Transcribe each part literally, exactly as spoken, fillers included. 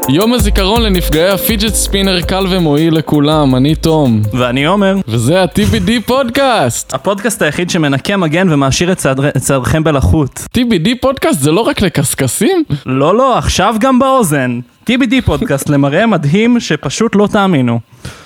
יום הזיכרון לנפגעי הפיג'ט ספינר קל ומועיל לכולם, אני תום. ואני עומר. וזה ה-טי בי די פודקאסט. הפודקאסט היחיד שמנקה מגן ומעשיר את צעדכם בלחות. טי בי די פודקאסט זה לא רק לקסקסים? לא, לא, עכשיו גם באוזן. טי בי די פודקאסט למראה מדהים שפשוט לא תאמינו.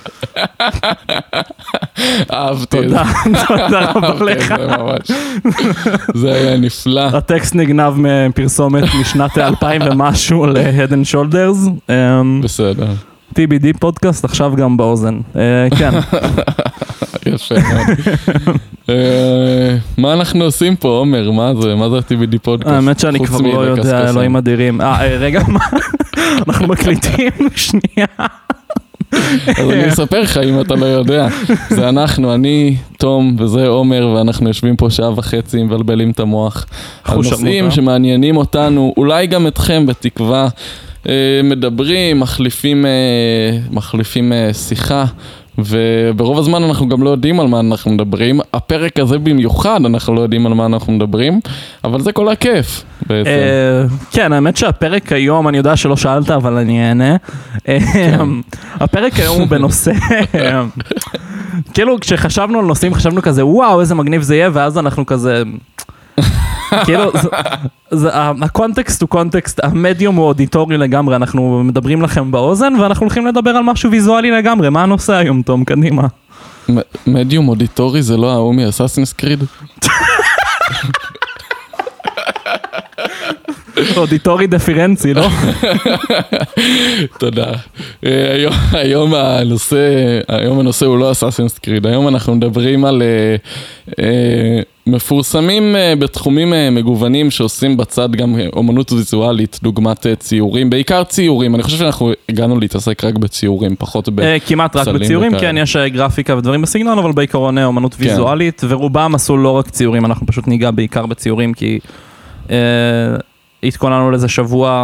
אהבתי. תודה, תודה רבה לך. זה ממש, זה היה נפלא. הטקסט נגנב מפרסומת משנת אלפיים ומשהו ל-Head and Shoulders. בסדר. טי בי די פודקאסט עכשיו גם באוזן. כן. יפה מאוד. מה אנחנו עושים פה, עומר? מה זה? מה זה ה-טי בי די פודקאסט? האמת שאני כבר לא יודע, אלוהים אדירים. אה, רגע, מה? אנחנו מקליטים שנייה. אז אני אספר לך אם אתה לא יודע. זה אנחנו, אני, תום, וזה עומר, ואנחנו יושבים פה שעה וחצי, מבלבלים את המוח. על נושאים שמעניינים אותנו, אולי גם אתכם בתקווה. מדברים, מחליפים, מחליפים שיחה, וברוב הזמן אנחנו גם לא יודעים על מה אנחנו מדברים. הפרק הזה במיוחד אנחנו לא יודעים על מה אנחנו מדברים, אבל זה כל הכיף בעצם. כן, האמת שהפרק היום, אני יודע שלא שאלת, אבל אני אענה. הפרק היום הוא בנושא, כאילו כשחשבנו על נושאים, חשבנו כזה, וואו, איזה מגניב זה יהיה, ואז אנחנו כזה... כאילו, הקונטקסט הוא קונטקסט, המדיום הוא אודיטורי לגמרי, אנחנו מדברים לכם באוזן, ואנחנו הולכים לדבר על משהו ויזואלי לגמרי. מה הנושא היום, תום? קדימה. מדיום אודיטורי זה לא ההוא מאסאסינס קריד? אודיטורי דפירנצי, לא? תודה. היום הנושא, היום הנושא הוא לא אסאסינס קריד, היום אנחנו מדברים על מפורסמים בתחומים מגוונים שעושים בצד גם אומנות ויזואלית, דוגמת ציורים, בעיקר ציורים. אני חושב שאנחנו הגענו להתעסק רק בציורים, פחות בצללים. כמעט רק בציורים, כן, יש גרפיקה ודברים בסגנון, אבל בעיקרון אומנות ויזואלית, ורובם עשו לא רק ציורים, אנחנו פשוט ניגע בעיקר בציורים, כי התכוננו לזה שבוע,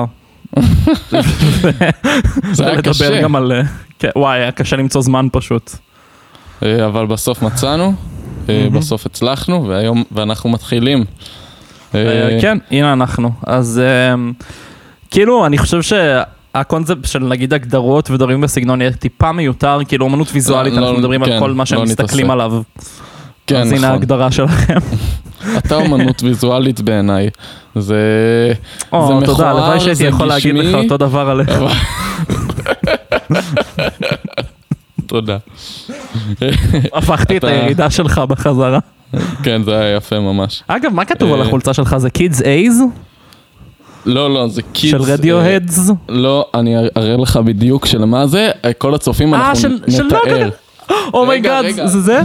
זה היה קשה. גם על, וואי, היה קשה למצוא זמן פשוט. אבל בסוף מצאנו, בסוף הצלחנו, והיום, ואנחנו מתחילים. כן, הנה אנחנו. אז כאילו, אני חושב שהקונספט של נגיד הגדרות ודברים בסגנון יהיה טיפה מיותר, כאילו אומנות ויזואלית, אנחנו מדברים על כל מה שהם מסתכלים עליו. אז הנה ההגדרה שלכם. אתה אומנות ויזואלית בעיניי. זה מכוער, תודה, הלוואי שהייתי יכול להגיד לך אותו דבר עליך. תודה. הפכתי את הירידה שלך בחזרה. כן, זה היה יפה ממש. אגב, מה כתוב על החולצה שלך? זה Kids A's? לא, לא, זה Kids... של Radioheads? לא, אני אראה לך בדיוק של מה זה. כל הצופים אנחנו נתאר. אומייגאד, זה זה?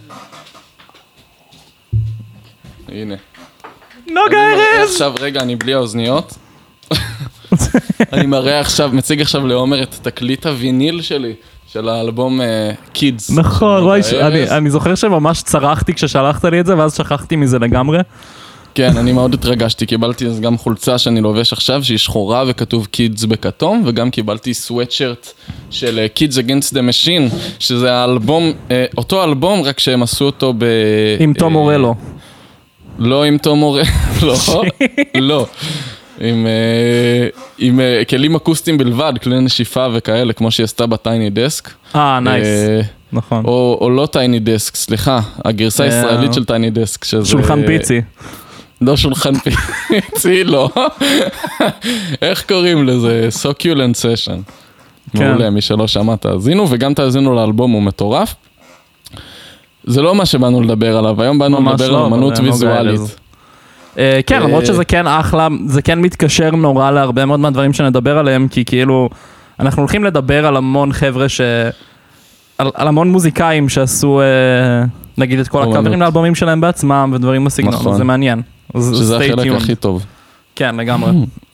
הנה. נוגה ארז! עכשיו, רגע, אני בלי האוזניות. אני מראה עכשיו, מציג עכשיו לעומר את תקליט הוויניל שלי, של האלבום Kids. נכון, וואי, אני זוכר שממש צרחתי כששלחת לי את זה, ואז שכחתי מזה לגמרי. כן, אני מאוד התרגשתי, קיבלתי אז גם חולצה שאני לובש עכשיו, שהיא שחורה וכתוב Kids בכתום, וגם קיבלתי סוואטשרט של Kids Against the Machine, שזה האלבום, אותו אלבום, רק שהם עשו אותו ב... עם תום אורלו. לא עם תום אורלו, לא, לא. עם, עם כלים אקוסטיים בלבד, כלי נשיפה וכאלה, כמו שהיא עשתה בטייני דסק. אה, נייס. נכון. או, או לא טייני דסק, סליחה, הגרסה הישראלית של טייני דסק. שזה... שולחן פיצי. לא שולחן פיצי, לא. איך קוראים לזה? סוקיולנט סשן. מעולה, מי שלא שמע תאזינו, וגם תאזינו לאלבום, הוא מטורף. זה לא מה שבאנו לדבר עליו, היום באנו לדבר על אמנות ויזואלית. כן, למרות שזה כן אחלה, זה כן מתקשר נורא להרבה מאוד מהדברים שנדבר עליהם, כי כאילו, אנחנו הולכים לדבר על המון חבר'ה ש... על המון מוזיקאים שעשו, נגיד, את כל הקאברים לאלבומים שלהם בעצמם, ודברים בסגנון, זה מעניין. שזה החלק הכי טוב. כן, לגמרי.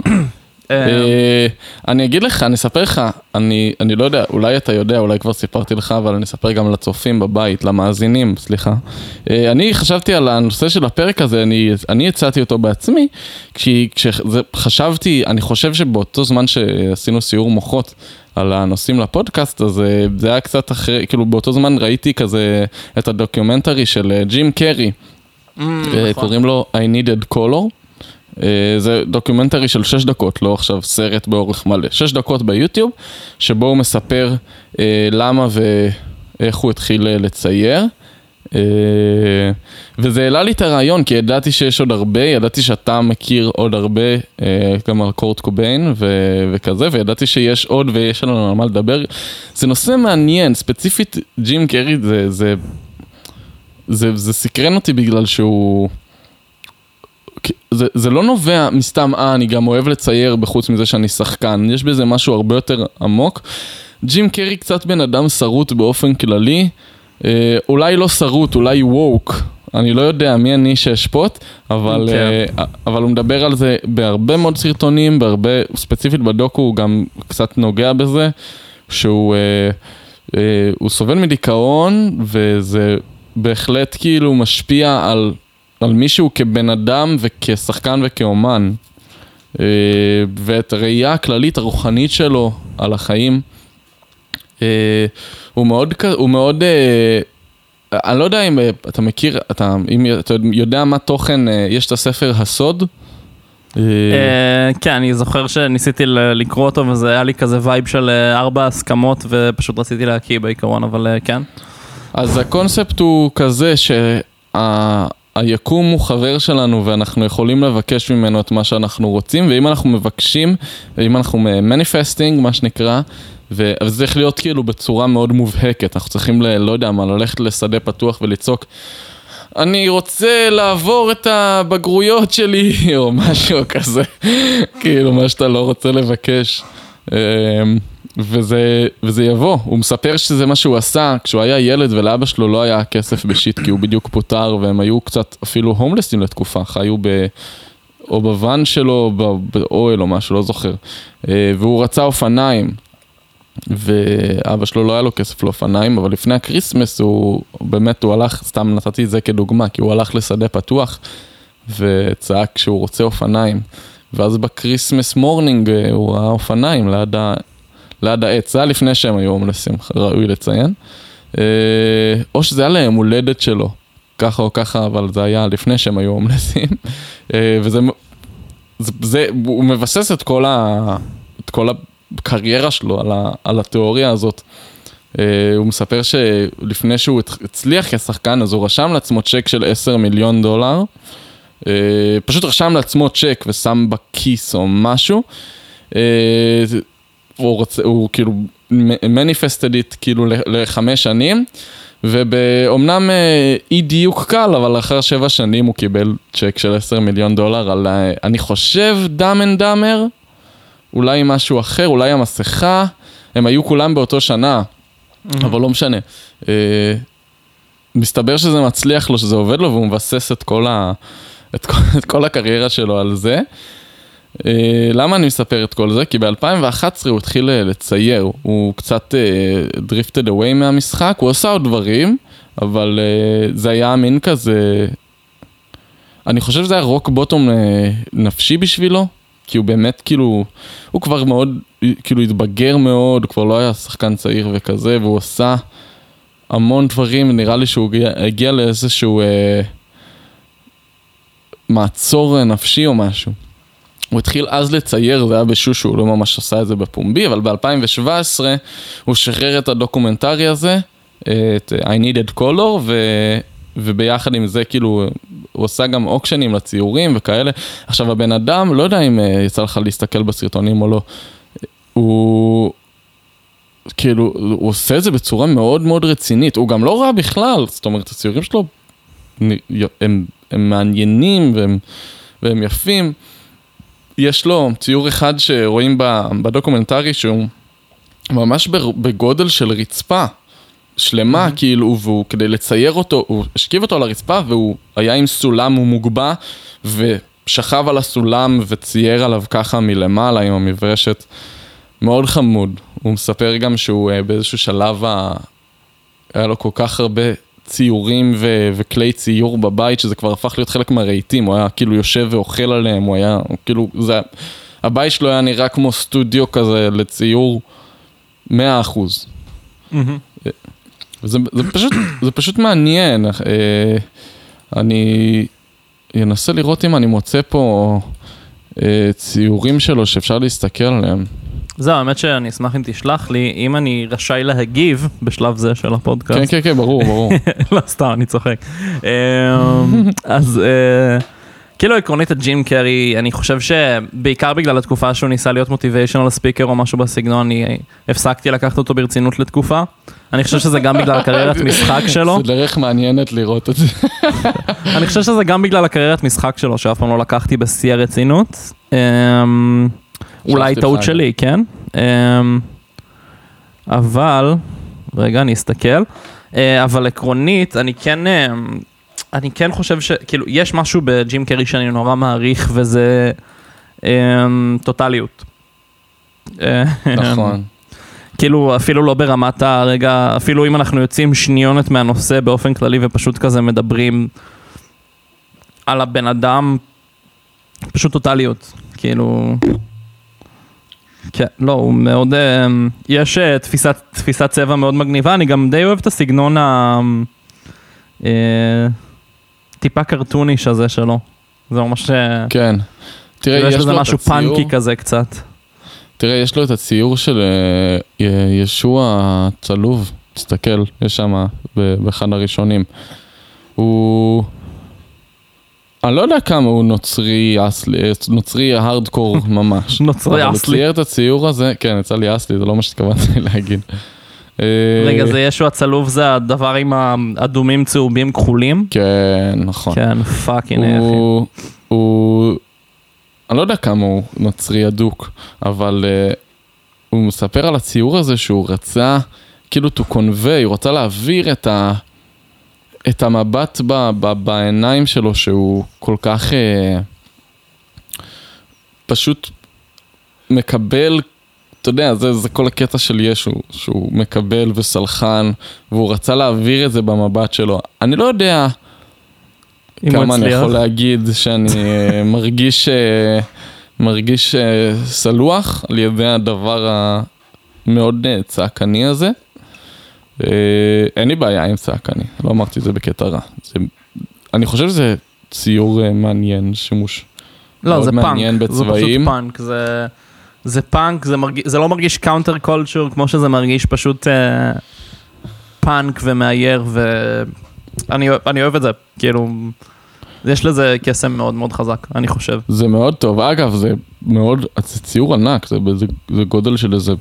אני אגיד לך, אני אספר לך, אני לא יודע, אולי אתה יודע, אולי כבר סיפרתי לך, אבל אני אספר גם לצופים בבית, למאזינים, סליחה. אני חשבתי על הנושא של הפרק הזה, אני הצעתי אותו בעצמי, כשחשבתי, אני חושב שבאותו זמן שעשינו סיור מוחות על הנושאים לפודקאסט, אז זה היה קצת אחרי, כאילו באותו זמן ראיתי כזה את הדוקיומנטרי של ג'ים קרי, קוראים לו I Needed Color, זה דוקומנטרי של שש דקות, לא עכשיו סרט באורך מלא, שש דקות ביוטיוב, שבו הוא מספר למה ואיך הוא התחיל לצייר. וזה העלה לי את הרעיון, כי ידעתי שיש עוד הרבה, ידעתי שאתה מכיר עוד הרבה, גם על קורט קוביין וכזה, וידעתי שיש עוד ויש לנו על מה לדבר. זה נושא מעניין, ספציפית ג'ים קרי, זה, זה, זה, זה סקרן אותי בגלל שהוא, זה, זה לא נובע מסתם, אה, אני גם אוהב לצייר בחוץ מזה שאני שחקן, יש בזה משהו הרבה יותר עמוק. ג'ים קרי קצת בן אדם שרוט באופן כללי, אולי לא שרוט, אולי ווק, אני לא יודע מי אני שאשפוט, אבל, okay. אבל הוא מדבר על זה בהרבה מאוד סרטונים, בהרבה, ספציפית בדוקו הוא גם קצת נוגע בזה, שהוא הוא סובל מדיכאון, וזה בהחלט כאילו משפיע על, על מישהו כבן אדם וכשחקן וכאומן, ואת הראייה הכללית הרוחנית שלו על החיים, הוא מאוד, הוא מאוד, אני לא יודע אם אתה מכיר, אתה, אם אתה יודע מה תוכן, יש את הספר הסוד? כן, אני זוכר שניסיתי לקרוא אותו, וזה היה לי כזה וייב של ארבע הסכמות, ופשוט רציתי להקיא בעיקרון, אבל כן. אז הקונספט הוא כזה שהיקום הוא חבר שלנו, ואנחנו יכולים לבקש ממנו את מה שאנחנו רוצים, ואם אנחנו מבקשים, ואם אנחנו מניפסטינג, מה שנקרא, וזה צריך להיות כאילו בצורה מאוד מובהקת, אנחנו צריכים, ל, לא יודע מה, ללכת לשדה פתוח וליצוק, אני רוצה לעבור את הבגרויות שלי, או משהו כזה, כאילו מה שאתה לא רוצה לבקש, וזה, וזה יבוא. הוא מספר שזה מה שהוא עשה, כשהוא היה ילד ולאבא שלו לא היה כסף בשיט, כי הוא בדיוק פוטר, והם היו קצת אפילו הומלסים לתקופה, חיו ב... או בוון שלו, באוהל או משהו, לא זוכר, והוא רצה אופניים, ואבא שלו לא היה לו כסף לאופניים, אבל לפני הקריסמס הוא באמת, הוא הלך, סתם נתתי את זה כדוגמה, כי הוא הלך לשדה פתוח וצעק שהוא רוצה אופניים, ואז בקריסמס מורנינג הוא ראה אופניים ליד, ה... ליד העץ, זה היה לפני שהם היו הומלסים, ראוי לציין, או שזה היה להם הולדת שלו, ככה או ככה, אבל זה היה לפני שהם היו הומלסים, וזה, זה, זה, הוא מבסס את כל ה... את כל ה... קריירה שלו על, ה, על התיאוריה הזאת. Uh, הוא מספר שלפני שהוא הצליח כשחקן, אז הוא רשם לעצמו צ'ק של עשרה מיליון דולר, uh, פשוט רשם לעצמו צ'ק ושם בכיס או משהו, uh, הוא, רוצה, הוא כאילו מניפסטד איט כאילו לחמש שנים, ובאומנם אי דיוק קל, אבל לאחר שבע שנים הוא קיבל צ'ק של עשרה מיליון דולר על, אני חושב, דאם אנד דאמר, אולי משהו אחר, אולי המסכה, הם היו כולם באותו שנה, mm-hmm. אבל לא משנה. אה, מסתבר שזה מצליח לו, שזה עובד לו, והוא מבסס את כל, ה, את כל, את כל הקריירה שלו על זה. אה, למה אני מספר את כל זה? כי ב-אלפיים ואחת עשרה הוא התחיל לצייר, הוא קצת אה, drifted away מהמשחק, הוא עשה עוד דברים, אבל אה, זה היה מין כזה, אני חושב שזה היה רוק בוטום אה, נפשי בשבילו, כי הוא באמת כאילו, הוא כבר מאוד, כאילו התבגר מאוד, הוא כבר לא היה שחקן צעיר וכזה, והוא עושה המון דברים, נראה לי שהוא הגיע, הגיע לאיזשהו אה, מעצור נפשי או משהו. הוא התחיל אז לצייר, זה היה בשושו, הוא לא ממש עשה את זה בפומבי, אבל ב-אלפיים שבע עשרה הוא שחרר את הדוקומנטרי הזה, את I Needed Color, ו... וביחד עם זה כאילו הוא עושה גם אוקשנים לציורים וכאלה. עכשיו הבן אדם, לא יודע אם יצא לך להסתכל בסרטונים או לא, הוא כאילו, הוא עושה את זה בצורה מאוד מאוד רצינית, הוא גם לא רע בכלל, זאת אומרת הציורים שלו הם, הם מעניינים והם, והם יפים. יש לו ציור אחד שרואים בדוקומנטרי שהוא ממש בגודל של רצפה שלמה, mm-hmm. כאילו, והוא כדי לצייר אותו, הוא השכיב אותו על הרצפה, והוא היה עם סולם, הוא מוגבע, ושכב על הסולם וצייר עליו ככה מלמעלה עם המברשת. מאוד חמוד. הוא מספר גם שהוא באיזשהו שלב, היה לו כל כך הרבה ציורים ו- וכלי ציור בבית, שזה כבר הפך להיות חלק מהרהיטים, הוא היה כאילו יושב ואוכל עליהם, הוא היה, כאילו, זה, הבית שלו היה נראה כמו סטודיו כזה לציור מאה אחוז. Mm-hmm. זה, זה פשוט, זה פשוט מעניין. אני, אנסה לראות אם אני מוצא פה אה, ציורים שלו שאפשר להסתכל עליהם. זהו, האמת שאני אשמח אם תשלח לי, אם אני רשאי להגיב בשלב זה של הפודקאסט. כן, כן, כן, ברור, ברור. לא, סתם, אני צוחק. אז כאילו עקרונית את ג'ים קרי, אני חושב שבעיקר בגלל התקופה שהוא ניסה להיות מוטיביישנל ספיקר או משהו בסגנון, אני הפסקתי לקחת אותו ברצינות לתקופה. אני חושב שזה גם בגלל הקריירת משחק שלו. זה דרך מעניינת לראות את זה. אני חושב שזה גם בגלל הקריירת משחק שלו, שאף פעם לא לקחתי בשיא הרצינות. אולי טעות שלי, כן? אבל, רגע, אני אסתכל. אבל עקרונית, אני כן, אני כן חושב ש, כאילו, יש משהו בג'ים קרי שאני נורא מעריך, וזה טוטליות. נכון. כאילו, אפילו לא ברמת הרגע, אפילו אם אנחנו יוצאים שניונת מהנושא באופן כללי, ופשוט כזה מדברים על הבן אדם, פשוט טוטליות. כאילו... כן, לא, הוא מאוד, יש תפיסת, תפיסת צבע מאוד מגניבה, אני גם די אוהב את הסגנון הטיפה קרטוניש הזה שלו. זה ממש... כן. תראה, יש לזה משהו פאנקי כזה קצת. תראה, יש לו את הציור של ישוע צלוב, תסתכל, יש שם באחד הראשונים. הוא... אני לא יודע כמה הוא נוצרי אסלי, נוצרי הארדקור ממש. נוצרי אסלי. הוא צייר את הציור הזה, כן, יצא לי אסלי, זה לא מה שהתכוונתי להגיד. רגע, זה ישוע הצלוב, זה הדבר עם האדומים צהובים כחולים? כן, נכון. כן, פאקינג אחי. הוא, אני לא יודע כמה הוא נוצרי אדוק, אבל הוא מספר על הציור הזה שהוא רצה, כאילו to convey, הוא רצה להעביר את ה... את המבט ב, ב, בעיניים שלו שהוא כל כך אה, פשוט מקבל, אתה יודע, זה, זה כל הקטע של ישו, שהוא מקבל וסלחן, והוא רצה להעביר את זה במבט שלו. אני לא יודע כמה אני יכול להגיד שאני אה, מרגיש, אה, מרגיש אה, סלוח על ידי הדבר המאוד צעקני הזה. אין לי בעיה עם צעקני, לא אמרתי את זה בקטע רע. אני חושב שזה ציור מעניין, שימוש מאוד מעניין בצבעים. זה פשוט פאנק, זה פאנק, זה לא מרגיש קאונטר קולצ'ר, כמו שזה מרגיש פשוט פאנק ומאייר, ואני אוהב את זה, כאילו, יש לזה קסם מאוד מאוד חזק, אני חושב. זה מאוד טוב, אגב, זה מאוד, זה ציור ענק, זה גודל של איזה...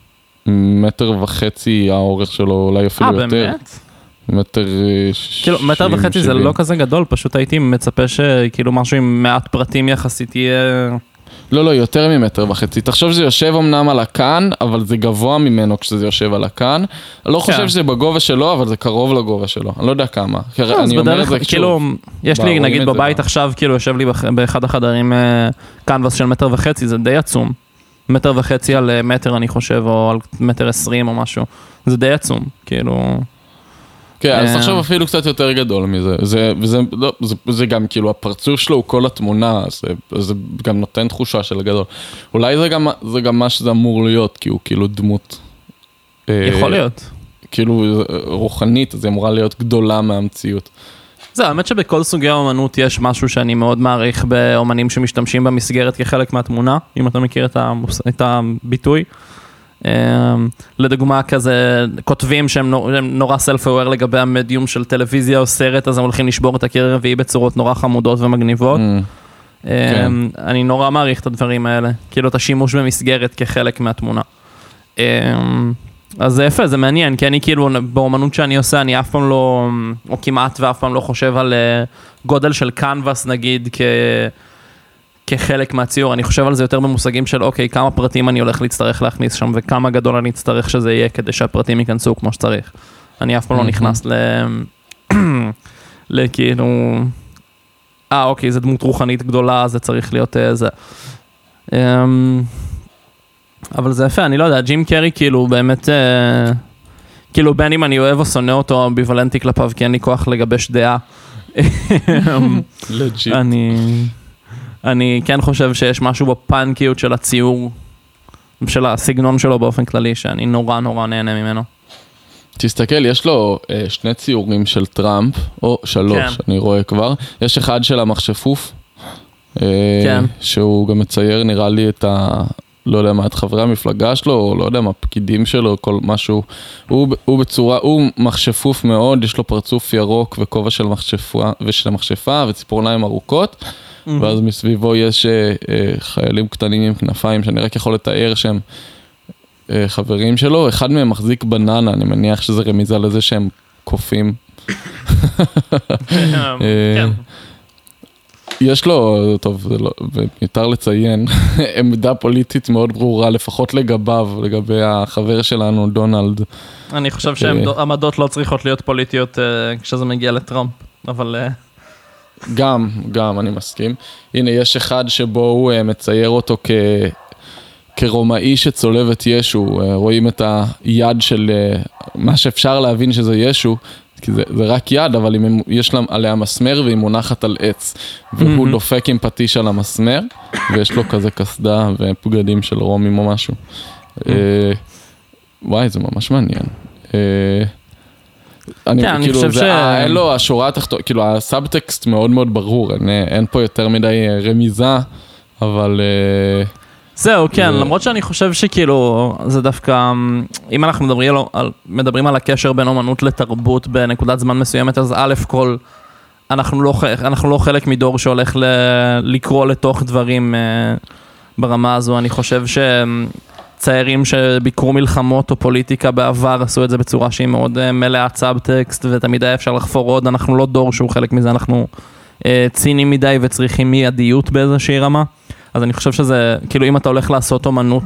מטר וחצי האורך שלו, אולי אפילו יותר. אה, באמת? מטר שישים, כאילו, מטר וחצי זה לא כזה גדול, פשוט הייתי מצפה שכאילו משהו עם מעט פרטים יחסית יהיה... לא, לא, יותר ממטר וחצי. תחשוב שזה יושב אמנם על הכאן, אבל זה גבוה ממנו כשזה יושב על הכאן. אני לא חושב שזה בגובה שלו, אבל זה קרוב לגובה שלו. אני לא יודע כמה. אני אומר את זה כאילו, יש לי, נגיד בבית עכשיו, כאילו יושב לי באחד החדרים קנבס של מטר וחצי, זה די עצום. מטר וחצי על מטר, אני חושב, או על מטר עשרים או משהו. זה די עצום, כאילו... כן, אז עכשיו אפילו קצת יותר גדול מזה. זה, וזה, לא, זה, זה גם, כאילו, הפרצוף שלו הוא כל התמונה, זה, זה גם נותן תחושה של גדול. אולי זה גם, זה גם מה שזה אמור להיות, כי הוא כאילו דמות... יכול להיות. כאילו, רוחנית, אז היא אמורה להיות גדולה מהמציאות. זה, האמת שבכל סוגי האומנות יש משהו שאני מאוד מעריך באומנים שמשתמשים במסגרת כחלק מהתמונה, אם אתה מכיר את, המוס... את הביטוי. לדוגמה כזה, כותבים שהם נורא סלף-אוור לגבי המדיום של טלוויזיה או סרט, אז הם הולכים לשבור את הקיר הרביעי בצורות נורא חמודות ומגניבות. Mm, כן. אני נורא מעריך את הדברים האלה, כאילו את השימוש במסגרת כחלק מהתמונה. אז זה יפה, זה מעניין, כי אני כאילו, באומנות שאני עושה, אני אף פעם לא, או כמעט ואף פעם לא חושב על גודל של קנבס, נגיד, כ... כחלק מהציור. אני חושב על זה יותר במושגים של, אוקיי, כמה פרטים אני הולך להצטרך להכניס שם, וכמה גדול אני אצטרך שזה יהיה, כדי שהפרטים ייכנסו כמו שצריך. אני אף פעם לא נכנס ל... לכאילו... אה, אוקיי, זו דמות רוחנית גדולה, זה צריך להיות זה. אבל זה יפה, אני לא יודע, ג'ים קרי כאילו באמת, אה, כאילו בין אם אני אוהב או שונא אותו אמביוולנטי כלפיו, כי אין לי כוח לגבש דעה. לג'יט. אני, אני כן חושב שיש משהו בפאנקיות של הציור, של הסגנון שלו באופן כללי, שאני נורא נורא נהנה ממנו. תסתכל, יש לו אה, שני ציורים של טראמפ, או שלוש, כן. אני רואה כבר. יש אחד של המחשפוף, אה, כן. שהוא גם מצייר, נראה לי, את ה... לא יודע מה, את חברי המפלגה שלו, או לא יודע מה, פקידים שלו, כל משהו. הוא, הוא בצורה, הוא מחשפוף מאוד, יש לו פרצוף ירוק וכובע של מחשפה, ושל המחשפה, וציפורניים ארוכות, mm-hmm. ואז מסביבו יש אה, אה, חיילים קטנים עם כנפיים, שאני רק יכול לתאר שהם אה, חברים שלו. אחד מהם מחזיק בננה, אני מניח שזה רמיזה לזה שהם קופים. כן. יש לו, טוב, זה לא, יותר לציין, עמדה פוליטית מאוד ברורה, לפחות לגביו, לגבי החבר שלנו, דונלד. אני חושב שהעמדות לא צריכות להיות פוליטיות כשזה מגיע לטראמפ, אבל... גם, גם, אני מסכים. הנה, יש אחד שבו הוא מצייר אותו כ... כרומאי שצולב את ישו, רואים את היד של מה שאפשר להבין שזה ישו, כי זה, זה רק יד, אבל אם יש לה, עליה מסמר והיא מונחת על עץ, והוא mm-hmm. דופק עם פטיש על המסמר, ויש לו כזה כסדה ופגדים של רומים או משהו. Mm-hmm. אה, וואי, זה ממש מעניין. אה, אני, כן, כאילו, אני חושב זה, ש... אין לו, השורה התחתונה, כאילו, הסאבטקסט מאוד מאוד ברור, אין, אין פה יותר מדי רמיזה, אבל... אה, זהו, כן, למרות שאני חושב שכאילו, זה דווקא, אם אנחנו מדברים על, מדברים על הקשר בין אומנות לתרבות בנקודת זמן מסוימת, אז א' כל, אנחנו לא, אנחנו לא חלק מדור שהולך ל, לקרוא לתוך דברים ברמה הזו. אני חושב שציירים שביקרו מלחמות או פוליטיקה בעבר עשו את זה בצורה שהיא מאוד מלאת סאבטקסט, ותמיד היה אפשר לחפור עוד. אנחנו לא דור שהוא חלק מזה, אנחנו צינים מדי וצריכים מיידיות באיזושהי רמה. אז אני חושב שזה, כאילו אם אתה הולך לעשות אומנות,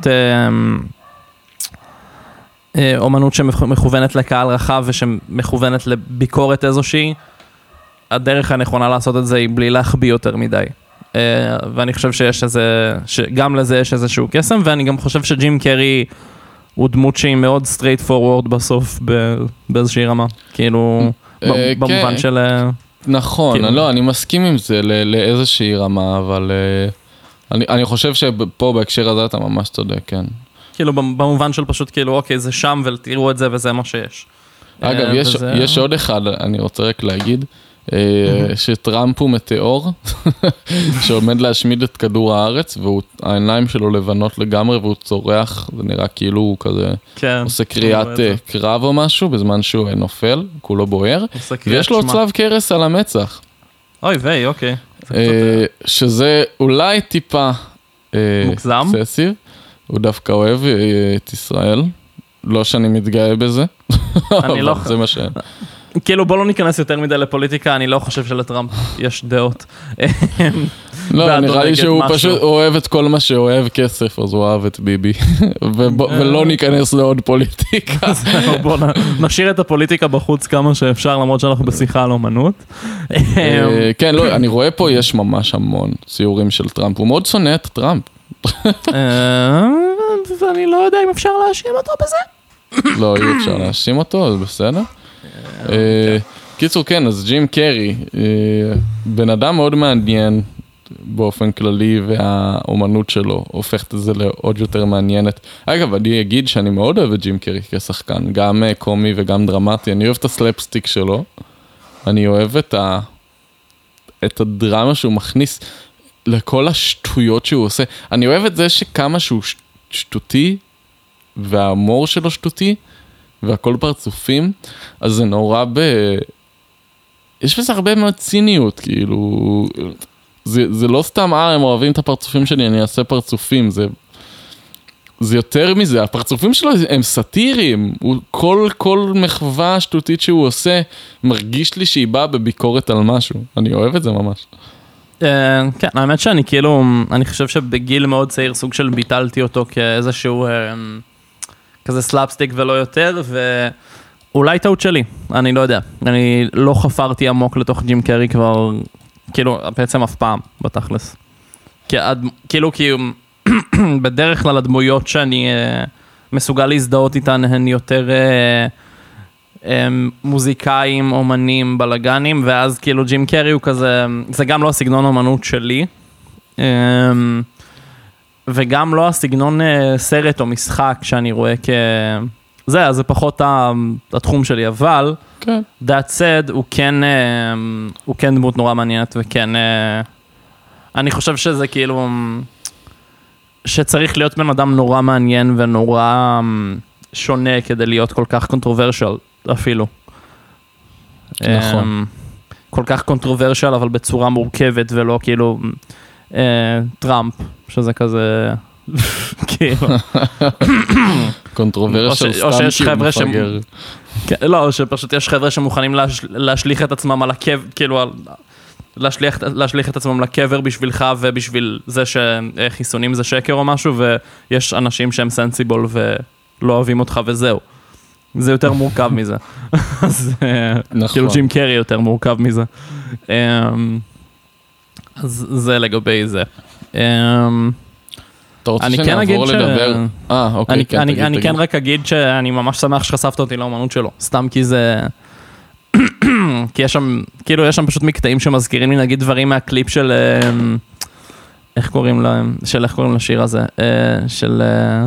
אומנות שמכוונת לקהל רחב ושמכוונת לביקורת איזושהי, הדרך הנכונה לעשות את זה היא בלי להחביא יותר מדי. ואני חושב שיש איזה, גם לזה יש איזשהו קסם, ואני גם חושב שג'ים קרי הוא דמות שהיא מאוד straight forward בסוף באיזושהי רמה. כאילו, במובן של... נכון, לא, אני מסכים עם זה לאיזושהי רמה, אבל... אני, אני חושב שפה בהקשר הזה אתה ממש צודק, כן. כאילו במובן של פשוט כאילו, אוקיי, זה שם ותראו את זה וזה מה שיש. אגב, יש, וזה... יש עוד אחד, אני רוצה רק להגיד, שטראמפ הוא מטאור, שעומד להשמיד את כדור הארץ, והעיניים שלו לבנות לגמרי, והוא צורח, זה נראה כאילו הוא כזה, כן, עושה קריאת קרב או משהו, בזמן שהוא נופל, כולו בוער, ויש לו צלב קרס על המצח. אוי ויי, אוקיי. שזה אולי טיפה מוגזם. אובססיב, הוא דווקא אוהב את ישראל, לא שאני מתגאה בזה, אבל זה מה שאין. כאילו בוא לא ניכנס יותר מדי לפוליטיקה, אני לא חושב שלטראמפ יש דעות. לא, נראה לי שהוא פשוט אוהב את כל מה שאוהב כסף, אז הוא אוהב את ביבי, ולא ניכנס לעוד פוליטיקה. בוא נשאיר את הפוליטיקה בחוץ כמה שאפשר, למרות שאנחנו בשיחה על אומנות. כן, לא, אני רואה פה יש ממש המון ציורים של טראמפ, הוא מאוד שונא את טראמפ. ואני לא יודע אם אפשר להאשים אותו בזה. לא, אי אפשר להאשים אותו, זה בסדר. קיצור, כן, אז ג'ים קרי, בן אדם מאוד מעניין באופן כללי, והאומנות שלו הופכת את זה לעוד יותר מעניינת. אגב, אני אגיד שאני מאוד אוהב את ג'ים קרי כשחקן, גם קומי וגם דרמטי, אני אוהב את הסלפסטיק שלו, אני אוהב את, ה... את הדרמה שהוא מכניס לכל השטויות שהוא עושה, אני אוהב את זה שכמה שהוא שטותי, והאמור שלו שטותי, והכל פרצופים, אז זה נורא ב... יש בזה הרבה מאוד ציניות, כאילו... זה, זה לא סתם, אה, הם אוהבים את הפרצופים שלי, אני אעשה פרצופים, זה... זה יותר מזה, הפרצופים שלו הם סאטיריים, הוא, כל, כל מחווה שטותית שהוא עושה, מרגיש לי שהיא באה בביקורת על משהו, אני אוהב את זה ממש. כן, האמת שאני כאילו, אני חושב שבגיל מאוד צעיר, סוג של ביטלתי אותו כאיזשהו... כזה סלאפסטיק ולא יותר, ואולי טעות שלי, אני לא יודע. אני לא חפרתי עמוק לתוך ג'ים קרי כבר, כאילו, בעצם אף פעם, בתכלס. כי, כאילו, כי בדרך כלל הדמויות שאני מסוגל להזדהות איתן, הן יותר מוזיקאים, אומנים, בלגנים, ואז כאילו ג'ים קרי הוא כזה, זה גם לא הסגנון אומנות שלי, וגם לא הסגנון סרט או משחק שאני רואה זה, זה פחות התחום שלי, אבל, כן. that said, הוא כן, הוא כן דמות נורא מעניינת, וכן, אני חושב שזה כאילו, שצריך להיות בן אדם נורא מעניין ונורא שונה כדי להיות כל כך קונטרוברשל אפילו. נכון. כל כך קונטרוברשל, אבל בצורה מורכבת ולא כאילו טראמפ, שזה כזה, כאילו. קונטרוברשל סתם כאילו מפגר. לא, שפשוט יש חבר'ה שמוכנים להשליך את עצמם על הקבר, כאילו, להשליך את עצמם לקבר בשבילך ובשביל זה שחיסונים זה שקר או משהו, ויש אנשים שהם סנסיבול ולא אוהבים אותך וזהו. זה יותר מורכב מזה. אז כאילו ג'ים קרי יותר מורכב מזה. אז זה לגבי זה. אתה רוצה שנעבור לדבר? אה, אוקיי, כן, תגיד, אני כן רק אגיד שאני ממש שמח שחשפת אותי לאמנות שלו. סתם כי זה... כי יש שם, כאילו יש שם פשוט מקטעים שמזכירים לי נגיד דברים מהקליפ של... איך קוראים להם? של איך קוראים לשיר הזה? של...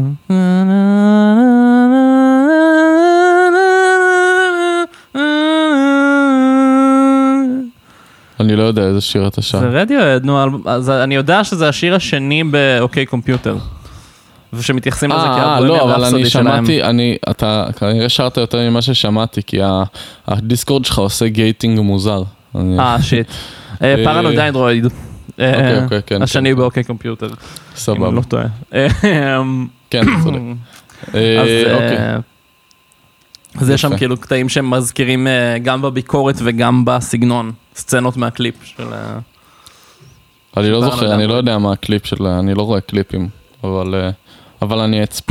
אני לא יודע איזה שיר אתה שר. זה רדיואד, נו, אז אני יודע שזה השיר השני באוקיי קומפיוטר. ושמתייחסים לזה כאבו לא, אבל אני שמעתי, אני, אתה כנראה שרת יותר ממה ששמעתי, כי הדיסקורד שלך עושה גייטינג מוזר. אה, שיט. פרנויד אנדרואיד. אוקיי, אוקיי, כן. השני באוקיי קומפיוטר. סבבה. אם לא טועה. כן, צודק. אוקיי. אז יש שם כאילו קטעים שהם מזכירים גם בביקורת וגם בסגנון, סצנות מהקליפ של... אני לא זוכר, אני לא יודע מה הקליפ של... אני לא רואה קליפים, אבל... אבל אני אצפה.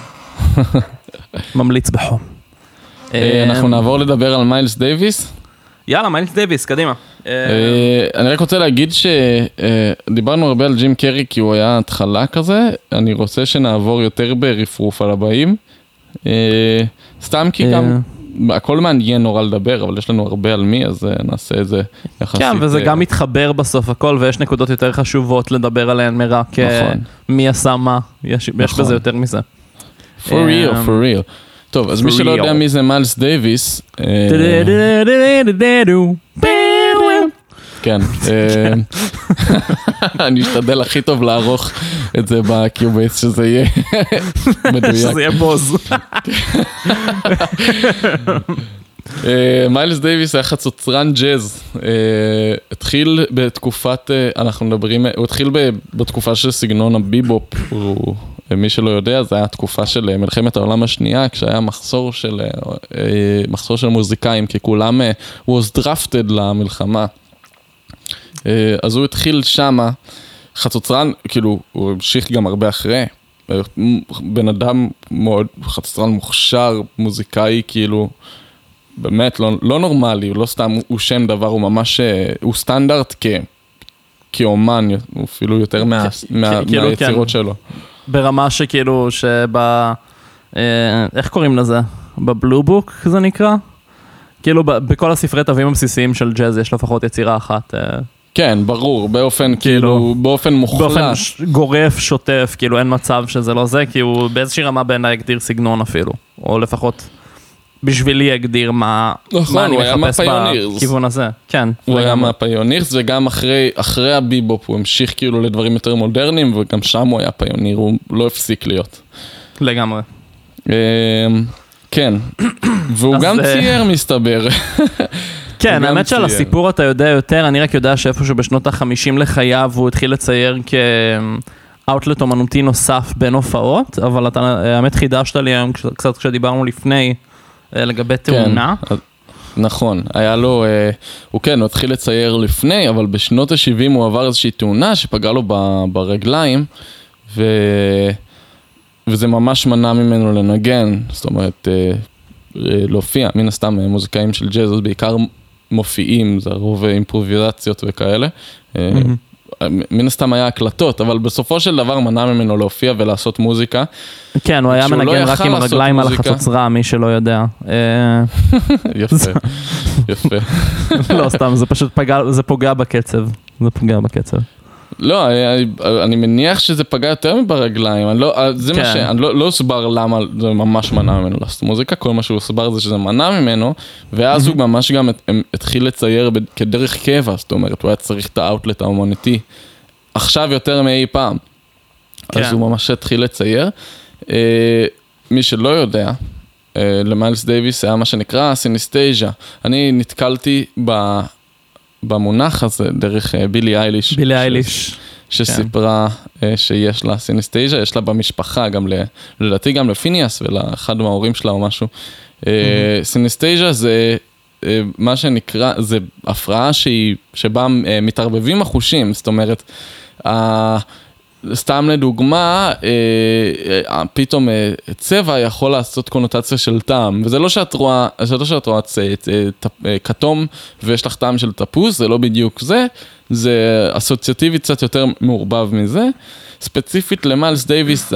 ממליץ בחום. אנחנו נעבור לדבר על מיילס דייביס. יאללה, מיילס דייביס, קדימה. אני רק רוצה להגיד שדיברנו הרבה על ג'ים קרי, כי הוא היה התחלה כזה. אני רוצה שנעבור יותר ברפרוף על הבאים. סתם כי גם הכל מעניין נורא לדבר, אבל יש לנו הרבה על מי, אז נעשה את זה יחסית. כן, וזה גם מתחבר בסוף הכל, ויש נקודות יותר חשובות לדבר עליהן מרק מי עשה מה, יש בזה יותר מזה. For real, for real. טוב, אז מי שלא יודע מי זה מיילס דייביס, כן, אני אשתדל הכי טוב לערוך את זה בקיובייס, שזה יהיה מדויק. שזה יהיה בוז. מיילס דייביס היה חצוצרן ג'אז, התחיל בתקופת, אנחנו מדברים, הוא התחיל בתקופה של סגנון הביבופ, מי שלא יודע, זה היה תקופה של מלחמת העולם השנייה, כשהיה מחסור של, מחסור של מוזיקאים, כי כולם, הוא was drafted למלחמה. אז הוא התחיל שמה, חצוצרן, כאילו, הוא המשיך גם הרבה אחרי, בן אדם מאוד, חצוצרן מוכשר, מוזיקאי, כאילו, באמת לא, לא נורמלי, הוא לא סתם, הוא שם דבר, הוא ממש, הוא סטנדרט כ, כאומן, הוא אפילו יותר מה, מה, כאילו, מהיצירות כן. שלו. ברמה שכאילו, שבה, איך קוראים לזה? בבלו בוק זה נקרא? כאילו, בכל הספרי תווים הבסיסיים של ג'אז יש לפחות יצירה אחת. כן, ברור, באופן כאילו, באופן מוחלט. באופן גורף, שוטף, כאילו אין מצב שזה לא זה, כי הוא באיזושהי רמה בעיניי הגדיר סגנון אפילו, או לפחות בשבילי יגדיר מה אני מחפש בכיוון הזה. כן. הוא היה מהפיונירס, וגם אחרי הביבופ הוא המשיך כאילו לדברים יותר מודרניים, וגם שם הוא היה פיוניר, הוא לא הפסיק להיות. לגמרי. כן, והוא גם צייר מסתבר. כן, האמת שעל הסיפור אתה יודע יותר, אני רק יודע שאיפשהו בשנות החמישים לחייו הוא התחיל לצייר כאוטלט אומנותי נוסף בין הופעות, אבל אתה, האמת חידשת לי היום קצת כשדיברנו לפני לגבי תאונה. נכון, היה לו, הוא כן, הוא התחיל לצייר לפני, אבל בשנות ה-שבעים הוא עבר איזושהי תאונה שפגעה לו ברגליים, ו... וזה ממש מנע ממנו לנגן, זאת אומרת, להופיע, מן הסתם מוזיקאים של ג'אז, אז בעיקר מופיעים, זה רוב אימפרוביזציות וכאלה, מן הסתם היה הקלטות, אבל בסופו של דבר מנע ממנו להופיע ולעשות מוזיקה. כן, הוא היה מנגן רק עם הרגליים על החצוצרה, מי שלא יודע. יפה, יפה. לא, סתם, זה פשוט פגע, זה פוגע בקצב, זה פוגע בקצב. לא, אני מניח שזה פגע יותר מברגליים, אני לא, זה מה ש... אני לא אסבר למה זה ממש מנע ממנו לעשות מוזיקה, כל מה שהוא אסבר זה שזה מנע ממנו, ואז הוא ממש גם התחיל לצייר כדרך קבע, זאת אומרת, הוא היה צריך את האוטלט האומנותי, עכשיו יותר מאי פעם. אז הוא ממש התחיל לצייר. מי שלא יודע, למיילס דייביס היה מה שנקרא סינסטייז'ה. אני נתקלתי במונח הזה דרך בילי אייליש. בילי אייליש. שסיפרה שיש לה סינסטייז'ה, יש לה במשפחה, גם לדעתי גם לפיניאס ולאחד מההורים שלה או משהו. סינסטייז'ה זה מה שנקרא, זה הפרעה שבה מתערבבים החושים, זאת אומרת, סתם לדוגמה, פתאום צבע יכול לעשות קונוטציה של טעם, וזה לא שאת רואה, זה לא שאת רואה כתום ויש לך טעם של תפוס, זה לא בדיוק זה, זה אסוציאטיבי קצת יותר מעורבב מזה. ספציפית למיילס דייביס,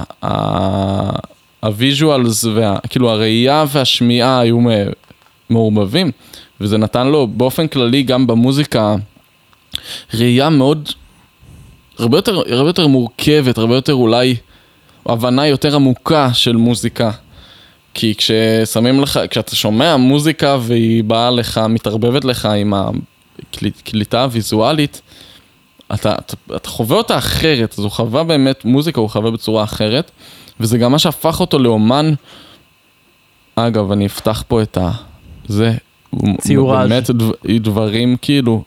הוויז'ואלס, כאילו הראייה והשמיעה היו מעורבבים, וזה נתן לו באופן כללי גם במוזיקה ראייה מאוד הרבה יותר, הרבה יותר מורכבת, הרבה יותר אולי הבנה יותר עמוקה של מוזיקה. כי כששמים לך, כשאתה שומע מוזיקה והיא באה לך, מתערבבת לך עם הקליטה הוויזואלית, אתה, אתה, אתה חווה אותה אחרת, זו חווה באמת, מוזיקה הוא חווה בצורה אחרת, וזה גם מה שהפך אותו לאומן. אגב, אני אפתח פה את ה... זה, ציורז'. באמת דברים כאילו...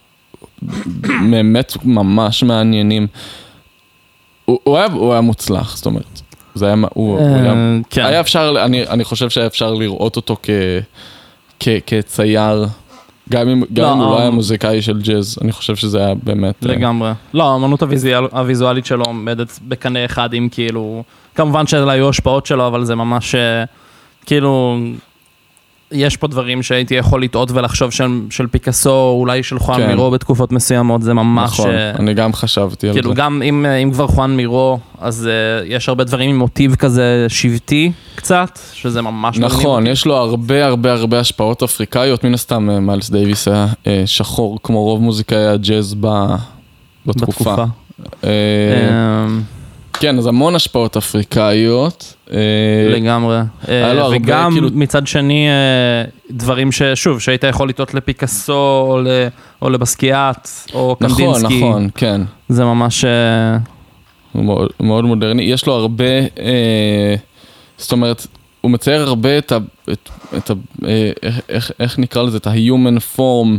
באמת ממש מעניינים. הוא, הוא, היה, הוא היה מוצלח, זאת אומרת. זה היה, הוא, הוא היה, כן. היה אפשר, אני, אני חושב שהיה אפשר לראות אותו כ, כ, כצייר, גם אם, גם לא, אם הוא לא היה מוזיקאי של ג'אז, אני חושב שזה היה באמת... לגמרי. לא, האמנות הוויזואל, הוויזואלית שלו עומדת בקנה אחד עם כאילו, כמובן שאלה היו השפעות שלו, אבל זה ממש כאילו... יש פה דברים שהייתי יכול לטעות ולחשוב של, של פיקאסו, אולי של חואן כן. מירו בתקופות מסוימות, זה ממש... נכון, ש... אני גם חשבתי על כאילו זה. גם אם, אם כבר חואן מירו, אז uh, יש הרבה דברים עם מוטיב כזה שבטי קצת, שזה ממש... נכון, יש לו הרבה הרבה הרבה השפעות אפריקאיות, מן הסתם מיילס דייביס היה uh, שחור, כמו רוב מוזיקאי הג'אז ב... בתקופה. בתקופה. Uh, כן, אז המון השפעות אפריקאיות. לגמרי. וגם מצד שני, דברים ששוב, שהיית יכול לטעות לפיקאסו, או לבסקיאט, או קנדינסקי. נכון, נכון, כן. זה ממש... מאוד מודרני. יש לו הרבה, זאת אומרת, הוא מצייר הרבה את ה... איך נקרא לזה? את ה-human form.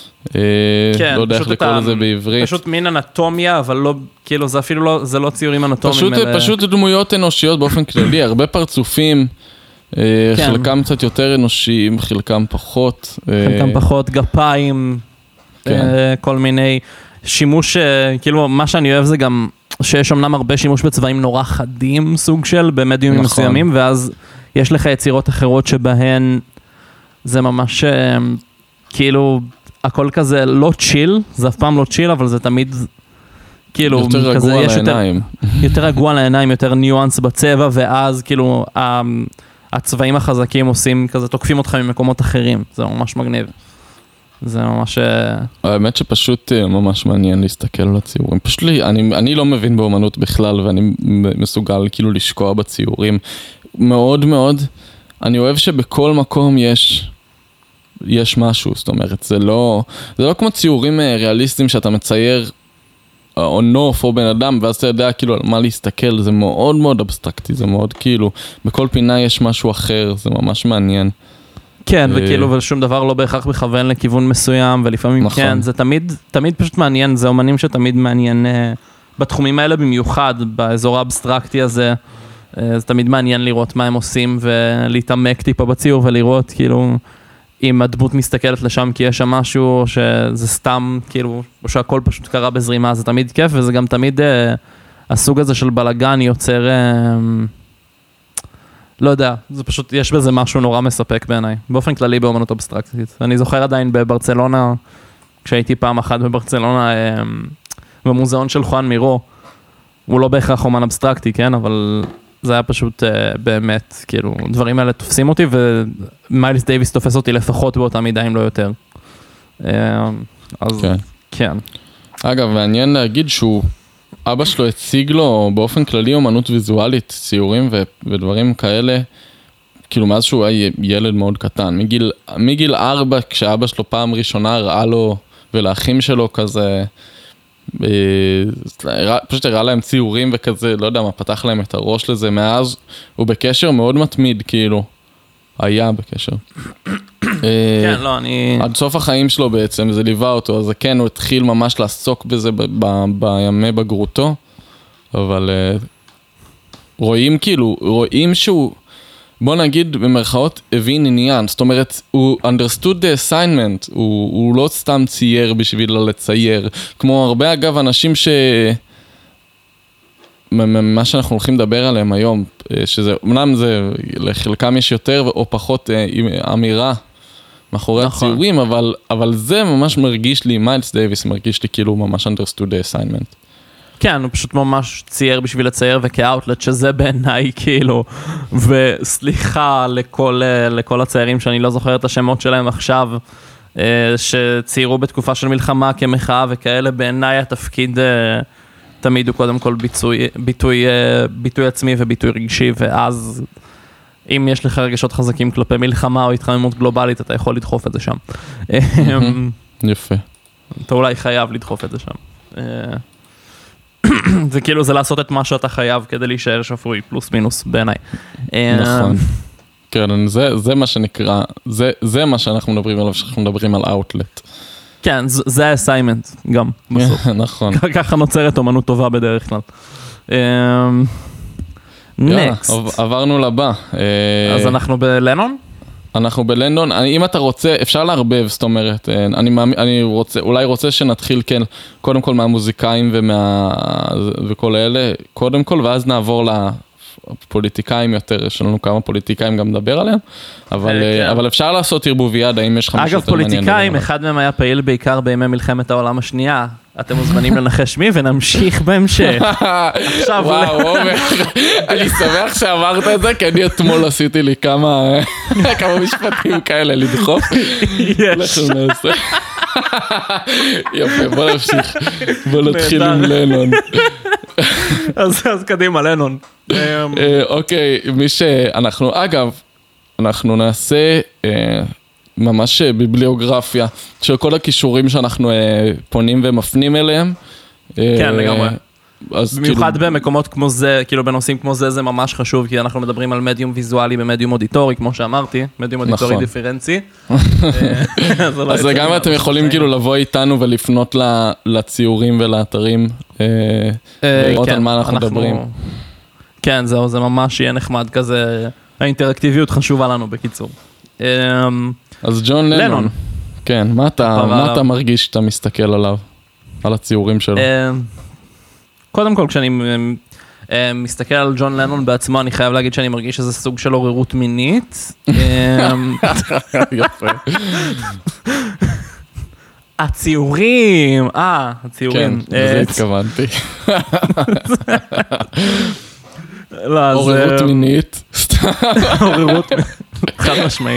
כן, לא יודע איך לקרוא לזה בעברית. פשוט מין אנטומיה, אבל לא, כאילו זה אפילו לא, זה לא ציורים אנטומיים. פשוט, פשוט דמויות אנושיות באופן כללי, הרבה פרצופים, חלקם קצת יותר אנושיים, חלקם פחות. חלקם פחות, גפיים, כל מיני שימוש, כאילו מה שאני אוהב זה גם, שיש אמנם הרבה שימוש בצבעים נורא חדים, סוג של, במדיומים מסוימים, ואז יש לך יצירות אחרות שבהן זה ממש, כאילו, הכל כזה לא צ'יל, זה אף פעם לא צ'יל, אבל זה תמיד, כאילו, יותר כזה, רגוע יש לעיניים. יותר, יותר רגוע לעיניים, יותר ניואנס בצבע, ואז כאילו, הצבעים החזקים עושים כזה, תוקפים אותך ממקומות אחרים, זה ממש מגניב. זה ממש... האמת שפשוט ממש מעניין להסתכל על הציורים. פשוט לי, אני, אני לא מבין באומנות בכלל, ואני מסוגל כאילו לשקוע בציורים. מאוד מאוד, אני אוהב שבכל מקום יש... יש משהו, זאת אומרת, זה לא, זה לא כמו ציורים ריאליסטיים שאתה מצייר או נוף או בן אדם, ואז אתה יודע כאילו על מה להסתכל, זה מאוד מאוד אבסטרקטי, זה מאוד כאילו, בכל פינה יש משהו אחר, זה ממש מעניין. כן, וכאילו, ושום דבר לא בהכרח מכוון לכיוון מסוים, ולפעמים כן, זה תמיד, תמיד פשוט מעניין, זה אומנים שתמיד מעניין בתחומים האלה במיוחד, באזור האבסטרקטי הזה, זה תמיד מעניין לראות מה הם עושים, ולהתעמק טיפה בציור, ולראות כאילו... אם הדמות מסתכלת לשם כי יש שם משהו, או שזה סתם, כאילו, או שהכל פשוט קרה בזרימה, זה תמיד כיף, וזה גם תמיד, אה, הסוג הזה של בלגן יוצר, אה, לא יודע, זה פשוט, יש בזה משהו נורא מספק בעיניי, באופן כללי באמנות אבסטרקטית. אני זוכר עדיין בברצלונה, כשהייתי פעם אחת בברצלונה, אה, במוזיאון של חואן מירו, הוא לא בהכרח אומן אבסטרקטי, כן, אבל... זה היה פשוט uh, באמת, כאילו, דברים האלה תופסים אותי, ומיילס דייביס תופס אותי לפחות באותה מידה, אם לא יותר. Uh, אז, כן. כן. אגב, מעניין להגיד שהוא, אבא שלו הציג לו באופן כללי אומנות ויזואלית, ציורים ו- ודברים כאלה, כאילו מאז שהוא היה ילד מאוד קטן, מגיל, מגיל ארבע, כשאבא שלו פעם ראשונה ראה לו ולאחים שלו כזה, פשוט הראה להם ציורים וכזה, לא יודע מה, פתח להם את הראש לזה, מאז הוא בקשר מאוד מתמיד, כאילו, היה בקשר. כן, לא, אני... עד סוף החיים שלו בעצם, זה ליווה אותו, אז כן, הוא התחיל ממש לעסוק בזה בימי בגרותו, אבל רואים כאילו, רואים שהוא, בוא נגיד במרכאות, הבין עניין, זאת אומרת, הוא understood the assignment, הוא, הוא לא סתם צייר בשביל לצייר, כמו הרבה אגב אנשים ש... מה שאנחנו הולכים לדבר עליהם היום, שזה, אמנם זה, לחלקם יש יותר או פחות אמירה מאחורי נכון. הציורים, אבל, אבל זה ממש מרגיש לי, מיילס דייביס מרגיש לי כאילו ממש understood the assignment. כן, הוא פשוט ממש צייר בשביל לצייר וכאוטלט, שזה בעיניי כאילו, וסליחה לכל, לכל הציירים שאני לא זוכר את השמות שלהם עכשיו, שציירו בתקופה של מלחמה כמחאה וכאלה, בעיניי התפקיד תמיד הוא קודם כל ביטוי, ביטוי, ביטוי עצמי וביטוי רגשי, ואז אם יש לך רגשות חזקים כלפי מלחמה או התחממות גלובלית, אתה יכול לדחוף את זה שם. יפה. אתה אולי חייב לדחוף את זה שם. זה כאילו, זה לעשות את מה שאתה חייב כדי להישאר שפוי, פלוס מינוס בעיניי. נכון. כן, זה, זה מה שנקרא, זה, זה מה שאנחנו מדברים עליו, שאנחנו מדברים על אאוטלט. כן, זה האסיימנט גם בסוף. נכון. ככה נוצרת אומנות טובה בדרך כלל. נקסט. עברנו לבא. אז אנחנו בלנון? אנחנו בלנדון, אם אתה רוצה, אפשר להרבב, זאת אומרת, אני, אני רוצה, אולי רוצה שנתחיל, כן, קודם כל מהמוזיקאים ומה, וכל אלה, קודם כל, ואז נעבור לפוליטיקאים יותר, יש לנו כמה פוליטיקאים גם לדבר עליהם, אבל, אבל אפשר לעשות ערבוביאד, האם יש חמש אגב, פוליטיקאים, אחד מהם היה פעיל בעיקר בימי מלחמת העולם השנייה, אתם מוזמנים לנחש מי, ונמשיך בהמשך. עכשיו, וואו, עומר, אני שמח שאמרת את זה, כי אני אתמול עשיתי לי כמה משפטים כאלה לדחוף. יש. יפה, בוא נמשיך. בוא נתחיל עם לנון. אז קדימה, לנון. אוקיי, מי שאנחנו, אגב, אנחנו נעשה... ממש ביבליוגרפיה של כל הכישורים שאנחנו פונים ומפנים אליהם. כן, לגמרי. במיוחד במקומות כמו זה, כאילו בנושאים כמו זה, זה ממש חשוב, כי אנחנו מדברים על מדיום ויזואלי במדיום אודיטורי, כמו שאמרתי, מדיום אודיטורי דיפרנצי. אז גם אתם יכולים כאילו לבוא איתנו ולפנות לציורים ולאתרים, לראות על מה אנחנו מדברים. כן, זהו, זה ממש יהיה נחמד כזה, האינטראקטיביות חשובה לנו בקיצור. אז ג'ון לנון, כן, מה אתה, מה אתה מרגיש שאתה מסתכל עליו, על הציורים שלו? קודם כל, כשאני מסתכל על ג'ון לנון בעצמו, אני חייב להגיד שאני מרגיש שזה סוג של עוררות מינית. יפה. הציורים, אה, הציורים. כן, לזה התכוונתי. עוררות מינית. עוררות מינית. חד משמעי.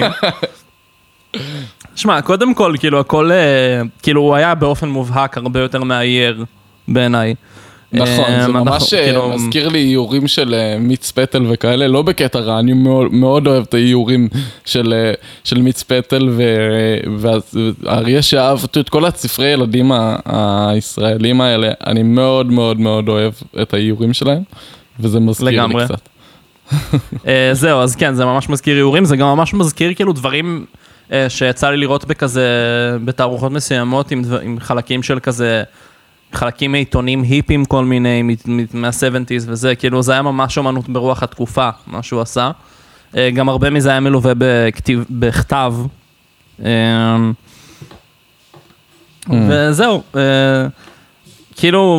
שמע, קודם כל, כאילו, הכל, כאילו, הוא היה באופן מובהק הרבה יותר מאייר בעיניי. נכון, זה ממש מזכיר לי איורים של מיץ פטל וכאלה, לא בקטע רע, אני מאוד אוהב את האיורים של מיץ פטל, והאריה שאהב את כל הספרי ילדים הישראלים האלה, אני מאוד מאוד מאוד אוהב את האיורים שלהם, וזה מזכיר לי קצת. זהו, אז כן, זה ממש מזכיר איורים, זה גם ממש מזכיר כאילו דברים שיצא לי לראות בכזה, בתערוכות מסוימות עם חלקים של כזה, חלקים מעיתונים היפים כל מיני, מה-שבעים וזה, כאילו זה היה ממש אומנות ברוח התקופה, מה שהוא עשה. גם הרבה מזה היה מלווה בכתב. וזהו, כאילו...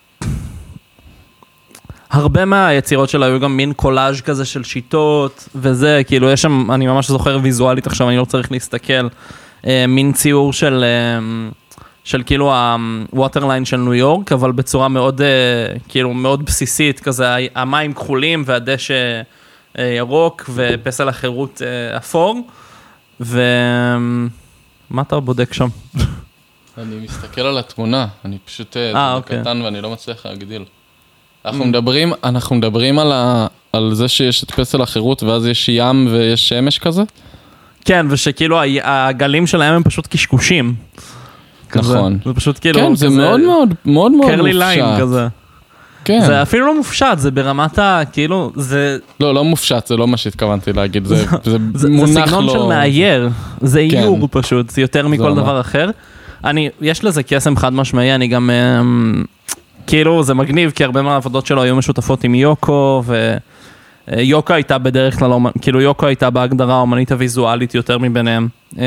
הרבה מהיצירות שלה היו גם מין קולאז' כזה של שיטות, וזה, כאילו, יש שם, אני ממש זוכר ויזואלית עכשיו, אני לא צריך להסתכל, אה, מין ציור של, אה, של כאילו הווטרליין של ניו יורק, אבל בצורה מאוד, אה, כאילו, מאוד בסיסית, כזה, המים כחולים והדשא אה, ירוק, ופסל החירות אה, אפור, ומה אתה בודק שם? אני מסתכל על התמונה, אני פשוט אה, אוקיי. קטן ואני לא מצליח להגדיל. אנחנו מדברים, אנחנו מדברים על, ה, על זה שיש את פסל החירות ואז יש ים ויש שמש כזה? כן, ושכאילו הגלים שלהם הם פשוט קשקושים. נכון. זה פשוט כאילו... כן, זה מאוד מאוד מאוד מאוד מופשט. קרלי ליין כזה. כן. זה אפילו לא מופשט, זה ברמת ה... כאילו, זה... לא, לא מופשט, זה לא מה שהתכוונתי להגיד, זה, זה, זה מונח זה סגנון לא... של מאייר, זה איור כן. פשוט, זה יותר מכל זה דבר אחר. אני, יש לזה קסם חד משמעי, אני גם... כאילו, זה מגניב, כי הרבה מהעבודות שלו היו משותפות עם יוקו, ויוקו הייתה בדרך כלל, כאילו יוקו הייתה בהגדרה האומנית הוויזואלית יותר מביניהם.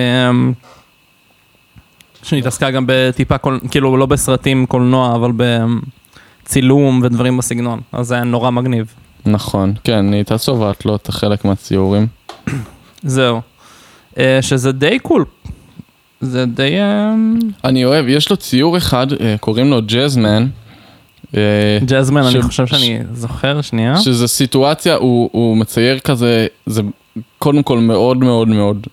שנתעסקה גם בטיפה, כאילו לא בסרטים קולנוע, אבל בצילום ודברים בסגנון, אז זה היה נורא מגניב. נכון, כן, נהייתה צובעת לו את החלק מהציורים. זהו. שזה די קול. זה די... אני אוהב, יש לו ציור אחד, קוראים לו ג'זמן. ג'זמן, אני חושב שאני זוכר, שנייה. שזה סיטואציה, הוא, הוא מצייר כזה, זה קודם כל מאוד מאוד מאוד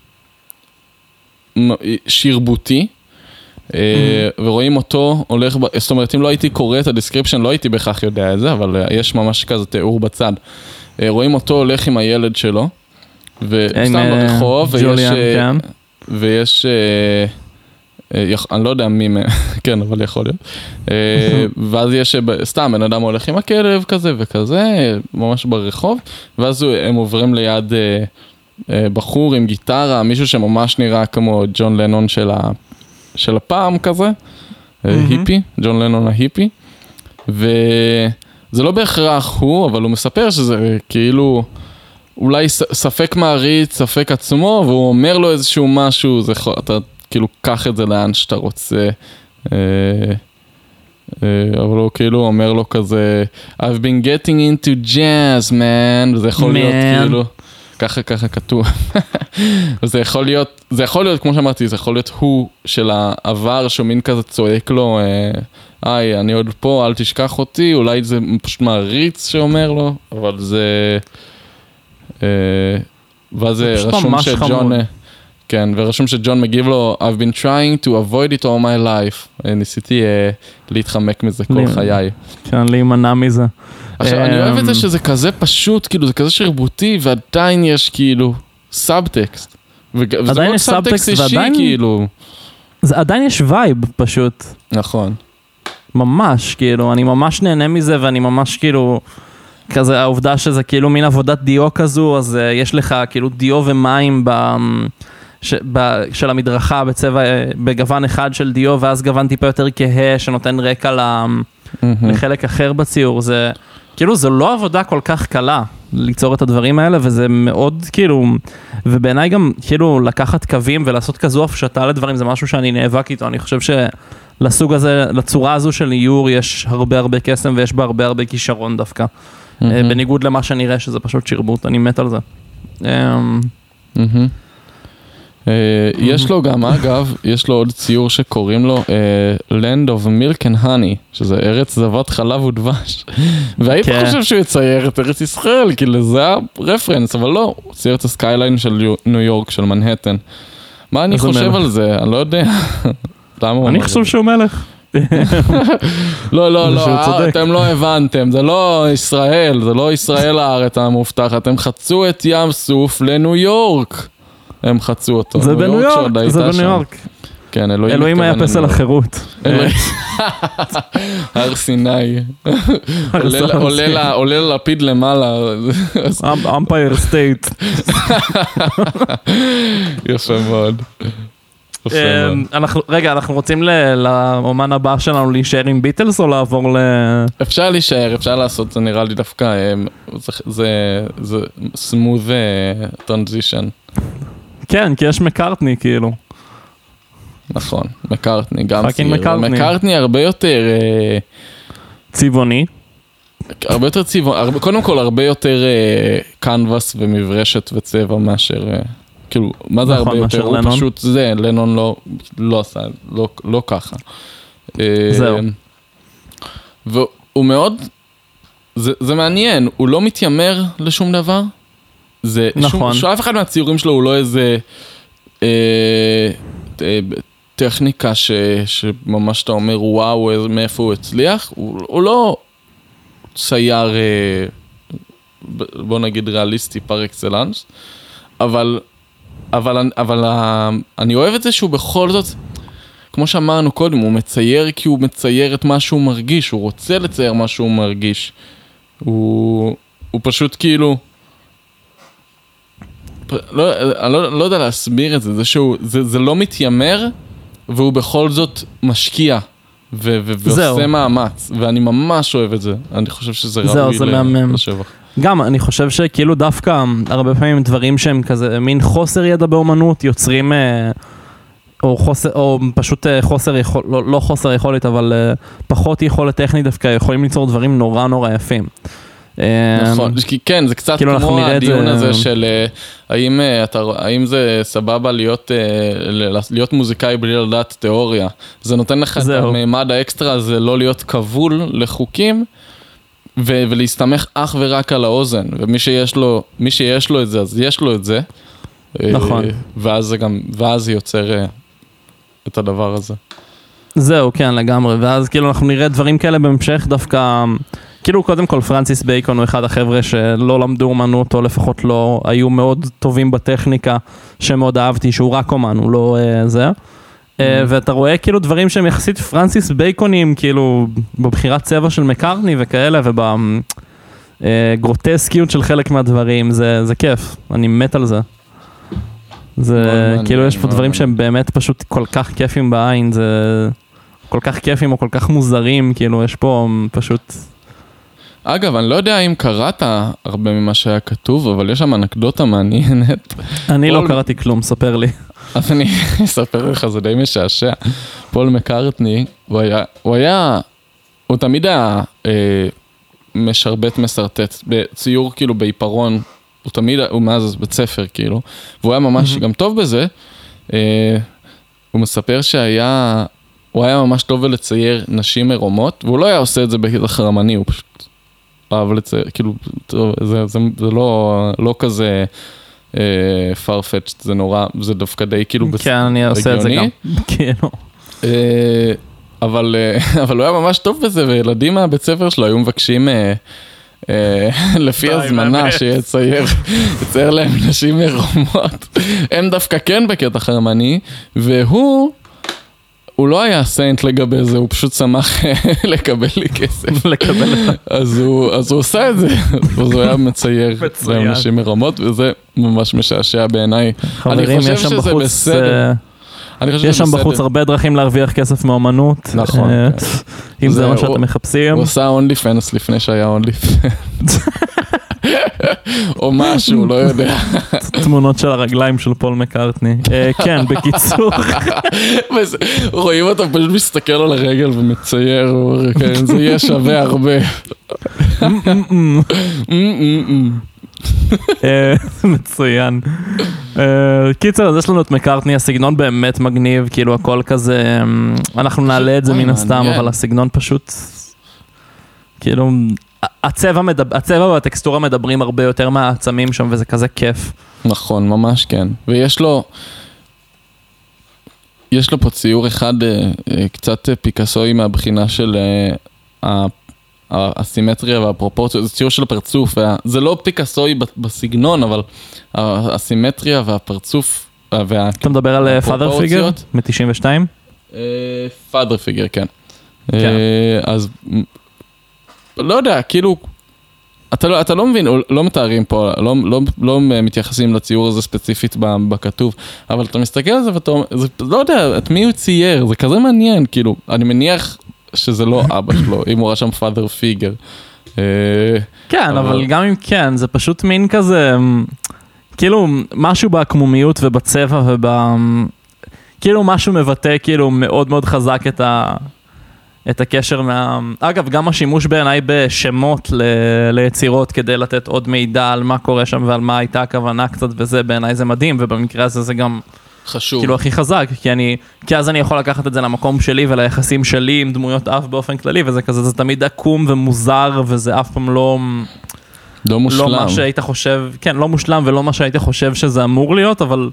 שרבוטי, ורואים אותו הולך, זאת אומרת, אם לא הייתי קורא את הדיסקריפשן, לא הייתי בכך יודע את זה, אבל יש ממש כזה תיאור בצד. רואים אותו הולך עם הילד שלו, וסתם ברחוב, ויש... ויש... אני לא יודע מי, כן, אבל יכול להיות. ואז יש, סתם, בן אדם הולך עם הכלב כזה וכזה, ממש ברחוב, ואז הם עוברים ליד בחור עם גיטרה, מישהו שממש נראה כמו ג'ון לנון של הפעם כזה, היפי, ג'ון לנון ההיפי, וזה לא בהכרח הוא, אבל הוא מספר שזה כאילו... אולי ספק מעריץ, ספק עצמו, והוא אומר לו איזשהו משהו, זה, אתה כאילו קח את זה לאן שאתה רוצה, אה, אה, אבל הוא כאילו אומר לו כזה, I've been getting into jazz, man, וזה יכול man. להיות כאילו, ככה ככה כתוב, וזה יכול להיות, זה יכול להיות, כמו שאמרתי, זה יכול להיות הוא של העבר, שהוא מין כזה צועק לו, היי, אני עוד פה, אל תשכח אותי, אולי זה פשוט מעריץ שאומר לו, אבל זה... ואז רשום שג'ון, כן, ורשום שג'ון מגיב לו, I've been trying to avoid it all my life. ניסיתי להתחמק מזה כל חיי. כן, להימנע מזה. עכשיו, אני אוהב את זה שזה כזה פשוט, כאילו, זה כזה שרבוטי, ועדיין יש כאילו סאבטקסט. עדיין יש סאבטקסט, ועדיין... כאילו... עדיין יש וייב פשוט. נכון. ממש, כאילו, אני ממש נהנה מזה, ואני ממש כאילו... כזה העובדה שזה כאילו מין עבודת דיו כזו, אז uh, יש לך כאילו דיו ומים ב, ש, ב, של המדרכה בצבע, בגוון אחד של דיו, ואז גוון טיפה יותר כהה שנותן רקע ל, mm-hmm. לחלק אחר בציור. זה כאילו זו לא עבודה כל כך קלה ליצור את הדברים האלה, וזה מאוד כאילו, ובעיניי גם כאילו לקחת קווים ולעשות כזו הפשטה לדברים, זה משהו שאני נאבק איתו. אני חושב שלסוג הזה, לצורה הזו של איור יש הרבה הרבה קסם ויש בה הרבה הרבה כישרון דווקא. בניגוד למה שנראה שזה פשוט שרבוט, אני מת על זה. יש לו גם, אגב, יש לו עוד ציור שקוראים לו Land of Milk and Honey, שזה ארץ זבת חלב ודבש. והיית חושב שהוא יצייר את ארץ ישראל, כי לזה הרפרנס, אבל לא, הוא צייר את הסקייליין של ניו יורק, של מנהטן. מה אני חושב על זה? אני לא יודע. אני חושב שהוא מלך. לא, לא, לא, אתם לא הבנתם, זה לא ישראל, זה לא ישראל הארץ המובטחת, הם חצו את ים סוף לניו יורק, הם חצו אותו. זה בניו יורק, זה בניו יורק. כן, אלוהים. אלוהים היה פסל החירות. הר סיני. עולה ללפיד למעלה. אמפייר סטייט. יפה מאוד. רגע, אנחנו רוצים לאומן הבא שלנו להישאר עם ביטלס או לעבור ל... אפשר להישאר, אפשר לעשות, זה נראה לי דווקא, זה smooth transition. כן, כי יש מקארטני כאילו. נכון, מקארטני, גם ציר. מקארטני הרבה יותר... צבעוני. הרבה יותר צבעוני, קודם כל הרבה יותר קנבס ומברשת וצבע מאשר... כאילו, מה זה הרבה יותר? הוא פשוט זה, לנון לא עשה, לא ככה. זהו. והוא מאוד, זה מעניין, הוא לא מתיימר לשום דבר. נכון. שאף אחד מהציורים שלו הוא לא איזה טכניקה ש, שממש אתה אומר, וואו, מאיפה הוא הצליח, הוא, הוא לא צייר, בוא נגיד ריאליסטי פר אקסלנס, אבל, אבל, אבל אני אוהב את זה שהוא בכל זאת, כמו שאמרנו קודם, הוא מצייר כי הוא מצייר את מה שהוא מרגיש, הוא רוצה לצייר מה שהוא מרגיש. הוא, הוא פשוט כאילו, לא, אני לא, לא יודע להסביר את זה, זה שהוא, זה, זה לא מתיימר, והוא בכל זאת משקיע, ו, ו, ועושה מאמץ, ואני ממש אוהב את זה. אני חושב שזה ראוי לשבח. גם, אני חושב שכאילו דווקא, הרבה פעמים דברים שהם כזה, מין חוסר ידע באומנות, יוצרים... או, חוסר, או פשוט חוסר יכול, לא, לא חוסר יכולת, אבל פחות יכולת טכנית דווקא, יכולים ליצור דברים נורא נורא יפים. נכון, כן, זה קצת כאילו כמו הדיון הזה זה... של האם, אתה, האם זה סבבה להיות, להיות מוזיקאי בלי לדעת תיאוריה. זה נותן לך את הממד האקסטרה, זה לא להיות כבול לחוקים, ו- ולהסתמך אך ורק על האוזן. ומי שיש לו, מי שיש לו את זה, אז יש לו את זה. נכון. ואז זה גם, ואז זה יוצר את הדבר הזה. זהו, כן, לגמרי. ואז כאילו אנחנו נראה דברים כאלה בהמשך דווקא, כאילו קודם כל פרנסיס בייקון הוא אחד החבר'ה שלא למדו אומנות, או לפחות לא היו מאוד טובים בטכניקה, שמאוד אהבתי, שהוא רק אומן, הוא לא uh, זה. Uh, ואתה רואה כאילו דברים שהם יחסית פרנסיס בייקונים, כאילו בבחירת צבע של מקארטני וכאלה, ובגרוטסקיות של חלק מהדברים, זה, זה כיף, אני מת על זה. זה כאילו יש פה דברים שהם באמת פשוט כל כך כיפים בעין, זה כל כך כיפים או כל כך מוזרים, כאילו יש פה פשוט... אגב, אני לא יודע אם קראת הרבה ממה שהיה כתוב, אבל יש שם אנקדוטה מעניינת. אני לא קראתי כלום, ספר לי. אז אני אספר לך, זה די משעשע. פול מקארטני, הוא היה, הוא היה, הוא תמיד היה משרבט מסרטט, בציור כאילו בעיפרון, הוא תמיד, הוא מאז בית ספר כאילו, והוא היה ממש גם טוב בזה. הוא מספר שהיה, הוא היה ממש טוב לצייר נשים מרומות, והוא לא היה עושה את זה בקטע חרמני, הוא פשוט אהב לצייר, כאילו, זה, זה, זה לא, לא כזה farfetched, זה נורא, זה דווקא די כאילו כן, אני עושה את זה גם, כאילו. אבל, אבל הוא היה ממש טוב בזה, וילדים מהבית ספר שלו היו מבקשים... לפי הזמנה שיצייר יצייר להם נשים מרומות, הם דווקא כן בקטע חרמני, והוא הוא לא היה סיינט לגבי זה, הוא פשוט שמח לקבל לי כסף אז הוא עושה את זה, אז הוא היה מצייר להם נשים מרומות, וזה ממש משעשע בעיניי. אני חושב שזה בסדר, יש שם בחוץ הרבה דרכים להרוויח כסף מאומנות. נכון. אם זה מה שאתם מחפשים. הוא עושה אונלי פנס לפני שהיה אונלי פנס. או משהו, לא יודע. תמונות של הרגליים של פול מקארטני. כן, בקיצור. רואים אותו פשוט מסתכל על הרגל ומצייר, זה יהיה שווה הרבה. מצוין. קיצר, אז יש לנו את מקארטני, הסגנון באמת מגניב, כאילו הכל כזה, אנחנו נעלה את זה מן הסתם, אבל הסגנון פשוט, כאילו, הצבע והטקסטורה מדברים הרבה יותר מהעצמים שם, וזה כזה כיף. נכון, ממש כן. ויש לו, יש לו פה ציור אחד, קצת פיקאסוי מהבחינה של הסימטריה והפרופורציה, זה ציור של הפרצוף, זה לא פיקאסוי בסגנון, אבל הסימטריה והפרצוף, אתה מדבר על פאדר פיגר מ-תשעים ושתיים? פאדר פיגר, כן. אז לא יודע, כאילו, אתה לא מבין, לא מתארים פה, לא מתייחסים לציור הזה ספציפית בכתוב, אבל אתה מסתכל על זה ואתה אומר, לא יודע, את מי הוא צייר, זה כזה מעניין, כאילו, אני מניח שזה לא אבא שלו, אם הוא רשם פאדר פיגר. כן, אבל גם אם כן, זה פשוט מין כזה, כאילו, משהו בעקמומיות ובצבע וב... כאילו, משהו מבטא, כאילו, מאוד מאוד חזק את ה... את הקשר מה... אגב, גם השימוש בעיניי בשמות ל... ליצירות כדי לתת עוד מידע על מה קורה שם ועל מה הייתה הכוונה קצת, וזה בעיניי זה מדהים, ובמקרה הזה זה גם... חשוב. כאילו הכי חזק, כי אני, כי אז אני יכול לקחת את זה למקום שלי וליחסים שלי עם דמויות אף באופן כללי, וזה כזה, זה תמיד עקום ומוזר, וזה אף פעם לא... לא מושלם. לא מה שהיית חושב, כן, לא מושלם ולא מה שהיית חושב שזה אמור להיות, אבל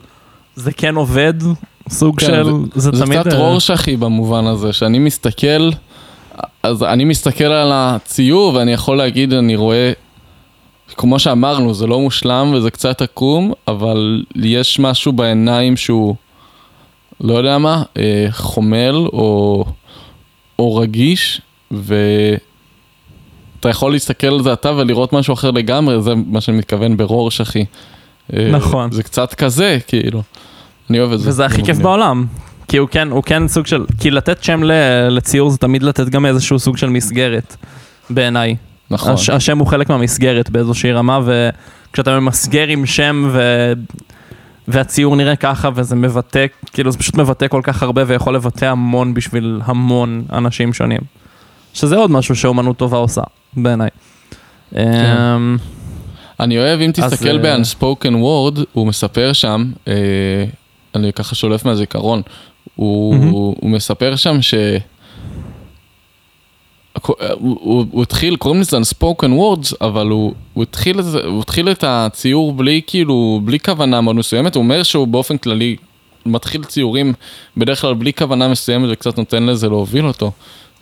זה כן עובד, סוג כן, של, זה, זה, זה תמיד... קצת רורשכי במובן הזה, שאני מסתכל, אז אני מסתכל על הציור ואני יכול להגיד, אני רואה, כמו שאמרנו, זה לא מושלם וזה קצת עקום, אבל יש משהו בעיניים שהוא, לא יודע מה, חומל או, או רגיש, ואתה יכול להסתכל על זה אתה ולראות משהו אחר לגמרי, זה מה שאני מתכוון ברורשכי. נכון. זה קצת כזה, כאילו. אני אוהב את זה. וזה הכי כיף בעולם. כי הוא כן, הוא כן סוג של, כי לתת שם לציור זה תמיד לתת גם איזשהו סוג של מסגרת, בעיניי. נכון. הש, השם הוא חלק מהמסגרת באיזושהי רמה, וכשאתה ממסגר עם שם ו... והציור נראה ככה, וזה מבטא, כאילו זה פשוט מבטא כל כך הרבה, ויכול לבטא המון בשביל המון אנשים שונים. שזה עוד משהו שאומנות טובה עושה, בעיניי. כן. אני אוהב, אם תסתכל ב-Unspoken Word, הוא מספר שם, אני ככה שולף מהזיכרון, הוא מספר שם ש... הוא התחיל, קוראים לזה Unspoken Words, אבל הוא התחיל את הציור בלי, כאילו, בלי כוונה מאוד מסוימת. הוא אומר שהוא באופן כללי מתחיל ציורים בדרך כלל בלי כוונה מסוימת, וקצת נותן לזה להוביל אותו.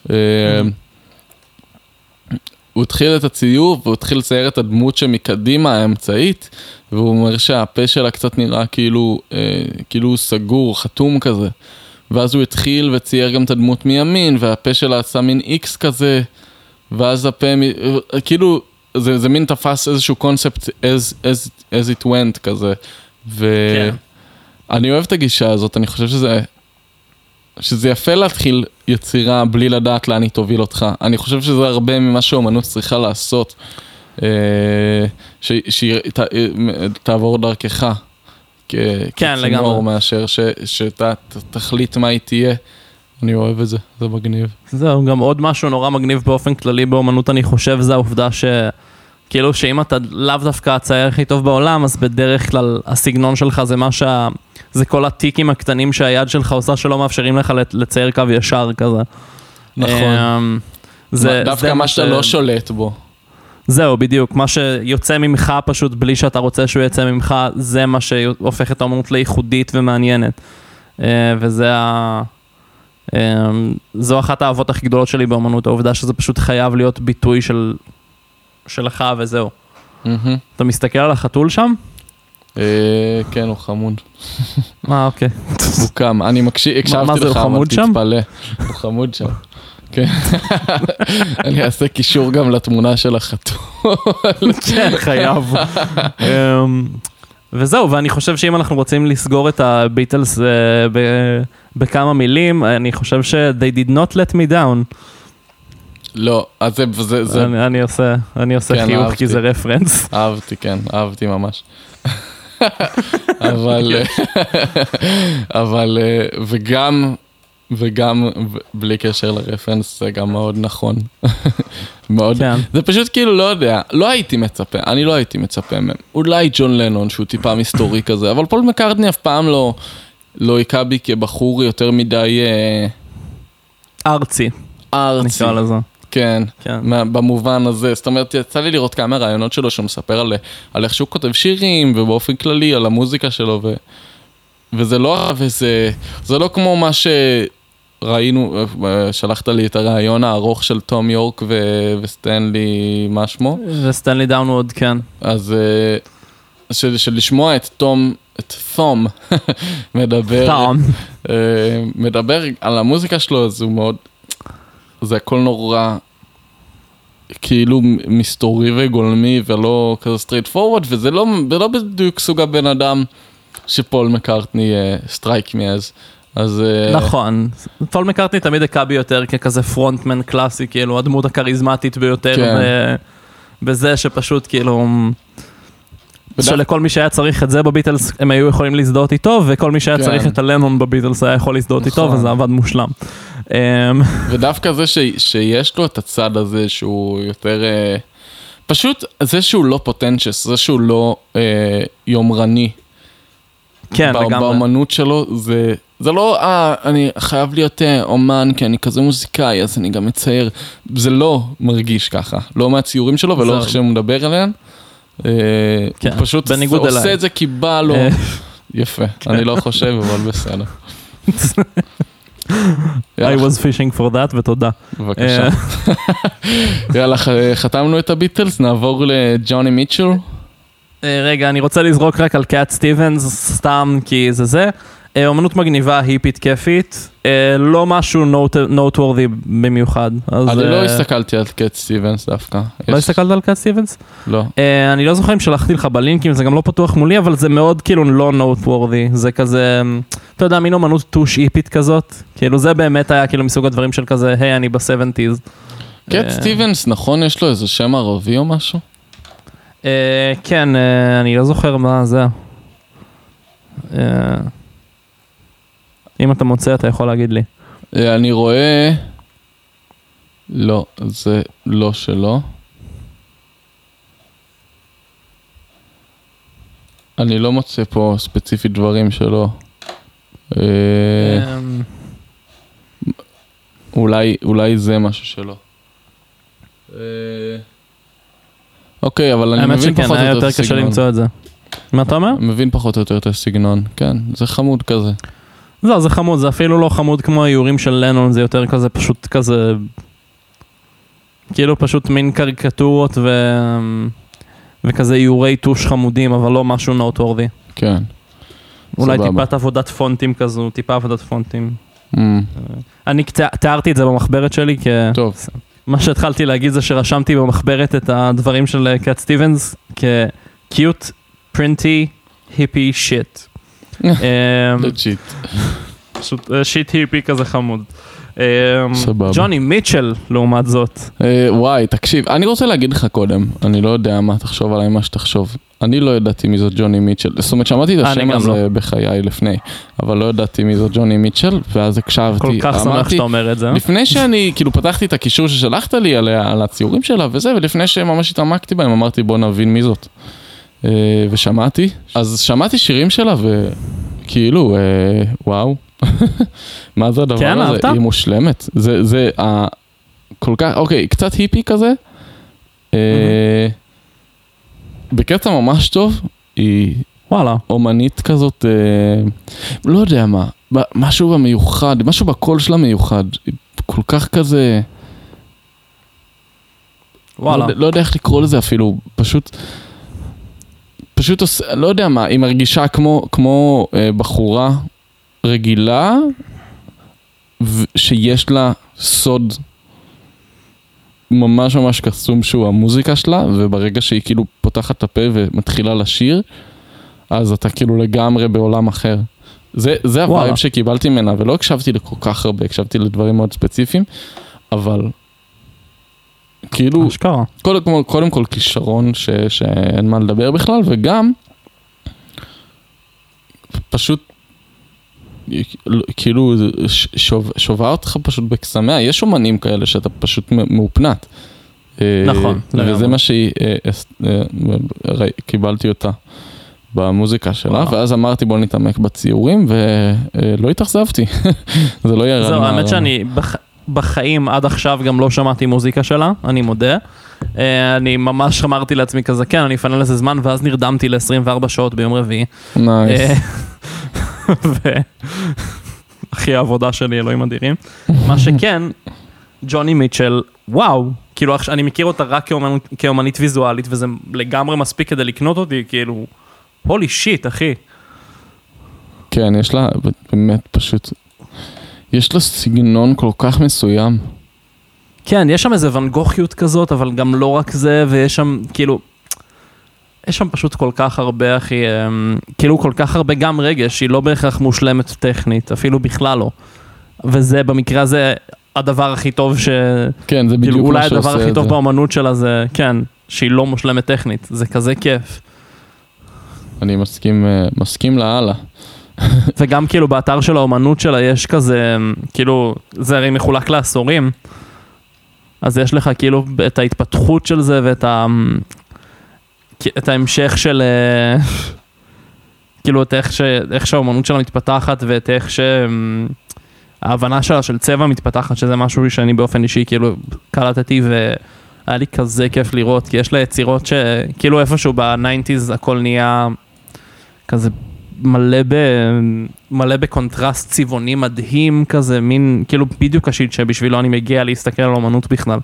הוא התחיל את הציור, והוא התחיל לצייר את הדמות שמקדימה האמצעית, והוא אומר שהפה שלה קצת נראה כאילו, כאילו סגור, חתום כזה. ואז הוא התחיל וצייר גם את הדמות מימין, והפה שלה עשה מין איקס כזה, ואז הפה, כאילו, זה, זה מין תפס איזשהו קונספט as, as, as it went כזה. ואני אוהב את הגישה הזאת, אני חושב שזה, שזה יפה להתחיל יצירה בלי לדעת לאן היא תוביל אותך. אני חושב שזה הרבה ממה שהאומנות צריכה לעשות, שהיא תעבור דרכך. כן, לגמרי. מאשר שאתה תחליט מה היא תהיה. אני אוהב את זה, זה מגניב. זהו, גם עוד משהו נורא מגניב באופן כללי באומנות, אני חושב, זה העובדה ש... כאילו שאם אתה לאו דווקא הצייר הכי טוב בעולם, אז בדרך כלל הסגנון שלך זה מה שה... זה כל הטיקים הקטנים שהיד שלך עושה שלא מאפשרים לך לצייר קו ישר כזה. נכון. דווקא מה שאתה לא שולט בו. זהו, בדיוק. מה שיוצא ממך פשוט בלי שאתה רוצה שהוא יצא ממך, זה מה שהופך את האומנות לייחודית ומעניינת. וזה ה... זו אחת האהבות הכי גדולות שלי באומנות, העובדה שזה פשוט חייב להיות ביטוי של... שלך וזהו. אתה מסתכל על החתול שם? כן, הוא חמוד. אה, אוקיי. הוא קם. אני מקשיב, הקשבתי לך, אבל תתפלא. הוא חמוד שם. כן. אני אעשה קישור גם לתמונה של החתול. כן, חייב. וזהו, ואני חושב שאם אנחנו רוצים לסגור את הביטלס בכמה מילים, אני חושב ש- they did not let me down. לא, אז זה... זה... אני, אני עושה, אני עושה כן, חיוך, אהבתי. כי זה רפרנס. אהבתי, כן, אהבתי ממש. אבל, אבל, וגם, וגם, בלי קשר לרפרנס, זה גם מאוד נכון. מאוד, כן. זה פשוט כאילו, לא יודע, לא הייתי מצפה, אני לא הייתי מצפה מהם. אולי ג'ון לנון, שהוא טיפה מסתורי כזה, אבל פול מקארטני אף פעם לא, לא היקע בי כבחור יותר מדי... ארצי. ארצי. נקרא לזה. כן, כן. במובן הזה. זאת אומרת, יצא לי לראות כמה רעיונות שלו שהוא מספר על, על איך שהוא כותב שירים, ובאופן כללי על המוזיקה שלו, ו, וזה לא, וזה, זה לא כמו מה שראינו, שלחת לי את הרעיון הארוך של תום יורק ו, וסטנלי, מה שמו? וסטנלי דאונווד, כן. אז של, של לשמוע את תום, את תום, מדבר, תום. מדבר על המוזיקה שלו, אז הוא מאוד... זה הכל נורא כאילו מסתורי וגולמי ולא כזה סטרייט פורוורד, וזה לא, לא בדיוק סוג הבן אדם שפול מקארטני סטרייק מי אז. אז נכון, פול מקארטני תמיד הקע בי יותר ככזה פרונטמן קלאסי, כאילו הדמות הכריזמטית ביותר, כן. בזה שפשוט כאילו... שלכל מי שהיה צריך את זה בביטלס, הם היו יכולים להזדהות איתו, וכל מי שהיה צריך את הלנון בביטלס היה יכול להזדהות איתו, וזה עבד מושלם. ודווקא זה שיש לו את הצד הזה שהוא יותר... פשוט זה שהוא לא פוטנצ'ס, זה שהוא לא יומרני. כן, לגמרי. באמנות שלו, זה לא, אה, אני חייב להיות אומן, כי אני כזה מוזיקאי, אז אני גם מצייר. זה לא מרגיש ככה. לא מהציורים שלו, ולא איך שהוא מדבר עליהם. הוא פשוט עושה את זה כי בא לו, יפה, אני לא חושב, אבל בסדר. I was fishing for that, ותודה. בבקשה. יאללה, חתמנו את הביטלס, נעבור לג'וני מיטשל. רגע, אני רוצה לזרוק רק על קאט סטיבנס, סתם כי זה זה. אומנות מגניבה, היפית, כיפית, לא משהו נוטוורדי במיוחד. אני לא הסתכלתי על קאט סטיבנס דווקא. לא הסתכלת על קאט סטיבנס? לא. אני לא זוכר אם שלחתי לך בלינקים, זה גם לא פתוח מולי, אבל זה מאוד כאילו לא נוטוורדי, זה כזה, אתה יודע, מין אומנות טוש היפית כזאת, כאילו זה באמת היה כאילו מסוג הדברים של כזה, היי, אני ב-שבעים. קאט סטיבנס, נכון, יש לו איזה שם ערבי או משהו? כן, אני לא זוכר מה זה. אם אתה מוצא, אתה יכול להגיד לי. אני רואה... לא, זה לא שלו. אני לא מוצא פה ספציפית דברים שלו. אולי, אולי זה משהו שלו. אוקיי, אבל אני מבין פחות או יותר סגנון. האמת שכן, היה יותר קשה למצוא את זה. מה אתה אומר? מבין פחות או יותר את הסגנון, כן, זה חמוד כזה. לא, זה חמוד, זה אפילו לא חמוד כמו האיורים של לנון, זה יותר כזה, פשוט כזה, כאילו פשוט מין קריקטורות ו... וכזה איורי טוש חמודים, אבל לא משהו נוטוורדי. כן. אולי טיפת עבודת פונטים כזו, טיפה עבודת פונטים. Mm. אני תיארתי את זה במחברת שלי, כי... טוב. מה שהתחלתי להגיד זה שרשמתי במחברת את הדברים של קאט סטיבנס, כ-cute, printy, hippie shit. שיט. פשוט שיט היפי כזה חמוד. סבבה. ג'וני מיטשל לעומת זאת. וואי, תקשיב, אני רוצה להגיד לך קודם, אני לא יודע מה תחשוב עליי, מה שתחשוב. אני לא ידעתי מי זאת ג'וני מיטשל, זאת אומרת, שמעתי את השם הזה בחיי לפני, אבל לא ידעתי מי זאת ג'וני מיטשל, ואז הקשבתי, כל כך שמח שאתה אומר את זה. לפני שאני, כאילו, פתחתי את הקישור ששלחת לי על הציורים שלה וזה, ולפני שממש התעמקתי בהם, אמרתי בוא נבין מי זאת. ושמעתי, אז שמעתי שירים שלה וכאילו, וואו, מה זה הדבר כן, הזה? אהבת? היא מושלמת. זה, זה, כל כך, אוקיי, קצת היפי כזה, בקטע ממש טוב, היא וואלה. אומנית כזאת, לא יודע מה, משהו במיוחד, משהו בקול שלה מיוחד, כל כך כזה, וואלה. לא יודע איך לקרוא לזה אפילו, פשוט... פשוט, לא יודע מה, היא מרגישה כמו, כמו אה, בחורה רגילה, ו- שיש לה סוד ממש ממש קסום שהוא המוזיקה שלה, וברגע שהיא כאילו פותחת את הפה ומתחילה לשיר, אז אתה כאילו לגמרי בעולם אחר. זה, זה הווייב שקיבלתי ממנה, ולא הקשבתי לכל כך הרבה, הקשבתי לדברים מאוד ספציפיים, אבל... כאילו, קודם כל, קודם כל כישרון ש, שאין מה לדבר בכלל, וגם פשוט כאילו שוב, שובה אותך פשוט בקסמיה, יש אומנים כאלה שאתה פשוט מאופנת. נכון. וזה מה שהיא, קיבלתי אותה במוזיקה שלה, ואז אמרתי בוא נתעמק בציורים, ולא התאכזבתי. זה לא ירד. זהו, האמת שאני... בחיים עד עכשיו גם לא שמעתי מוזיקה שלה, אני מודה. אני ממש אמרתי לעצמי כזה, כן, אני אפנה לזה זמן, ואז נרדמתי ל-עשרים וארבע שעות ביום רביעי. נייס. אחי העבודה שלי, אלוהים אדירים. מה שכן, ג'וני מיטשל, וואו, כאילו אני מכיר אותה רק כאומנית ויזואלית, וזה לגמרי מספיק כדי לקנות אותי, כאילו, הולי שיט, אחי. כן, יש לה באמת פשוט... יש לו סגנון כל כך מסוים. כן, יש שם איזה ונגוחיות כזאת, אבל גם לא רק זה, ויש שם, כאילו, יש שם פשוט כל כך הרבה, אחי, כאילו כל כך הרבה גם רגש, היא לא בהכרח מושלמת טכנית, אפילו בכלל לא. וזה במקרה הזה הדבר הכי טוב ש... כן, זה בדיוק כאילו, מה שעושה את זה. אולי הדבר הכי טוב באמנות שלה זה, כן, שהיא לא מושלמת טכנית, זה כזה כיף. אני מסכים, מסכים להלאה. וגם כאילו באתר של האומנות שלה יש כזה, כאילו, זה הרי מחולק לעשורים, אז יש לך כאילו את ההתפתחות של זה ואת ה... את ההמשך של... כאילו את איך, ש... איך שהאומנות שלה מתפתחת ואת איך שההבנה שלה של צבע מתפתחת, שזה משהו שאני באופן אישי כאילו קלטתי והיה לי כזה כיף לראות, כי יש לה יצירות שכאילו איפשהו ב-תשעים הכל נהיה כזה מלא ב... מלא בקונטרסט צבעוני מדהים כזה, מין, כאילו בדיוק השיט שבשבילו אני מגיע להסתכל על אומנות בכלל.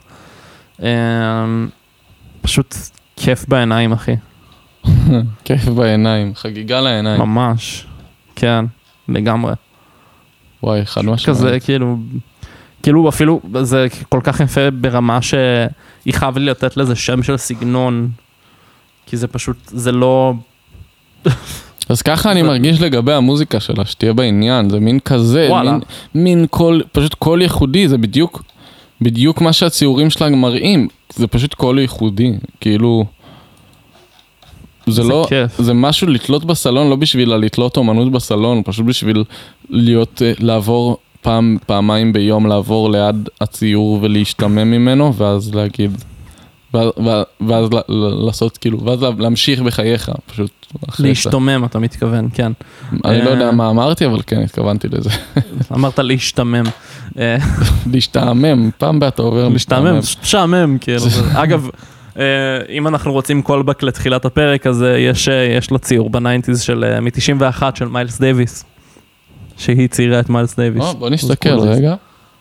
פשוט כיף בעיניים, אחי. כיף בעיניים, חגיגה לעיניים. ממש, כן, לגמרי. וואי, חד משמעית. כזה, כאילו, כאילו אפילו, זה כל כך יפה ברמה שהיא חייב לי לתת לזה שם של סגנון, כי זה פשוט, זה לא... אז ככה אני מרגיש לגבי המוזיקה שלה, שתהיה בעניין, זה מין כזה, מין, מין קול, פשוט קול ייחודי, זה בדיוק, בדיוק מה שהציורים שלה מראים, זה פשוט קול ייחודי, כאילו, זה לא, זה משהו לתלות בסלון, לא בשביל לתלות אומנות בסלון, פשוט בשביל להיות, לעבור פעם, פעמיים ביום, לעבור ליד הציור ולהשתמם ממנו, ואז להגיד, ואז, ואז לעשות כאילו, ואז להמשיך בחייך, פשוט. להשתומם, אתה מתכוון, כן. אני לא יודע מה אמרתי, אבל כן, התכוונתי לזה. אמרת להשתמם. להשתעמם, פעם בה אתה עובר להשתעמם, שעמם, כאילו. אגב, אם אנחנו רוצים קולבק לתחילת הפרק, אז יש לו ציור בניינטיז של, מ-תשעים ואחת של מיילס דייביס, שהיא ציירה את מיילס דייביס. בוא נסתכל רגע.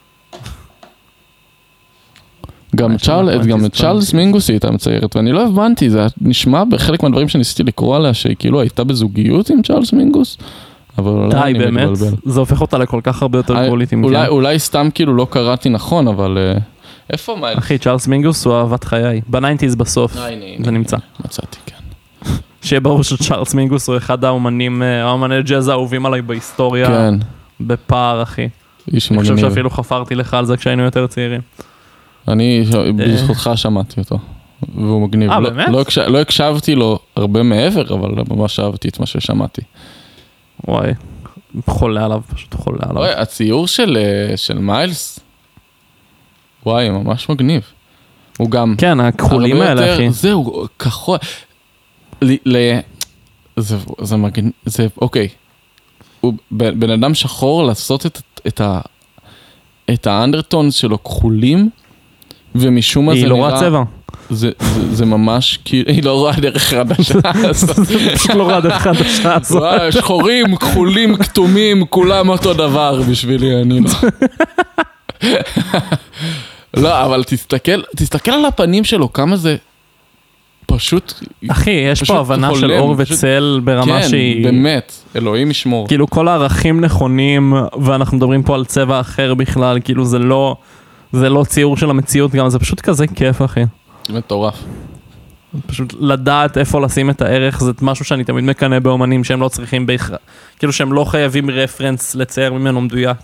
גם צ'ארלס מינגוס היא הייתה מציירת, ואני לא הבנתי, זה נשמע בחלק מהדברים שניסיתי לקרוא עליה, שהיא כאילו הייתה בזוגיות עם צ'ארלס מינגוס, אבל אולי אני מתבלבל. די, באמת? זה הופך אותה לכל כך הרבה יותר פוליטים. אולי סתם כאילו לא קראתי נכון, אבל איפה מה? אחי, צ'ארלס מינגוס הוא אהבת חיי. בניינטיז בסוף, זה נמצא. מצאתי, כן. שיהיה ברור שצ'ארלס מינגוס הוא אחד האומנים, האומני ג'אז האהובים עליי בהיסטוריה, בפער, אחי. איש מגניב. אני חושב שאפילו חפרתי לך על זה כשהיינו יותר צעירים. אני בזכותך שמעתי אותו, והוא מגניב. אה, באמת? לא הקשבתי לו הרבה מעבר, אבל ממש אהבתי את מה ששמעתי. וואי, חולה עליו, פשוט חולה עליו. וואי, הציור של מיילס, וואי, ממש מגניב. הוא גם... כן, הכחולים האלה, אחי. זהו, כחול. זה מגניב, זה, אוקיי. בן אדם שחור לעשות את האנדרטונס שלו כחולים, ומשום מה זה נראה... היא לא רואה צבע. זה ממש כאילו... היא לא רואה דרך חדשה. זה פשוט לא רואה דרך חדשה. וואי, שחורים, כחולים, כתומים, כולם אותו דבר בשבילי, אני לא. לא, אבל תסתכל, תסתכל על הפנים שלו, כמה זה פשוט... אחי, יש פה הבנה של אור וצל ברמה שהיא... כן, באמת, אלוהים ישמור. כאילו כל הערכים נכונים, ואנחנו מדברים פה על צבע אחר בכלל, כאילו זה לא... זה לא ציור של המציאות גם, זה פשוט כזה כיף, אחי. זה מטורף. פשוט לדעת איפה לשים את הערך, זה משהו שאני תמיד מקנה באומנים, שהם לא צריכים בהכרח, כאילו שהם לא חייבים רפרנס לצייר ממנו מדויק.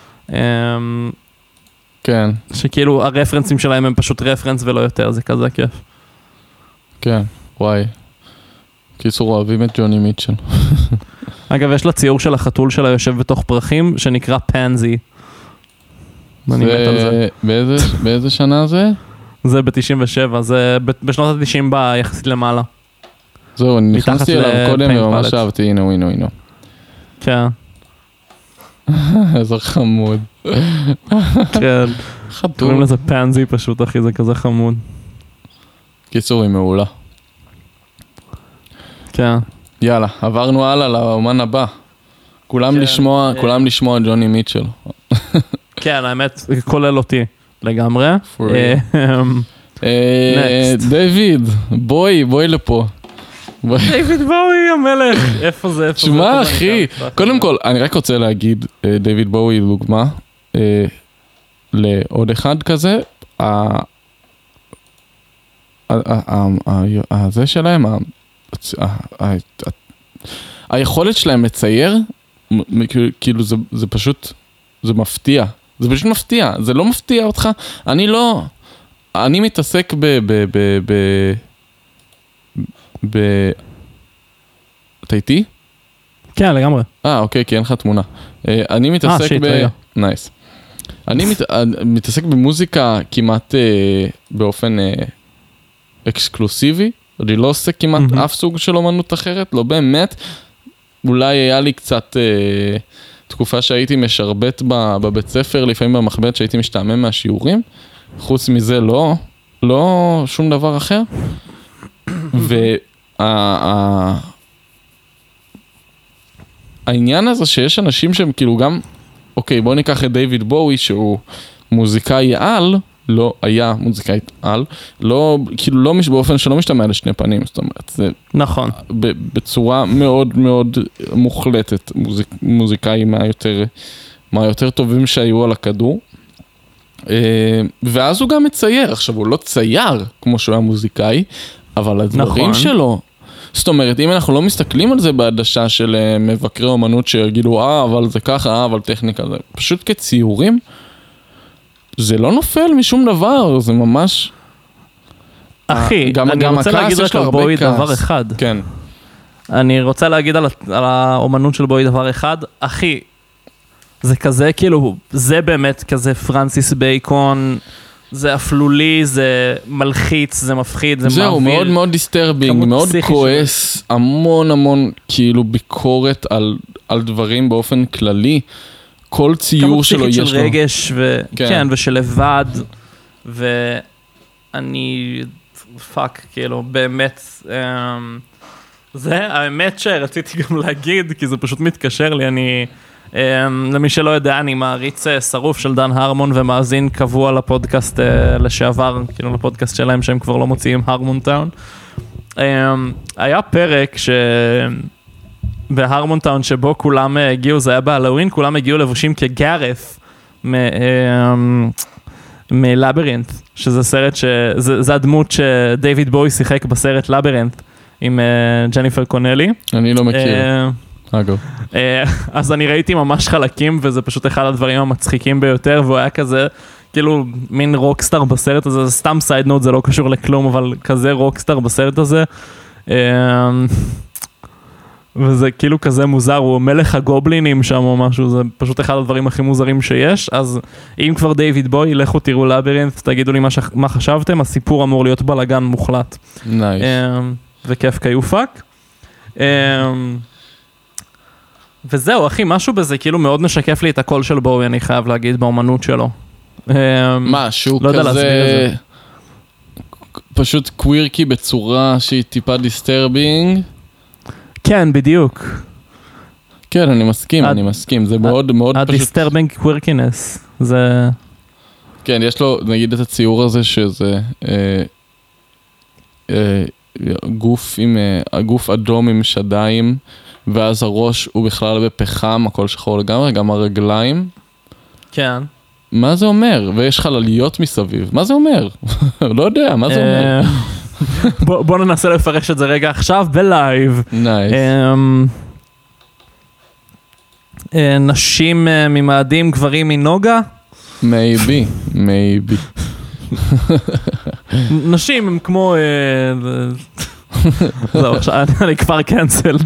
כן. שכאילו הרפרנסים שלהם הם פשוט רפרנס ולא יותר, זה כזה כיף. כן, וואי. קיצור, אוהבים את ג'וני מיטשל. אגב, יש לה ציור של החתול שלה יושב בתוך פרחים, שנקרא פנזי. אני מת על זה. באיזה שנה זה? זה ב-תשעים ושבע, זה בשנות ה-תשעים ביחסית למעלה. זהו, אני נכנסתי אליו קודם וממש אהבתי, הנה, הנה, הנה. כן. איזה חמוד. כן. קוראים לזה פנזי פשוט, אחי, זה כזה חמוד. קיצור, היא מעולה. כן. יאללה, עברנו הלאה לאומן הבא. כולם לשמוע, כולם לשמוע ג'וני מיטשל. כן, האמת, כולל אותי לגמרי. דיוויד, בואי, בואי לפה. דיוויד בואי, המלך. איפה זה? שמע, אחי. קודם כל, אני רק רוצה להגיד, דיוויד בואי דוגמה, לעוד אחד כזה, הזה שלהם, היכולת שלהם לצייר, כאילו זה פשוט, זה מפתיע. זה פשוט מפתיע, זה לא מפתיע אותך. אני לא, אני מתעסק ב, ב, ב, ב, ב, אתה איתי? כן, לגמרי. אה, אוקיי, כי אין לך תמונה. אני מתעסק ב... נייס. אני מתעסק במוזיקה כמעט באופן אקסקלוסיבי. אני לא עושה כמעט אף סוג של אומנות אחרת, לא באמת. אולי היה לי קצת... תקופה שהייתי משרבט בבית ספר, לפעמים במחבט שהייתי משתעמם מהשיעורים, חוץ מזה לא, לא שום דבר אחר. העניין הזה שיש אנשים שהם כאילו גם, אוקיי, בוא ניקח את דיוויד בואי, שהוא מוזיקאי על, לא היה מוזיקאי על, לא, כאילו לא באופן שלא משתמע לשני פנים, זאת אומרת, זה... נכון. בצורה מאוד מאוד מוחלטת, מוזיק, מוזיקאי מה יותר, מה יותר טובים שהיו על הכדור. ואז הוא גם מצייר, עכשיו הוא לא צייר כמו שהוא היה מוזיקאי, אבל הדברים נכון. שלו, זאת אומרת, אם אנחנו לא מסתכלים על זה בעדשה של מבקרי אומנות שיגידו, אה, אבל זה ככה, אה, אבל טכניקה, זה פשוט כציורים, זה לא נופל משום דבר, זה ממש... אחי, גם, אני גם רוצה להגיד רק על בואי דבר אחד. כן. אני רוצה להגיד על, על האומנות של בואי דבר אחד, אחי, זה כזה כאילו, זה באמת כזה פרנסיס בייקון, זה אפלולי, זה מלחיץ, זה מפחיד, זה זהו, מאוד מאוד דיסטרבינג, מאוד כועס, ש... המון המון כאילו ביקורת על, על דברים באופן כללי, כל ציור שלו יש לו. של רגש, ו... כן. כן, ושל לבד, ואני, פאק, כאילו, באמת, זה האמת שרציתי גם להגיד, כי זה פשוט מתקשר לי, אני... Um, למי שלא יודע, אני מעריץ uh, שרוף של דן הרמון ומאזין קבוע לפודקאסט uh, לשעבר, כאילו לפודקאסט שלהם שהם כבר לא מוציאים הרמון טאון. Um, היה פרק ש... בהרמון טאון שבו כולם uh, הגיעו, זה היה בהלווין, כולם הגיעו לבושים כגארף מ... um, מלאברינט, שזה סרט ש... זה, זה הדמות שדייוויד בוי שיחק בסרט לאברינט עם uh, ג'ניפר קונלי. אני לא מכיר. Uh, אגב. אז אני ראיתי ממש חלקים, וזה פשוט אחד הדברים המצחיקים ביותר, והוא היה כזה, כאילו, מין רוקסטאר בסרט הזה, זה סתם סייד נוט, זה לא קשור לכלום, אבל כזה רוקסטאר בסרט הזה. וזה כאילו כזה מוזר, הוא מלך הגובלינים שם או משהו, זה פשוט אחד הדברים הכי מוזרים שיש, אז אם כבר דיוויד בוי, לכו תראו לאברינט, תגידו לי מה, ש... מה חשבתם, הסיפור אמור להיות בלגן מוחלט. נייס. וכיף כיופק. וזהו, אחי, משהו בזה כאילו מאוד משקף לי את הקול של בואי, אני חייב להגיד, באומנות שלו. משהו כזה... פשוט קווירקי בצורה שהיא טיפה דיסטרבינג. כן, בדיוק. כן, אני מסכים, אני מסכים. זה מאוד מאוד פשוט... הדיסטרבינג קווירקינס, זה... כן, יש לו, נגיד את הציור הזה, שזה... גוף עם... גוף אדום עם שדיים, ואז הראש הוא בכלל בפחם, הכל שחור לגמרי, גם הרגליים. כן. מה זה אומר? ויש חלליות מסביב. מה זה אומר? לא יודע, מה זה אומר? בוא ננסה לפרש את זה רגע עכשיו בלייב. נייס. נשים ממאדים, גברים מנוגה? מייבי, מייבי. נשים הם כמו... זהו, עכשיו אני כבר קנסלד.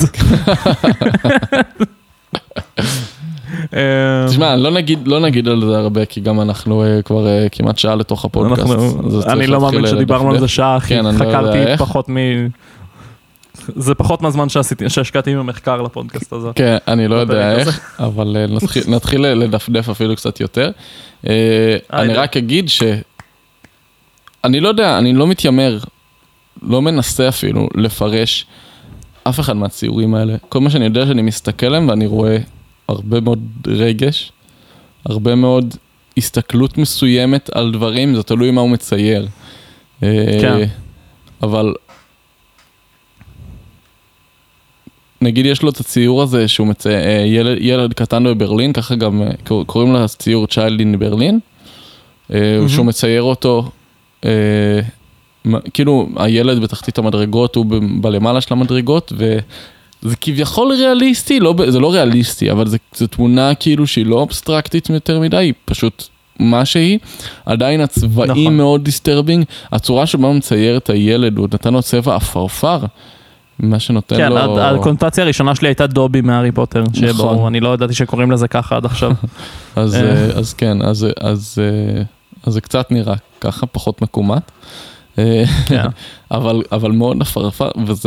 תשמע, לא נגיד על זה הרבה, כי גם אנחנו כבר כמעט שעה לתוך הפודקאסט. אני לא מאמין שדיברנו על זה שעה, אחי. חקרתי פחות מ... זה פחות מהזמן שהשקעתי במחקר לפודקאסט הזה. כן, אני לא יודע איך, אבל נתחיל לדפדף אפילו קצת יותר. אני רק אגיד ש... אני לא יודע, אני לא מתיימר, לא מנסה אפילו לפרש אף אחד מהציורים האלה. כל מה שאני יודע שאני מסתכל להם ואני רואה הרבה מאוד רגש, הרבה מאוד הסתכלות מסוימת על דברים, זה תלוי מה הוא מצייר. כן. אבל נגיד יש לו את הציור הזה שהוא מצייר, ילד, ילד קטן בברלין, ככה גם קוראים לה ציור Child in ברלין, שהוא מצייר אותו, כאילו הילד בתחתית המדרגות הוא בלמעלה של המדרגות, וזה כביכול ריאליסטי, לא, זה לא ריאליסטי, אבל זה, זה תמונה כאילו שהיא לא אבסטרקטית יותר מדי, היא פשוט מה שהיא, עדיין הצבעים נכון. מאוד דיסטרבינג, הצורה שבה הוא מצייר את הילד, הוא נתן לו צבע אפרפר, מה שנותן כן, לו... כן, הקונוטציה הראשונה שלי הייתה דובי מהארי פוטר, נכון. שבו אני לא ידעתי שקוראים לזה ככה עד עכשיו. אז, אז כן, אז, אז, אז זה קצת נראה ככה, פחות מקומט. כן. אבל, אבל מאוד אפרפר, וזה...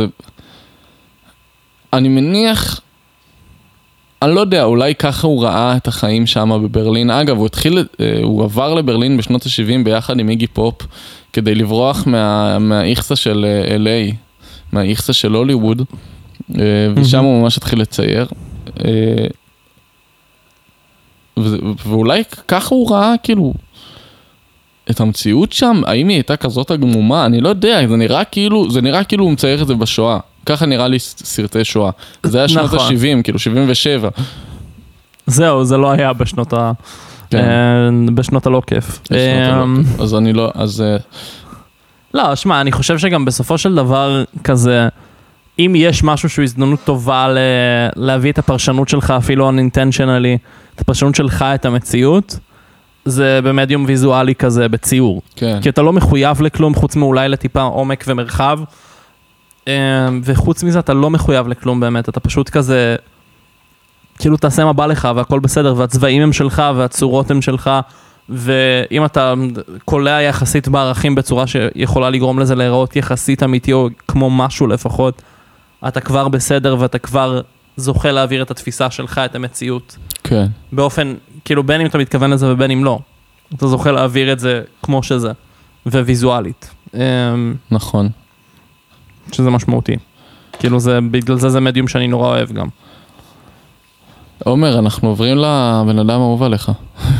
אני מניח... אני לא יודע, אולי ככה הוא ראה את החיים שם בברלין. אגב, הוא התחיל, הוא עבר לברלין בשנות ה-שבעים ביחד עם איגי פופ, כדי לברוח מה, מהאיכסה של אל איי, מהאיכסה של הוליווד, ושם הוא ממש התחיל לצייר. ואולי ככה הוא ראה כאילו את המציאות שם, האם היא הייתה כזאת הגמומה, אני לא יודע, זה נראה כאילו, זה נראה כאילו הוא מצייר את זה בשואה, ככה נראה לי סרטי שואה, זה היה שנות ה-שבעים, כאילו שבעים ושבע. זהו, זה לא היה בשנות ה... בשנות הלא כיף. אז אני לא, אז... לא, שמע, אני חושב שגם בסופו של דבר כזה, אם יש משהו שהוא הזדמנות טובה להביא את הפרשנות שלך, אפילו unintentionally, את הפרשנות שלך, את המציאות, זה במדיום ויזואלי כזה, בציור. כן. כי אתה לא מחויב לכלום, חוץ מאולי לטיפה עומק ומרחב, וחוץ מזה אתה לא מחויב לכלום באמת, אתה פשוט כזה, כאילו תעשה מה בא לך, והכל בסדר, והצבעים הם שלך, והצורות הם שלך, ואם אתה קולע יחסית בערכים בצורה שיכולה לגרום לזה להיראות יחסית אמיתי, או כמו משהו לפחות, אתה כבר בסדר, ואתה כבר זוכה להעביר את התפיסה שלך, את המציאות. כן. באופן, כאילו בין אם אתה מתכוון לזה ובין אם לא. אתה זוכה להעביר את זה כמו שזה, וויזואלית. נכון. שזה משמעותי. כאילו זה, בגלל זה זה מדיום שאני נורא אוהב גם. עומר, אנחנו עוברים לבן אדם אהוב עליך.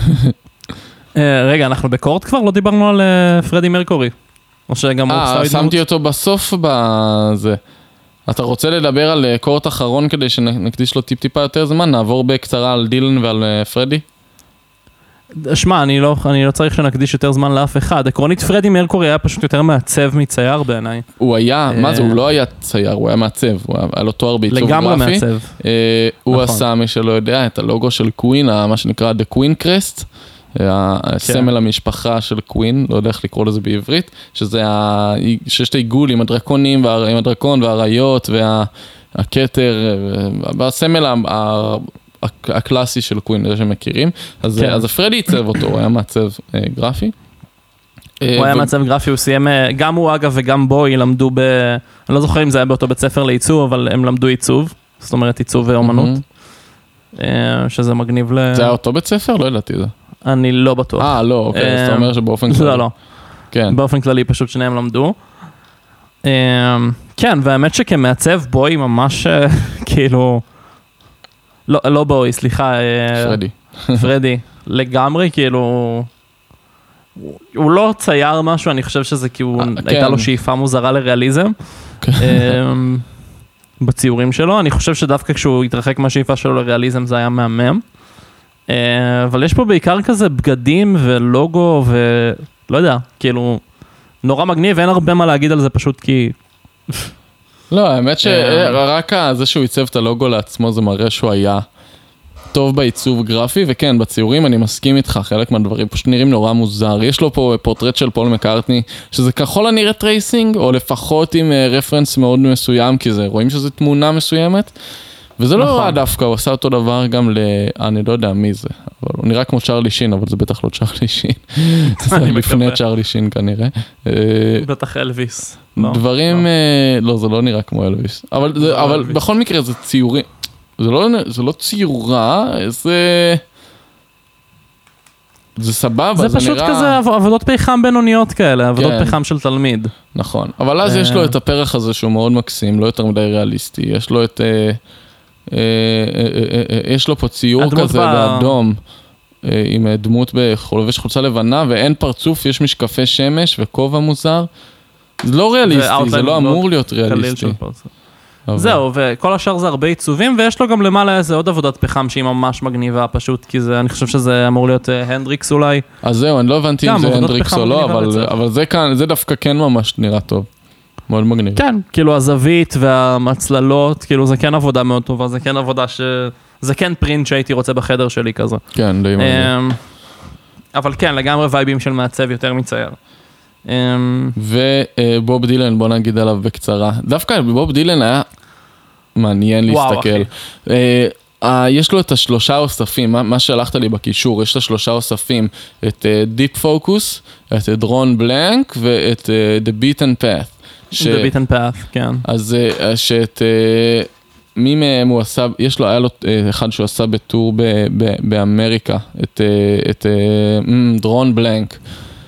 רגע, אנחנו בקורט כבר? לא דיברנו על פרדי מרקורי. או שגם הוא אה, שמתי אותו בסוף בזה. אתה רוצה לדבר על קורט אחרון כדי שנקדיש לו טיפ טיפה יותר זמן? נעבור בקצרה על דילן ועל פרדי? שמע, אני לא, אני לא צריך שנקדיש יותר זמן לאף אחד. עקרונית פרדי מרקורי היה פשוט יותר מעצב מצייר בעיניי. הוא היה, מה זה? הוא לא היה צייר, הוא היה מעצב. הוא היה לו תואר בעיצוב גרפי. לגמרי מעצב. הוא עשה, מי שלא יודע, את הלוגו של קווין, מה שנקרא The Queen Crest. הסמל המשפחה של קווין, לא יודע איך לקרוא לזה בעברית, שזה ששת העיגול עם הדרקונים, עם הדרקון והאריות והכתר, והסמל הקלאסי של קווין, זה שמכירים. אז פרדי ייצב אותו, הוא היה מעצב גרפי. הוא היה מעצב גרפי, הוא סיים, גם הוא אגב וגם בוי למדו ב... אני לא זוכר אם זה היה באותו בית ספר לעיצוב, אבל הם למדו עיצוב, זאת אומרת עיצוב ואומנות, שזה מגניב ל... זה היה אותו בית ספר? לא ידעתי זה. אני לא בטוח. אה, לא, אוקיי, אז אתה אומר שבאופן כללי. לא, לא. כן. באופן כללי פשוט שניהם למדו. כן, והאמת שכמעצב בוי ממש כאילו... לא בוי, סליחה. פרדי. פרדי. לגמרי, כאילו... הוא לא צייר משהו, אני חושב שזה כי הייתה לו שאיפה מוזרה לריאליזם. בציורים שלו. אני חושב שדווקא כשהוא התרחק מהשאיפה שלו לריאליזם זה היה מהמם. אבל יש פה בעיקר כזה בגדים ולוגו ולא יודע, כאילו נורא מגניב, אין הרבה מה להגיד על זה פשוט כי... לא, האמת שרק זה שהוא ייצב את הלוגו לעצמו זה מראה שהוא היה טוב בעיצוב גרפי, וכן, בציורים אני מסכים איתך, חלק מהדברים פשוט נראים נורא מוזר. יש לו פה פורטרט של פול מקארטני, שזה ככל הנראה טרייסינג, או לפחות עם רפרנס מאוד מסוים, כי זה, רואים שזו תמונה מסוימת, וזה לא רע דווקא, הוא עשה אותו דבר גם ל... אני לא יודע מי זה, אבל הוא נראה כמו צ'רלי שין, אבל זה בטח לא צ'רלי שין. זה לפני צ'רלי שין כנראה. בטח אלוויס. דברים... לא, זה לא נראה כמו אלוויס. אבל בכל מקרה זה ציורים. זה לא ציורה, זה... זה סבבה, זה נראה... זה פשוט כזה עבודות פחם בינוניות כאלה, עבודות פחם של תלמיד. נכון, אבל אז יש לו את הפרח הזה שהוא מאוד מקסים, לא יותר מדי ריאליסטי, יש לו את... יש לו פה ציור כזה באדום, עם דמות בחולבש חולצה לבנה, ואין פרצוף, יש משקפי שמש וכובע מוזר. זה לא ריאליסטי, זה לא אמור להיות ריאליסטי. זהו, וכל השאר זה הרבה עיצובים, ויש לו גם למעלה איזה עוד עבודת פחם שהיא ממש מגניבה, פשוט כי זה, אני חושב שזה אמור להיות הנדריקס אולי. אז זהו, אני לא הבנתי אם זה הנדריקס או לא, אבל זה כאן, זה דווקא כן ממש נראה טוב. מאוד מגניב. כן, כאילו הזווית והמצללות, כאילו זה כן עבודה מאוד טובה, זה כן עבודה ש... זה כן פרינט שהייתי רוצה בחדר שלי כזה. כן, די מגניב. אבל כן, לגמרי וייבים של מעצב יותר מצייר. ובוב דילן, בוא נגיד עליו בקצרה. דווקא בוב דילן היה מעניין להסתכל. יש לו את השלושה אוספים, מה שהלכת לי בקישור, יש את השלושה אוספים, את Deep Focus, את דרון בלנק ואת The Beaten Path. The Beaten Path, כן. אז שאת... מי מהם הוא עשה, יש לו, היה לו אחד שהוא עשה בטור באמריקה, את דרון בלנק.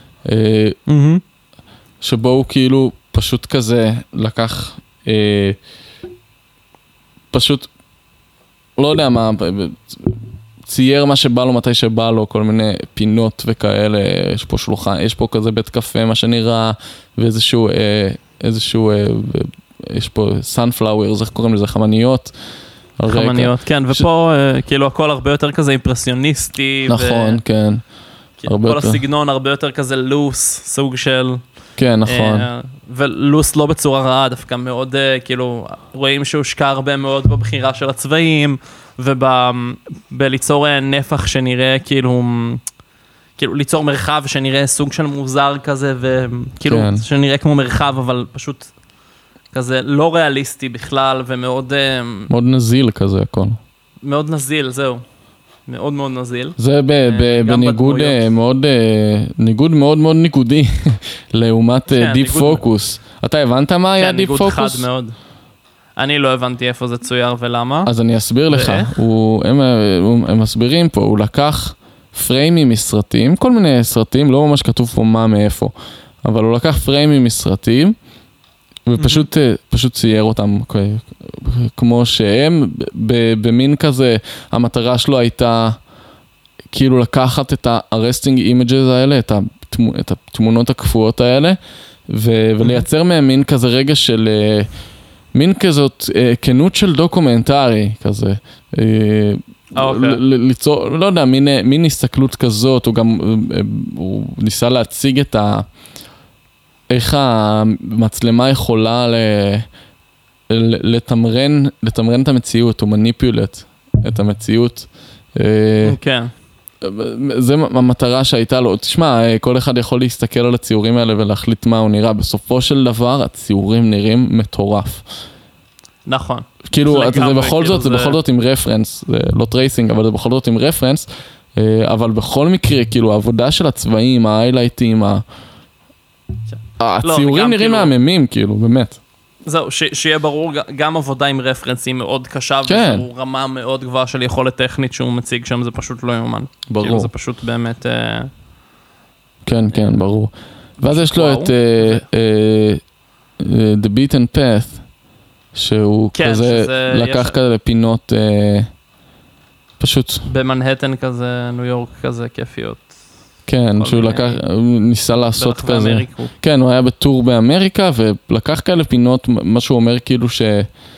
שבו הוא כאילו פשוט כזה לקח, פשוט, לא יודע מה, צייר מה שבא לו, מתי שבא לו, כל מיני פינות וכאלה, יש פה שלוחה, יש פה כזה בית קפה, מה שנראה, ואיזשהו, איזשהו, יש פה sunflowers, איך קוראים לזה, חמניות. חמניות, כן, ופה כאילו הכל הרבה יותר כזה אימפרסיוניסטי. נכון, כן. כל הסגנון הרבה יותר כזה לוס, סוג של... כן, נכון. ולוס לא בצורה רעה, דווקא מאוד, כאילו, רואים שהושקע הרבה מאוד בבחירה של הצבעים, ובליצור נפח שנראה כאילו, כאילו ליצור מרחב שנראה סוג של מוזר כזה, וכאילו שנראה כמו מרחב, אבל פשוט כזה לא ריאליסטי בכלל, ומאוד... מאוד נזיל כזה, הכל. מאוד נזיל, זהו. מאוד מאוד נזיל. זה בניגוד מאוד, ניגוד מאוד מאוד ניגודי, לעומת דיפ פוקוס. אתה הבנת מה היה דיפ פוקוס? כן, ניגוד חד מאוד. אני לא הבנתי איפה זה צויר ולמה. אז אני אסביר לך. הם מסבירים פה, הוא לקח פריימים מסרטים, כל מיני סרטים, לא ממש כתוב פה מה מאיפה, אבל הוא לקח פריימים מסרטים, ופשוט פשוט צייר אותם כמו שהם, במין כזה, המטרה שלו הייתה כאילו לקחת את ה-arresting images האלה, את התמונות הקפואות האלה, ולייצר מהם מין כזה רגע של, מין כזאת כנות של דוקומנטרי כזה. ליצור, לא יודע, מין הסתכלות כזאת, הוא גם, הוא ניסה להציג את ה... איך המצלמה יכולה לתמרן, לתמרן את המציאות, או מניפולט את המציאות. כן. זה המטרה שהייתה לו. תשמע, כל אחד יכול להסתכל על הציורים האלה ולהחליט מה הוא נראה. בסופו של דבר, הציורים נראים מטורף. נכון. כאילו, זה בכל זאת, זה בכל זאת עם רפרנס, זה לא טרייסינג, אבל זה בכל זאת עם רפרנס, אבל בכל מקרה, כאילו, העבודה של הצבעים, ההיילייטים, הציורים נראים מהממים, כאילו, באמת. זהו, שיהיה ברור, גם עבודה עם רפרנסים מאוד קשה, וזו רמה מאוד גבוהה של יכולת טכנית שהוא מציג שם, זה פשוט לא יומן. ברור. זה פשוט באמת... כן, כן, ברור. ואז יש לו את The Beaten Path, שהוא כזה, לקח כזה לפינות, פשוט... במנהטן כזה, ניו יורק כזה, כיפיות. כן, שהוא לקח, הוא ניסה לעשות כזה. כן, הוא היה בטור באמריקה, ולקח כאלה פינות, מה שהוא אומר כאילו ש...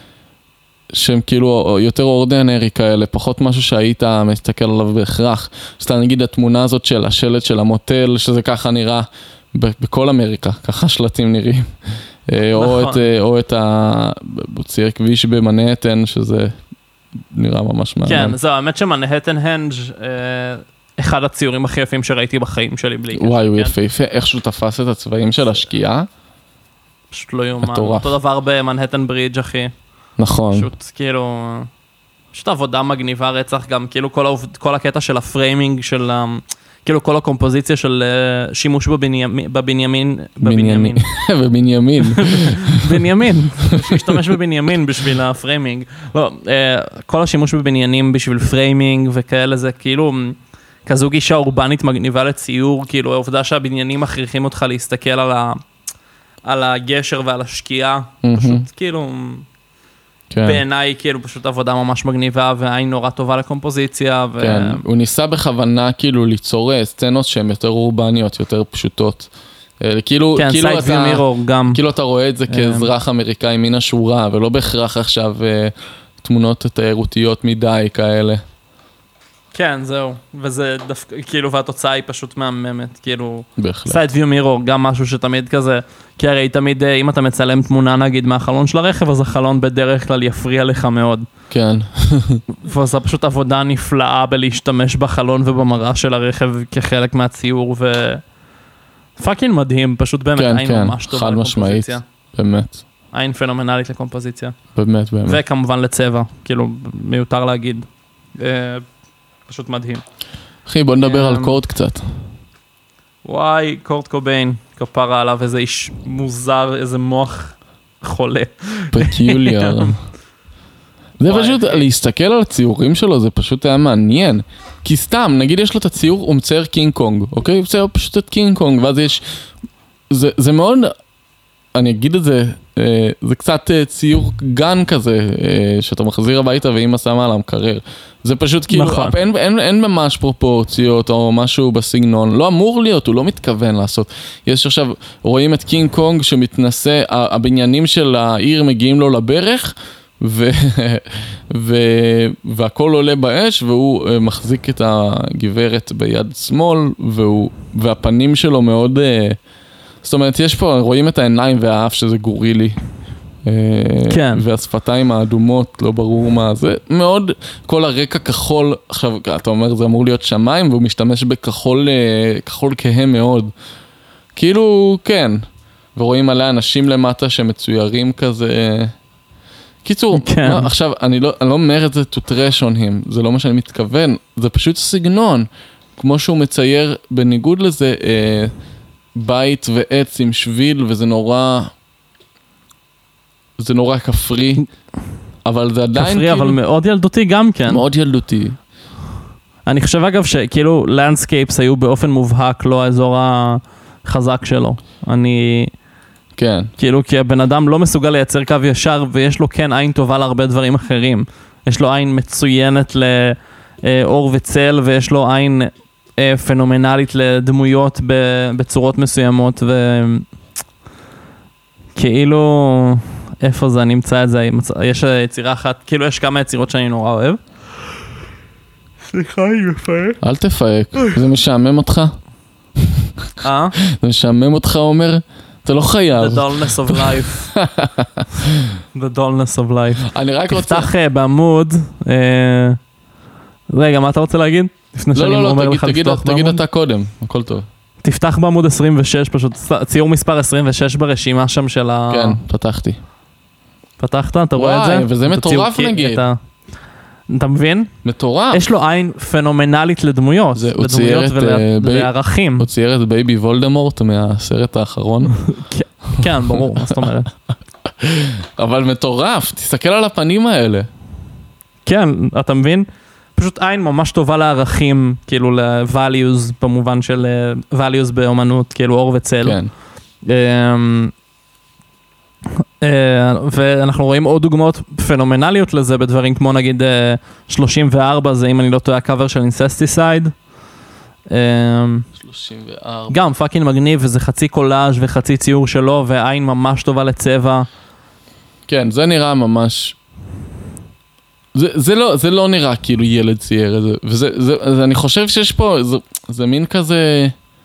שהם כאילו יותר אורדינרי כאלה, פחות משהו שהיית מסתכל עליו בהכרח. סתם נגיד התמונה הזאת של השלט של המוטל, שזה ככה נראה בכל אמריקה, ככה שלטים נראים. או את, או את הצייר כביש במנהטן, שזה נראה ממש מעניין. כן, זו האמת שמנהטן הנג' אחד הציורים הכי יפים שראיתי בחיים שלי בלי קשר. וואי, הוא יפה יפה. איך שהוא תפס את הצבעים של השקיעה? פשוט לא יומן. אותו דבר במנהטן ברידג' אחי. נכון. פשוט כאילו, פשוט עבודה מגניבה רצח גם, כאילו כל, כל הקטע של הפריימינג של, כאילו כל הקומפוזיציה של שימוש בבנימין, בבנימין, בבנימין. בבנימין. בנימין, להשתמש בבנימין בשביל הפריימינג. לא, כל השימוש בבניינים בשביל פריימינג וכאלה זה כאילו, כזו גישה אורבנית מגניבה לציור, כאילו העובדה שהבניינים מכריחים אותך להסתכל על, ה, על הגשר ועל השקיעה, פשוט כאילו... כן. בעיניי כאילו פשוט עבודה ממש מגניבה ועין נורא טובה לקומפוזיציה. ו... כן, הוא ניסה בכוונה כאילו ליצור סצנות שהן יותר אורבניות, יותר פשוטות. כאילו, כן, כאילו, אתה, מירור, גם. כאילו אתה רואה את זה כאזרח אמריקאי מן השורה, ולא בהכרח עכשיו תמונות תיירותיות מדי כאלה. כן, זהו. וזה דווקא, כאילו, והתוצאה היא פשוט מהממת, כאילו... בהחלט. סייד ויו מירור, גם משהו שתמיד כזה, כי הרי תמיד, אם אתה מצלם תמונה, נגיד, מהחלון של הרכב, אז החלון בדרך כלל יפריע לך מאוד. כן. וזה פשוט עבודה נפלאה בלהשתמש בחלון ובמראה של הרכב כחלק מהציור, ו... פאקינג מדהים, פשוט באמת כן, עין כן, ממש טובה חד משמעית, באמת. עין פנומנלית לקומפוזיציה. באמת, באמת. וכמובן לצבע, כאילו, מיותר להגיד. פשוט מדהים. אחי, בוא נדבר על קורט קצת. וואי, קורט קוביין, כפרה עליו, איזה איש מוזר, איזה מוח חולה. פקיוליאר. זה פשוט, להסתכל על הציורים שלו, זה פשוט היה מעניין. כי סתם, נגיד יש לו את הציור, הוא מצייר קינג קונג, אוקיי? הוא מצייר פשוט את קינג קונג, ואז יש... זה מאוד... אני אגיד את זה זה קצת ציור גן כזה, שאתה מחזיר הביתה ואמא שמה על המקרר. זה פשוט כאילו, נכון. אין, אין, אין ממש פרופורציות או משהו בסגנון, לא אמור להיות, הוא לא מתכוון לעשות. יש עכשיו, רואים את קינג קונג שמתנסה, הבניינים של העיר מגיעים לו לברך, ו, ו, והכל עולה באש, והוא מחזיק את הגברת ביד שמאל, והוא, והפנים שלו מאוד, זאת אומרת, יש פה, רואים את העיניים והאף שזה גורילי. כן. והשפתיים האדומות, לא ברור מה, זה מאוד, כל הרקע כחול, עכשיו אתה אומר זה אמור להיות שמיים, והוא משתמש בכחול, כחול כהה מאוד. כאילו, כן. ורואים עליה אנשים למטה שמצוירים כזה. קיצור, כן. מה, עכשיו, אני לא, אני לא אומר את זה to trash on him, זה לא מה שאני מתכוון, זה פשוט סגנון. כמו שהוא מצייר, בניגוד לזה, אה, בית ועץ עם שביל, וזה נורא... זה נורא כפרי, אבל זה עדיין כפרי, כאילו... אבל מאוד ילדותי גם כן. מאוד ילדותי. אני חושב אגב שכאילו לנדסקייפס היו באופן מובהק לא האזור החזק שלו. אני... כן. כאילו כי הבן אדם לא מסוגל לייצר קו ישר, ויש לו כן עין טובה להרבה דברים אחרים. יש לו עין מצוינת לאור וצל, ויש לו עין פנומנלית לדמויות בצורות מסוימות, וכאילו... איפה זה, אני אמצא את זה, יש יצירה אחת, כאילו יש כמה יצירות שאני נורא אוהב. סליחה, אני מפהק. אל תפהק, זה משעמם אותך? אה? זה משעמם אותך, אומר? אתה לא חייב. The dullness of life. The dullness of life. אני רק רוצה... תפתח בעמוד, רגע, מה אתה רוצה להגיד? לא, לא, לא, תגיד אתה קודם, הכל טוב. תפתח בעמוד עשרים ושש, פשוט ציור מספר עשרים ושש ברשימה שם של ה... כן, פתחתי. פתחת? אתה רואה את זה? וואי, וזה מטורף נגיד. אתה מבין? מטורף. יש לו עין פנומנלית לדמויות. לדמויות ולערכים. הוא צייר את בייבי וולדמורט מהסרט האחרון. כן, ברור, מה זאת אומרת. אבל מטורף, תסתכל על הפנים האלה. כן, אתה מבין? פשוט עין ממש טובה לערכים, כאילו ל-values, במובן של values באומנות, כאילו אור וצל. כן. ואנחנו רואים עוד דוגמאות פנומנליות לזה, בדברים כמו נגיד שלושים וארבע, זה אם אני לא טועה הקאבר של אינססטיסייד. שלושים וארבע. גם פאקינג מגניב, וזה חצי קולאז' וחצי ציור שלו, ועין ממש טובה לצבע. כן, זה נראה ממש... זה, זה לא, זה לא נראה כאילו ילד צייר את זה, וזה, זה, זה, אני חושב שיש פה, זה, זה מין כזה,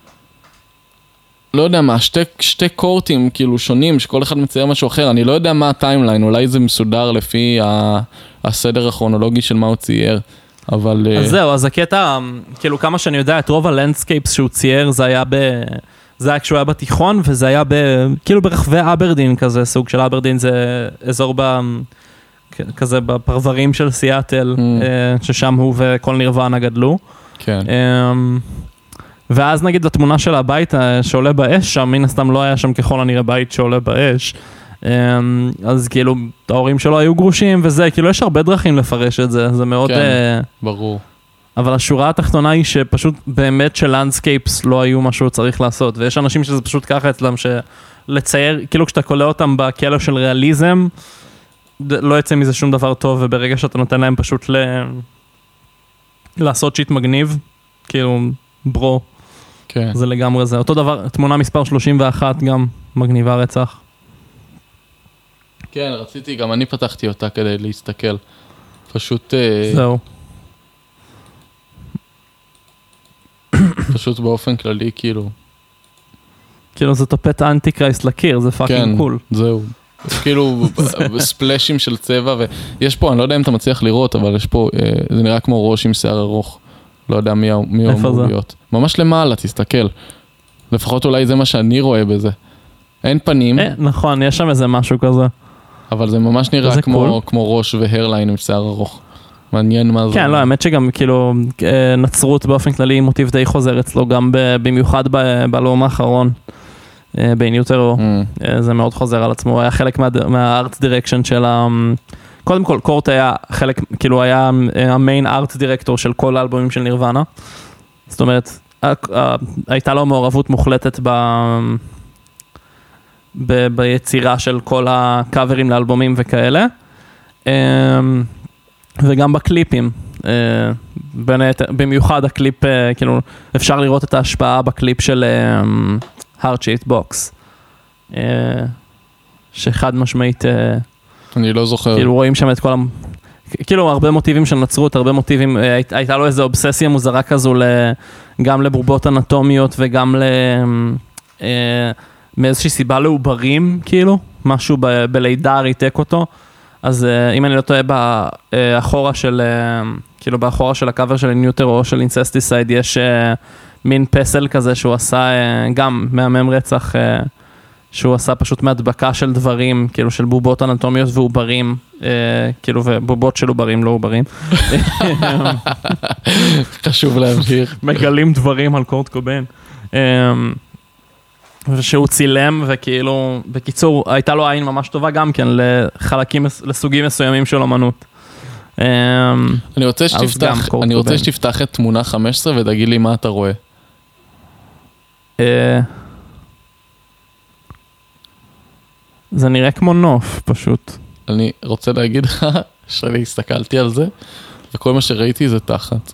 לא יודע מה, שתי, שתי קורטים כאילו שונים, שכל אחד מצייר משהו אחר, אני לא יודע מה הטיימליין, אולי זה מסודר לפי ה, הסדר הכרונולוגי של מה הוא צייר, אבל... אז זהו, אז הקטע, כאילו כמה שאני יודע, את רוב הלנדסקייפס שהוא צייר, זה היה ב... זה היה כשהוא היה בתיכון, וזה היה ב... כאילו ברחבי אברדין כזה, סוג של אברדין זה אזור ב... כזה בפרברים של סיאטל, ששם הוא וכל נירוונה גדלו. כן. ואז נגיד התמונה של הבית שעולה באש, שם מן הסתם לא היה שם ככל הנראה בית שעולה באש. אז כאילו ההורים שלו היו גרושים וזה, כאילו יש הרבה דרכים לפרש את זה, זה מאוד... כן, ברור. אבל השורה התחתונה היא שפשוט באמת של לנדסקייפס לא היו משהו צריך לעשות, ויש אנשים שזה פשוט ככה אצלם, שלצייר, כאילו כשאתה קולע אותם בכלא של ריאליזם, לא יצא מזה שום דבר טוב, וברגע שאתה נותן להם פשוט ל... לעשות שיט מגניב, כאילו, ברו. כן. זה לגמרי זה. אותו דבר, תמונה מספר שלושים ואחת גם מגניבה רצח. כן, רציתי, גם אני פתחתי אותה כדי להסתכל. פשוט... זהו. פשוט באופן כללי, כאילו. כאילו זה טופט אנטי קרייסט לקיר, זה פאקינג קול. כן, זהו. כאילו ספלשים של צבע, ויש פה, אני לא יודע אם אתה מצליח לראות, אבל יש פה, זה נראה כמו ראש עם שיער ארוך. לא יודע מי הוא אמור להיות. ממש למעלה, תסתכל. לפחות אולי זה מה שאני רואה בזה. אין פנים. נכון, יש שם איזה משהו כזה. אבל זה ממש נראה כמו ראש והרליין עם שיער ארוך. מעניין מה זה. כן, לא, האמת שגם כאילו נצרות באופן כללי מוטיב די חוזר אצלו, גם במיוחד באלבום האחרון. בעיניותרו, זה מאוד חוזר על עצמו, הוא היה חלק מהארט דירקשן של ה... קודם כל, קורט היה חלק, כאילו היה המיין ארט דירקטור של כל האלבומים של נירוונה, זאת אומרת, הייתה לו מעורבות מוחלטת ב- ביצירה של כל הקאברים לאלבומים וכאלה. וגם בקליפים. בין היתר, במיוחד הקליפ, כאילו, אפשר לראות את ההשפעה בקליפ של Heart Shaped Box. שחד משמעית... אני לא זוכר. כאילו רואים שם את כל ה... כאילו הרבה מוטיבים של נצרות, הרבה מוטיבים, הייתה לו איזו אובססיה מוזרה כזו גם לבובות אנטומיות וגם מאיזושהי סיבה לעוברים, כאילו, משהו בלידה ריתק אותו. אז אם אני לא טועה באחורה של, כאילו באחורה של הקאבר של ניוטר או של אינססטיסייד, יש מין פסל כזה שהוא עשה גם מהמם רצח, שהוא עשה פשוט מהדבקה של דברים, כאילו של בובות אנטומיות ועוברים, כאילו ובובות של עוברים, לא עוברים. חשוב להבהיר. מגלים דברים על קורט קוביין. ושהוא צילם, וכאילו, בקיצור, הייתה לו עין ממש טובה גם כן, לחלקים, לסוגים מסוימים של אמנות. אני רוצה שתפתח, אני רוצה שתפתח את תמונה חמש עשרה ותגיד לי מה אתה רואה. זה נראה כמו נוף, פשוט. אני רוצה להגיד לך, שאני הסתכלתי על זה, וכל מה שראיתי זה תחת.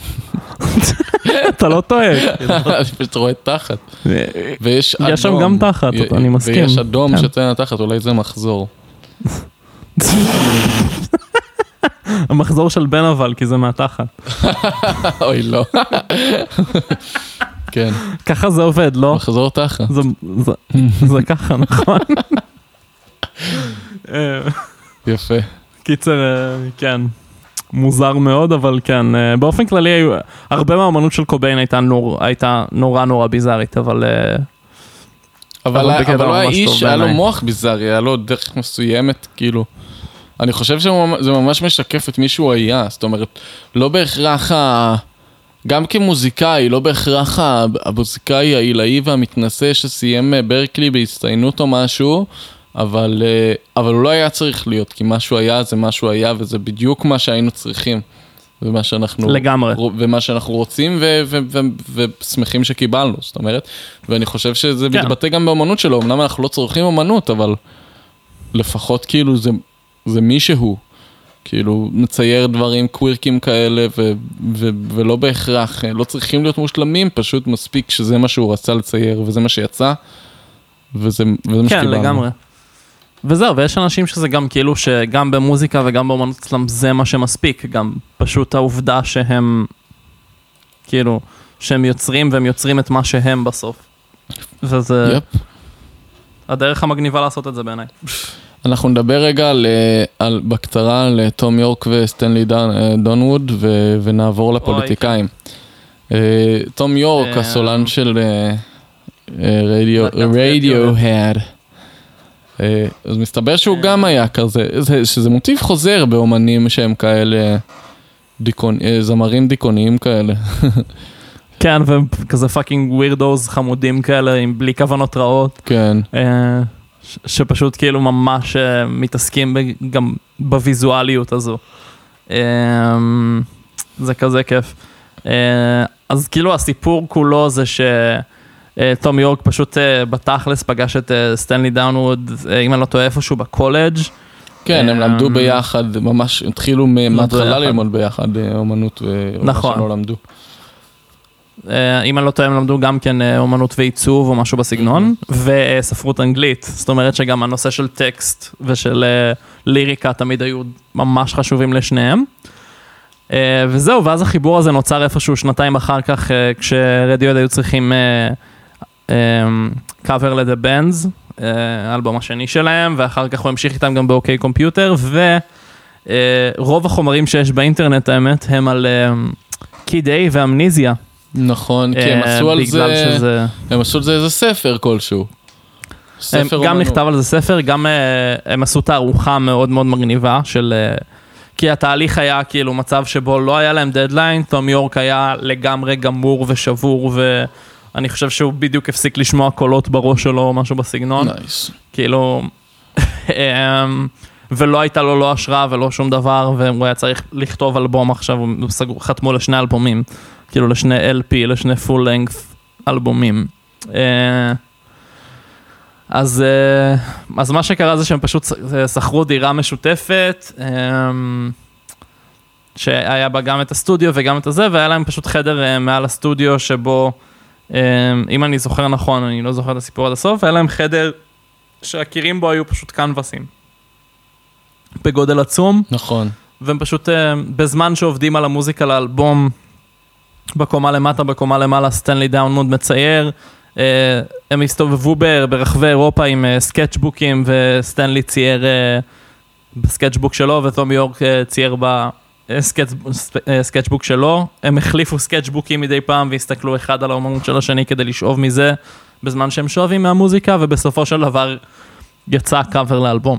אתה לא טועה. אני פשוט רואה תחת. ויש אדום. יש שם גם תחת, אני מסכים. ויש אדום שציין התחת, אולי זה מחזור. המחזור של בן אבל, כי זה מהתחת. אוי, לא. כן. ככה זה עובד, לא? מחזור תחת. זה ככה, נכון. יפה. קיצר, כן. מוזר מאוד, אבל כן, באופן כללי, הרבה מהאמנות של קוביין הייתה נור, הייתה נורא נורא ביזארית, אבל... אבל, אבל הוא האיש, היה לו מוח ביזארי, היה לו דרך מסוימת, כאילו. אני חושב שזה ממש משקף את מי שהוא היה, זאת אומרת, לא בהכרח, גם כמוזיקאי, לא בהכרח המוזיקאי העילאי והמתנשא שסיים ברקלי בהצטיינות או משהו, אבל, אבל הוא לא היה צריך להיות, כי מה שהוא היה זה מה שהוא היה, וזה בדיוק מה שהיינו צריכים. ומה שאנחנו, לגמרי. ומה שאנחנו רוצים ו- ו- ו- ושמחים שקיבלנו, זאת אומרת. ואני חושב שזה כן. מתבטא גם באמנות שלו, אמנם אנחנו לא צורכים אמנות, אבל לפחות כאילו זה, זה מישהו, כאילו מצייר דברים קווירקים כאלה, ו- ו- ולא בהכרח, לא צריכים להיות מושלמים, פשוט מספיק שזה מה שהוא רצה לצייר, וזה מה שיצא, וזה, וזה מה כן, שקיבלנו. לגמרי. וזהו, ויש אנשים שזה גם כאילו שגם במוזיקה וגם באמנות אצלם זה מה שמספיק, גם פשוט העובדה שהם, כאילו, שהם יוצרים והם יוצרים את מה שהם בסוף. וזה yep. הדרך המגניבה לעשות את זה בעיניי. אנחנו נדבר רגע על, על, בקצרה על תום יורק וסטנלי דון, דונווד ו, ונעבור לפוליטיקאים. תום יורק, הסולן של רדיוהד. אז מסתבר שהוא גם היה כזה, שזה מוטיב חוזר באומנים שהם כאלה, דיקון, זמרים דיקוניים כאלה. כן, וכזה פאקינג ווירדוז חמודים כאלה, עם בלי כוונות רעות. כן. שפשוט כאילו ממש מתעסקים גם בוויזואליות הזו. זה כזה כיף. אז כאילו הסיפור כולו זה ש... תום יורק פשוט בתכלס פגש את סטנלי דאונווד, אם אני לא טועה איפשהו בקולג'. כן, הם למדו ביחד, ממש התחילו מההתחלה ללמוד ביחד אומנות ומה שלא למדו. אם אני לא טועה הם למדו גם כן אומנות ועיצוב או משהו בסגנון, וספרות אנגלית, זאת אומרת שגם הנושא של טקסט ושל ליריקה תמיד היו ממש חשובים לשניהם. וזהו, ואז החיבור הזה נוצר איפשהו שנתיים אחר כך, כשרדיוהד היו צריכים cover ל-The Bands, האלבום השני שלהם, ואחר כך הוא המשיך איתם גם באוקיי קומפיוטר, ורוב החומרים שיש באינטרנט, האמת, הם על קיד איי ואמניזיה. נכון, כי הם עשו על זה, הם עשו על זה איזה ספר כלשהו. גם נכתב על זה ספר, גם הם עשו תערוכה מאוד מאוד מגניבה של... כי התהליך היה כאילו מצב שבו לא היה להם דדליין, תום יורק היה לגמרי גמור ושבור, ואני חושב שהוא בדיוק הפסיק לשמוע קולות בראש שלו או משהו בסגנון. נייס. כאילו, ולא הייתה לו לא השראה ולא שום דבר, והוא היה צריך לכתוב אלבום עכשיו, חתמו לשני אלבומים, כאילו לשני אל פי, לשני פול לנגף אלבומים. אז, אז מה שקרה זה שהם פשוט שכרו דירה משותפת, שהיה בה גם את הסטודיו וגם את הזה, והיה להם פשוט חדר מעל הסטודיו שבו, אם אני זוכר נכון, אני לא זוכר את הסיפור עד הסוף, היה להם חדר שהקירים בו היו פשוט קנבסים, בגודל עצום. נכון. והם פשוט, בזמן שעובדים על המוזיקה לאלבום, בקומה למטה, בקומה למעלה, סטנלי דאונמונד מצייר, הם הסתובבו ברחבי אירופה עם סקצ'בוקים, וסטנלי צייר בסקצ'בוק שלו, ותומי יורק צייר בסקצ'בוק שלו. הם החליפו סקצ'בוקים מדי פעם, והסתכלו אחד על האומנות של השני כדי לשאוב מזה, בזמן שהם שואבים מהמוזיקה, ובסופו של דבר יצא קאבר לאלבום.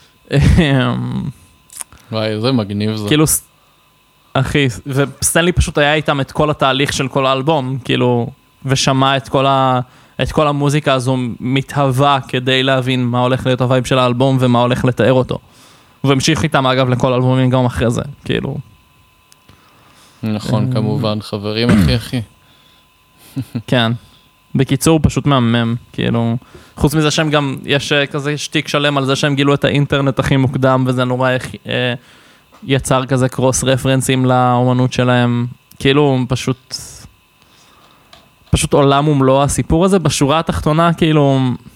וואי, זה מגניב זה. כאילו, אחי, וסטנלי פשוט היה איתם את כל התהליך של כל האלבום, כאילו, ושמע את כל, ה, את כל המוזיקה הזו מתהווה כדי להבין מה הולך להיות הווייב של האלבום ומה הולך לתאר אותו. והמשיך איתם, אגב, לכל אלבומים גם אחרי זה, כאילו. נכון, כמובן, חברים אחי אחי. כן. בקיצור, פשוט מהמם, כאילו, חוץ מזה שהם גם, יש כזה שטיק שלם על זה שהם גילו את האינטרנט הכי מוקדם, וזה נורא אה, יצר כזה קרוס רפרנסים לאומנות שלהם, כאילו, פשוט, פשוט עולם ומלוא הסיפור הזה, בשורה התחתונה, כאילו,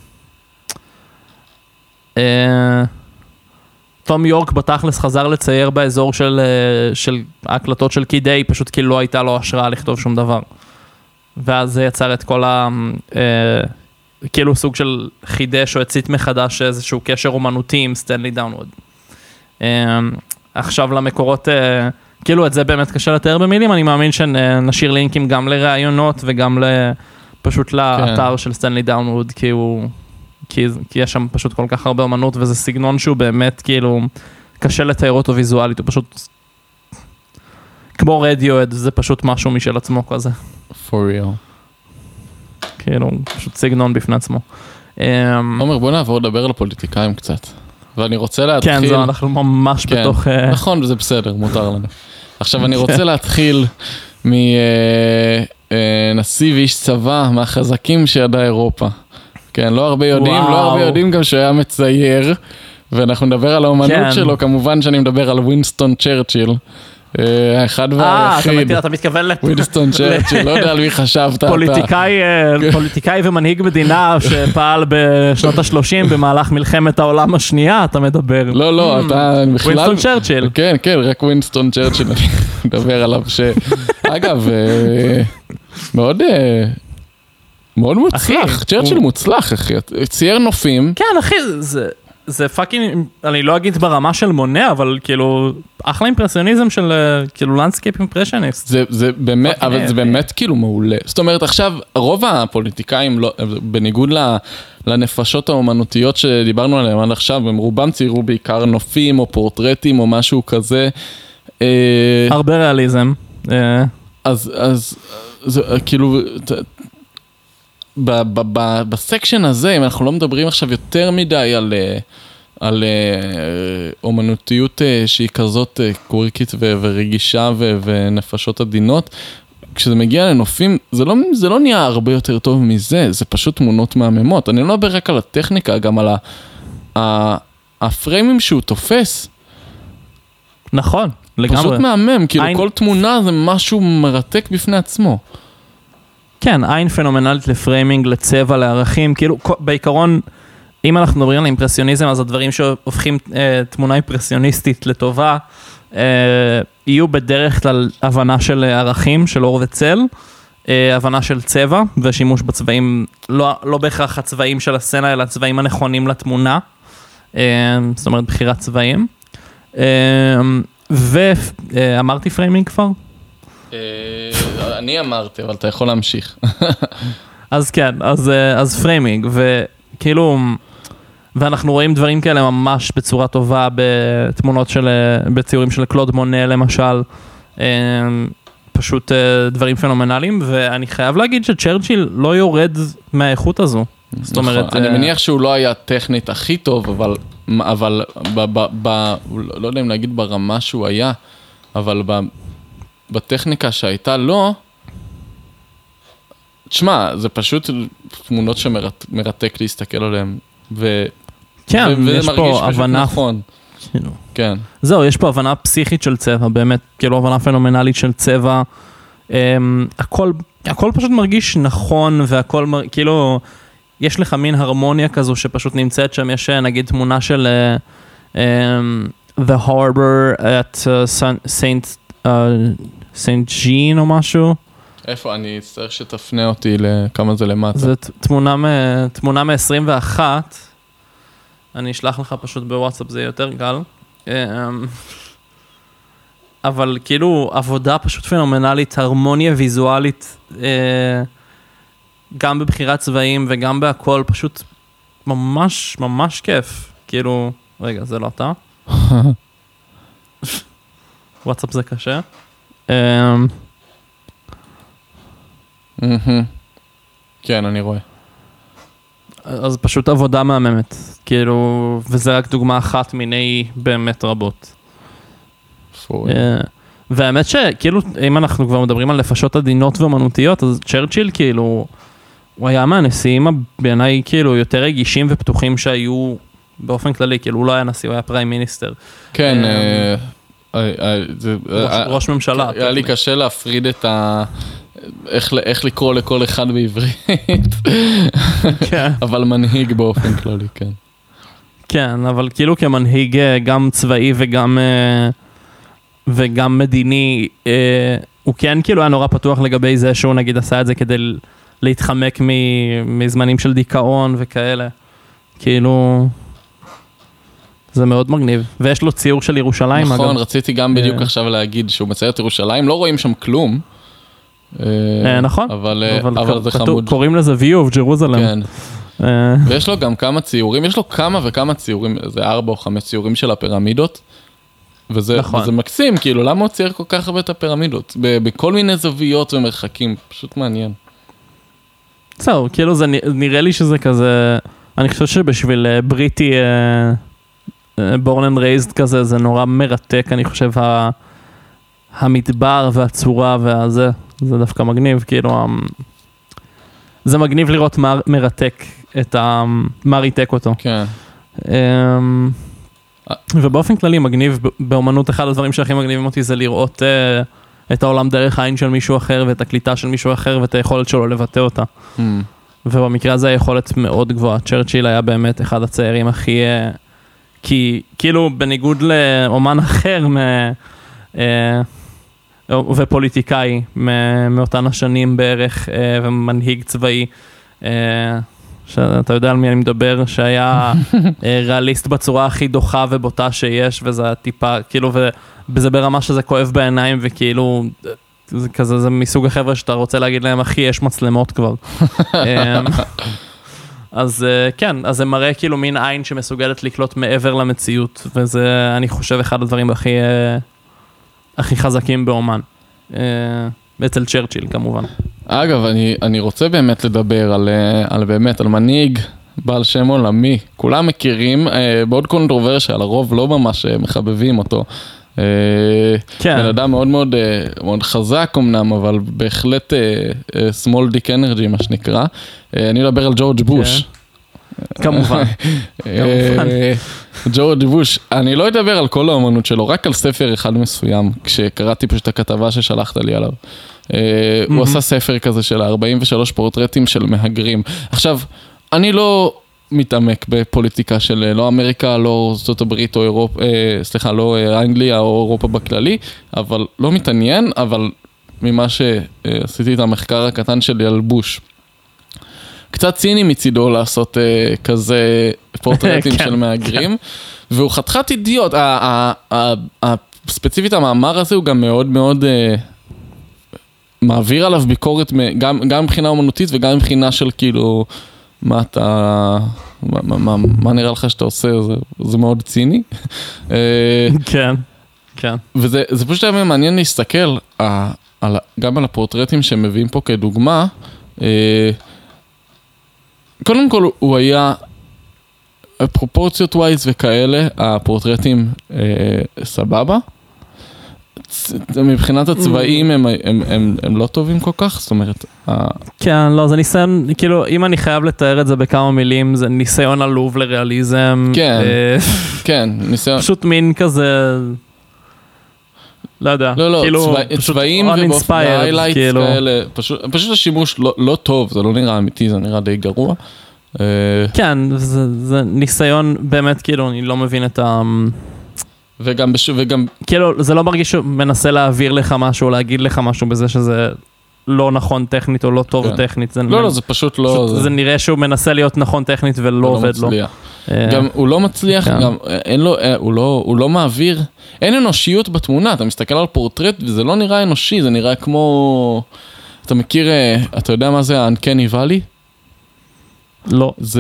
אה, תום יורק בתכלס חזר לצייר באזור של, של ההקלטות של קידיי, פשוט כי לא הייתה לו השראה לכתוב שום דבר. ואז זה יצר את כל ה... אה, כאילו סוג של חידש או הצית מחדש איזשהו קשר אומנותי עם סטנלי דאונווד. אה, עכשיו למקורות, אה, כאילו את זה באמת קשה לתאר במילים, אני מאמין שנשאיר לינקים גם לראיונות וגם פשוט לאתר כן. של סטנלי דאונווד, כי הוא... כי, כי יש שם פשוט כל כך הרבה אומנות, וזה סגנון שהוא באמת כאילו קשה לתאר אותו ויזואלית, הוא פשוט... כמו רדיואד, זה פשוט משהו משל עצמו כזה. For real. כאילו, פשוט סגנון בפני עצמו. עומר, בוא נעבור לדבר על הפוליטיקאים קצת. ואני רוצה להתחיל... כן, זו אנחנו ממש כן, בתוך... נכון, זה בסדר, מותר לנו. עכשיו, אני רוצה להתחיל מנשיא ואיש צבא, מהחזקים שידע אירופה. כן, לא הרבה יודעים, וואו. לא הרבה יודעים גם שהוא היה מצייר, ואנחנו נדבר על האומנות כן. שלו, כמובן שאני מדבר על ווינסטון צ'רצ'יל. האחד והיחיד. אה, אתה מתכוון ווינסטון צ'רצ'יל, לא יודע על מי חשבת. פוליטיקאי ומנהיג מדינה שפעל בשנות ה-שלושים במהלך מלחמת העולם השנייה, אתה מדבר. לא, לא, אתה בכלל... ווינסטון צ'רצ'יל. כן, כן, רק ווינסטון צ'רצ'יל, אני מדבר עליו ש... אגב, מאוד... מאוד מוצלח, צ'רצ'יל מוצלח, אחי. צייר נופים. כן, אחי, זה... זה פאקינג, אני לא אגיד ברמה של מונה, אבל כאילו, אחלה אימפרסיוניזם של, כאילו, לנדסקייפ אימפרסיוניסט. זה, זה באמת, אבל זה באמת כאילו מעולה. זאת אומרת, עכשיו, רוב הפוליטיקאים, לא, בניגוד לנפשות האומנותיות שדיברנו עליהם עד עכשיו, הם רובם ציירו בעיקר נופים או פורטרטים או משהו כזה. הרבה ריאליזם. אז, אז, זה, כאילו... בסקשן הזה, אם אנחנו לא מדברים עכשיו יותר מדי על, על אומנותיות שהיא כזאת קוריקית ורגישה ונפשות עדינות, כשזה מגיע לנופים, זה לא, זה לא נהיה הרבה יותר טוב מזה, זה פשוט תמונות מהממות. אני לא מדבר רק על הטכניקה, גם על הפריימים שהוא תופס. נכון, לגמרי. פשוט מהמם, כאילו כל תמונה זה משהו מרתק בפני עצמו. כן, עין פנומנלית לפריימינג, לצבע, לערכים, כאילו בעיקרון, אם אנחנו מדברים על אימפרסיוניזם, אז הדברים שהופכים אה, תמונה אימפרסיוניסטית לטובה, אה, יהיו בדרך כלל הבנה של ערכים, של אור וצל, אה, הבנה של צבע, ושימוש בצבעים, לא, לא בהכרח הצבעים של הסצנה, אלא הצבעים הנכונים לתמונה, אה, זאת אומרת, בחירת צבעים. אה, ואמרתי פריימינג כבר? אני אמרתי, אבל אתה יכול להמשיך. אז כן, אז, אז פריימינג, וכאילו, ואנחנו רואים דברים כאלה ממש בצורה טובה בתמונות של, בציורים של קלוד מונה למשל, פשוט דברים פנומנליים, ואני חייב להגיד שצ'רצ'יל לא יורד מהאיכות הזו. זאת אומרת... אני מניח שהוא לא היה טכנית הכי טוב, אבל, אבל ב, ב, ב, לא יודע אם להגיד ברמה שהוא היה, אבל ב... בטכניקה שהייתה לו, תשמע, זה פשוט תמונות שמרתק להסתכל עליהן, ו... כן, ו- יש פה הבנה. נכון. כאילו. כן. זהו, יש פה הבנה פסיכית של צבע, באמת, כאילו הבנה פנומנלית של צבע. Um, הכל, הכל פשוט מרגיש נכון, והכל, מר... כאילו, יש לך מין הרמוניה כזו שפשוט נמצאת שם, יש נגיד תמונה של uh, um, The Harbor at uh, Saint, uh, Saint Jean או משהו. איפה? אני צריך שתפנה אותי לכמה זה למטה. זו תמונה, מ- תמונה מ-עשרים ואחת, אני אשלח לך פשוט בוואטסאפ, זה יותר קל. אבל כאילו עבודה פשוט פנומנלית, הרמוניה ויזואלית, גם בבחירת צבעים וגם בהכל, פשוט ממש ממש כיף. כאילו, רגע, זה לא אתה. וואטסאפ זה קשה. כן, אני רואה. אז פשוט עבודה מהממת, כאילו, וזה רק דוגמה אחת מיני באמת רבות. והאמת שכאילו, אם אנחנו כבר מדברים על נפשות עדינות ואמנותיות, אז צ'רצ'יל כאילו, הוא היה מהנשיאים בעיניי כאילו יותר רגישים ופתוחים שהיו באופן כללי, כאילו הוא לא היה נשיא, הוא היה פריים מיניסטר. כן, ראש ממשלה. היה לי קשה להפריד את ה... איך לקרוא לכל אחד בעברית, אבל מנהיג באופן כללי, כן. כן, אבל כאילו כמנהיג גם צבאי וגם וגם מדיני, הוא כן כאילו היה נורא פתוח לגבי זה שהוא נגיד עשה את זה כדי להתחמק מזמנים של דיכאון וכאלה. כאילו, זה מאוד מגניב. ויש לו ציור של ירושלים. נכון, רציתי גם בדיוק עכשיו להגיד שהוא מצייר את ירושלים, לא רואים שם כלום. נכון, אבל זה חמוד. קוראים לזה view of Jerusalem. כן. ויש לו גם כמה ציורים, יש לו כמה וכמה ציורים, זה ארבע או חמש ציורים של הפירמידות, וזה מקסים, כאילו, למה הוא צייר כל כך הרבה את הפירמידות? בכל מיני זוויות ומרחקים, פשוט מעניין. זהו, כאילו זה נראה לי שזה כזה, אני חושב שבשביל בריטי born and raised כזה, זה נורא מרתק, אני חושב, המדבר והצורה והזה, זה דווקא מגניב, כאילו, זה מגניב לראות מה מרתק את ה... מה ריתק אותו. כן. ובאופן כללי מגניב, באומנות אחד הדברים שהכי מגניבים אותי זה לראות את העולם דרך העין של מישהו אחר, ואת הקליטה של מישהו אחר, ואת היכולת שלו לבטא אותה. ובמקרה הזה היכולת מאוד גבוהה. צ'רצ'יל היה באמת אחד הצעירים הכי... כי כאילו בניגוד לאומן אחר מ... ופוליטיקאי מאותן השנים בערך, ומנהיג צבאי, שאתה יודע על מי אני מדבר, שהיה ריאליסט בצורה הכי דוחה ובוטה שיש, וזה טיפה, כאילו, וזה ברמה שזה כואב בעיניים, וכאילו, זה כזה, זה מסוג החבר'ה שאתה רוצה להגיד להם, אחי, יש מצלמות כבר. אז כן, אז זה מראה כאילו מין עין שמסוגלת לקלוט מעבר למציאות, וזה, אני חושב, אחד הדברים הכי, הכי חזקים באומן. אצל צ'רצ'יל כמובן. אגב, אני, אני רוצה באמת לדבר על, על באמת, על מנהיג בעל שם עולמי. כולם מכירים, בעוד קונטרוברשיה, לרוב לא ממש מחבבים אותו. כן. בן אדם מאוד מאוד, מאוד חזק אמנם, אבל בהחלט small dick energy, מה שנקרא. אני מדבר על ג'ורג' בוש. כמובן. ג'ורג' בוש, אני לא אדבר על כל האמנות שלו, רק על ספר אחד מסוים, כשקראתי פשוט הכתבה ששלחת לי עליו. הוא עשה ספר כזה של ארבעים ושלושה פורטרטים של מהגרים. עכשיו, אני לא מתעמק בפוליטיקה של לא אמריקה, לא ארצות הברית או אירופה, סליחה, לא אנגליה או אירופה בכללי, אבל לא מתעניין, אבל ממה שעשיתי את המחקר הקטן שלי על בוש. קצת ציני מצידו לעשות uh, כזה פורטרטים של מהגרים, והוא חתיכת אידיוט. ספציפית המאמר הזה הוא גם מאוד מאוד uh, מעביר עליו ביקורת, גם, גם מבחינה אומנותית וגם מבחינה של כאילו, מה אתה, מה, מה, מה נראה לך שאתה עושה, זה, זה מאוד ציני. כן, כן. וזה זה פשוט היה מעניין להסתכל uh, על, גם על הפורטרטים שמביאים פה כדוגמה, uh, קודם כל הוא היה פרופורציות ווייז וכאלה, הפורטרטים אה, סבבה, מבחינת הצבעים הם, הם, הם, הם לא טובים כל כך, זאת אומרת... כן, לא, זה ניסיון, כאילו, אם אני חייב לתאר את זה בכמה מילים, זה ניסיון עלוב לריאליזם. כן, כן, ניסיון... פשוט מין כזה... לא יודע, לא, לא, כאילו, צבע, צבעים ובהיילייטס כאילו. כאלה, פשוט, פשוט השימוש לא, לא טוב, זה לא נראה אמיתי, זה נראה די גרוע. כן, זה, זה ניסיון באמת, כאילו, אני לא מבין את ה... וגם, וגם... כאילו, זה לא מרגיש שהוא מנסה להעביר לך משהו, או להגיד לך משהו בזה שזה לא נכון טכנית, או לא טוב כן. טכנית. זה לא, לא, זה פשוט לא... פשוט זה... זה נראה שהוא מנסה להיות נכון טכנית, ולא לא עובד לו. גם הוא לא מצליח, כן. גם אין לו, הוא לא, הוא לא מעביר, אין אנושיות בתמונה, אתה מסתכל על פורטרט, וזה לא נראה אנושי, זה נראה כמו... אתה מכיר, אתה יודע מה זה ה-Uncanny Valley? לא. זה...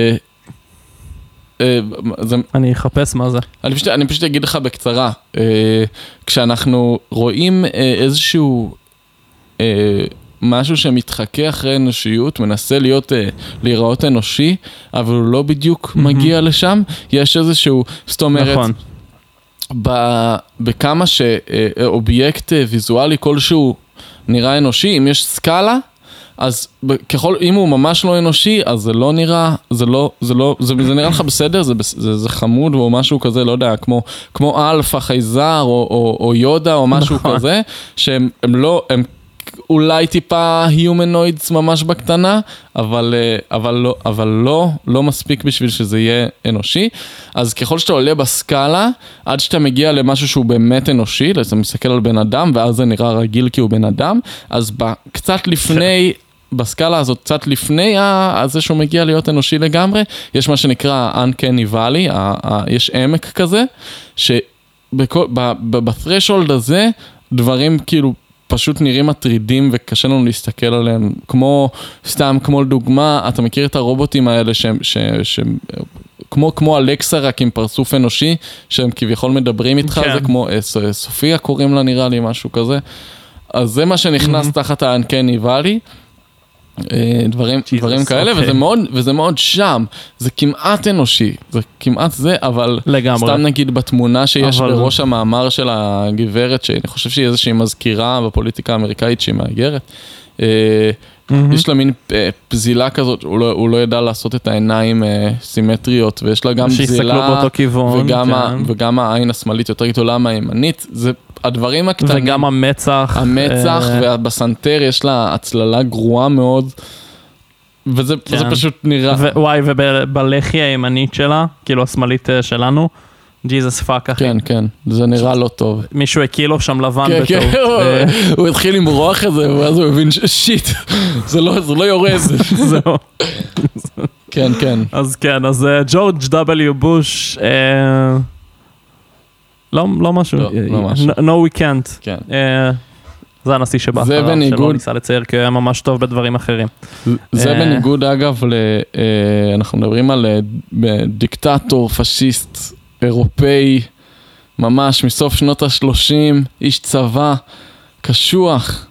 זה... אני אחפש מה זה. אני פשוט, אני פשוט אגיד לך בקצרה, כשאנחנו רואים איזשהו משהו שמתחכה אחרי אנושיות, מנסה להיות, להיראות אנושי, אבל הוא לא בדיוק מגיע לשם, יש איזשהו, זאת אומרת, נכון. בכמה שאובייקט ויזואלי כלשהו נראה אנושי, אם יש סקאלה, אז ככל, אם הוא ממש לא אנושי, אז זה לא נראה, זה לא, זה לא, זה, זה נראה לך בסדר, זה, זה, זה חמוד או משהו כזה, לא יודע, כמו, כמו אלפא, חייזר או, או, או יודה או משהו כזה, שהם הם לא, הם אולי טיפה היומנוידס ממש בקטנה, אבל, אבל לא, אבל לא, לא מספיק בשביל שזה יהיה אנושי. אז ככל שאתה עולה בסקאלה, עד שאתה מגיע למשהו שהוא באמת אנושי, אתה מסתכל על בן אדם, ואז זה נראה רגיל כי הוא בן אדם, אז קצת לפני, בסקאלה הזאת, קצת לפני זה שהוא מגיע להיות אנושי לגמרי, יש מה שנקרא Uncanny Valley, יש עמק כזה, שבת'רשולד הזה, דברים כאילו, פשוט נראים מטרידים וקשה לנו להסתכל עליהם, כמו, סתם, כמו לדוגמה, אתה מכיר את הרובוטים האלה שהם, שהם, כמו, כמו אלקסה רק עם פרצוף אנושי, שהם כביכול מדברים איתך, כן. זה כמו סופיה קוראים לה נראה לי, משהו כזה. אז זה מה שנכנס mm-hmm. תחת ה-Uncanny Valley, דברים, דברים כאלה, וזה מאוד, וזה מאוד שם, זה כמעט אנושי, זה כמעט זה, אבל לגמרי. סתם נגיד בתמונה שיש אבל... בראש המאמר של הגברת, שאני חושב שהיא איזושהי מזכירה בפוליטיקה האמריקאית שהיא מאגרת, mm-hmm. יש לה מין פזילה כזאת, הוא לא, הוא לא ידע לעשות את העיניים סימטריות, ויש לה גם פזילה, כיוון, וגם, כן. ה, וגם העין השמאלית יותר גדולה מהימנית, זה הדברים הקטנים. וגם המצח. המצח, אה... ובסנטר יש לה הצללה גרועה מאוד, וזה, כן. וזה פשוט נראה. וואי, ובלחי הימנית שלה, כאילו השמאלית שלנו, ג'יזוס פאק אחי. כן, כן, זה נראה לא טוב. מישהו הקילו שם לבן בטוב. כן, כן, הוא התחיל למרוח את זה, ואז הוא הבין, שיט, זה לא יורד. זהו. כן, כן. אז כן, אז ג'ורג' דאבליו בוש, לא משהו. לא משהו. No we can't. כן. זה הנשיא שבא אחריו, שלא ניסה לצייר, כי הוא היה ממש טוב בדברים אחרים. זה בניגוד, אגב, אנחנו מדברים על דיקטטור, פשיסט, אירופאי, ממש מסוף שנות ה-שלושים, איש צבא, קשוח,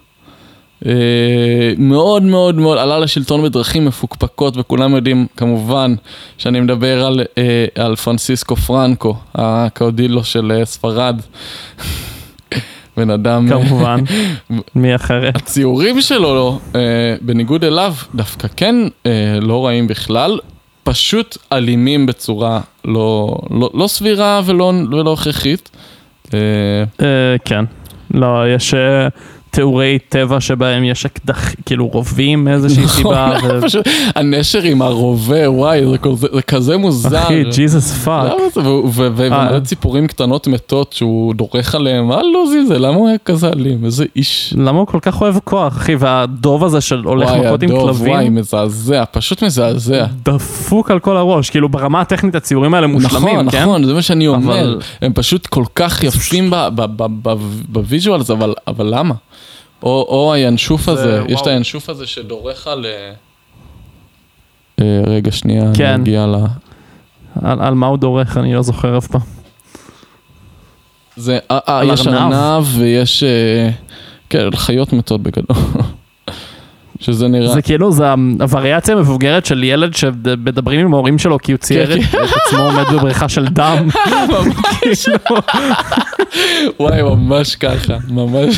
מאוד מאוד מאוד, עלה לשלטון בדרכים מפוקפקות, וכולם יודעים כמובן שאני מדבר על, על פרנסיסקו פרנקו, הקאודילו של ספרד. בן אדם... כמובן, מי אחרי? הציורים שלו, בניגוד אליו, דווקא כן לא רעים בכלל, פשוט אלימים בצורה לא, לא, לא סבירה ולא, ולא הכרחית. כן, לא, יש תיאורי טבע שבהם יש אקדח, כאילו רובים מאיזושהי סיבה. הנשר עם הרובה, וואי, זה כזה מוזר. אחי, ג'יזוס פאק. ומלא ציפורים קטנות מתות שהוא דורך עליהם, מה לא זה, למה הוא היה כזה אלים? איזה איש. למה הוא כל כך אוהב כוח, אחי, והדוב הזה של הולך מכות עם כלבים. וואי, הדוב, וואי, מזעזע, פשוט מזעזע. דפוק על כל הראש, כאילו ברמה הטכנית הציורים האלה מושלמים, כן? נכון, נכון, זה מה שאני אומר. הם פשוט כל כך יפים בוויז'ואלס, אבל למה? או, או הינשוף הזה, יש את הינשוף הזה שדורך על... רגע, שנייה, אני אגיע ל... על מה הוא דורך? אני לא זוכר אף פעם. זה, יש ארנב ויש... כן, חיות מתות בגדול. שזה נראה... זה כאילו, זה הווריאציה המבוגרת של ילד שמדברים עם ההורים שלו, כי הוא צייר את עצמו עומד בבריכה של דם. ממש. וואי, ממש ככה, ממש.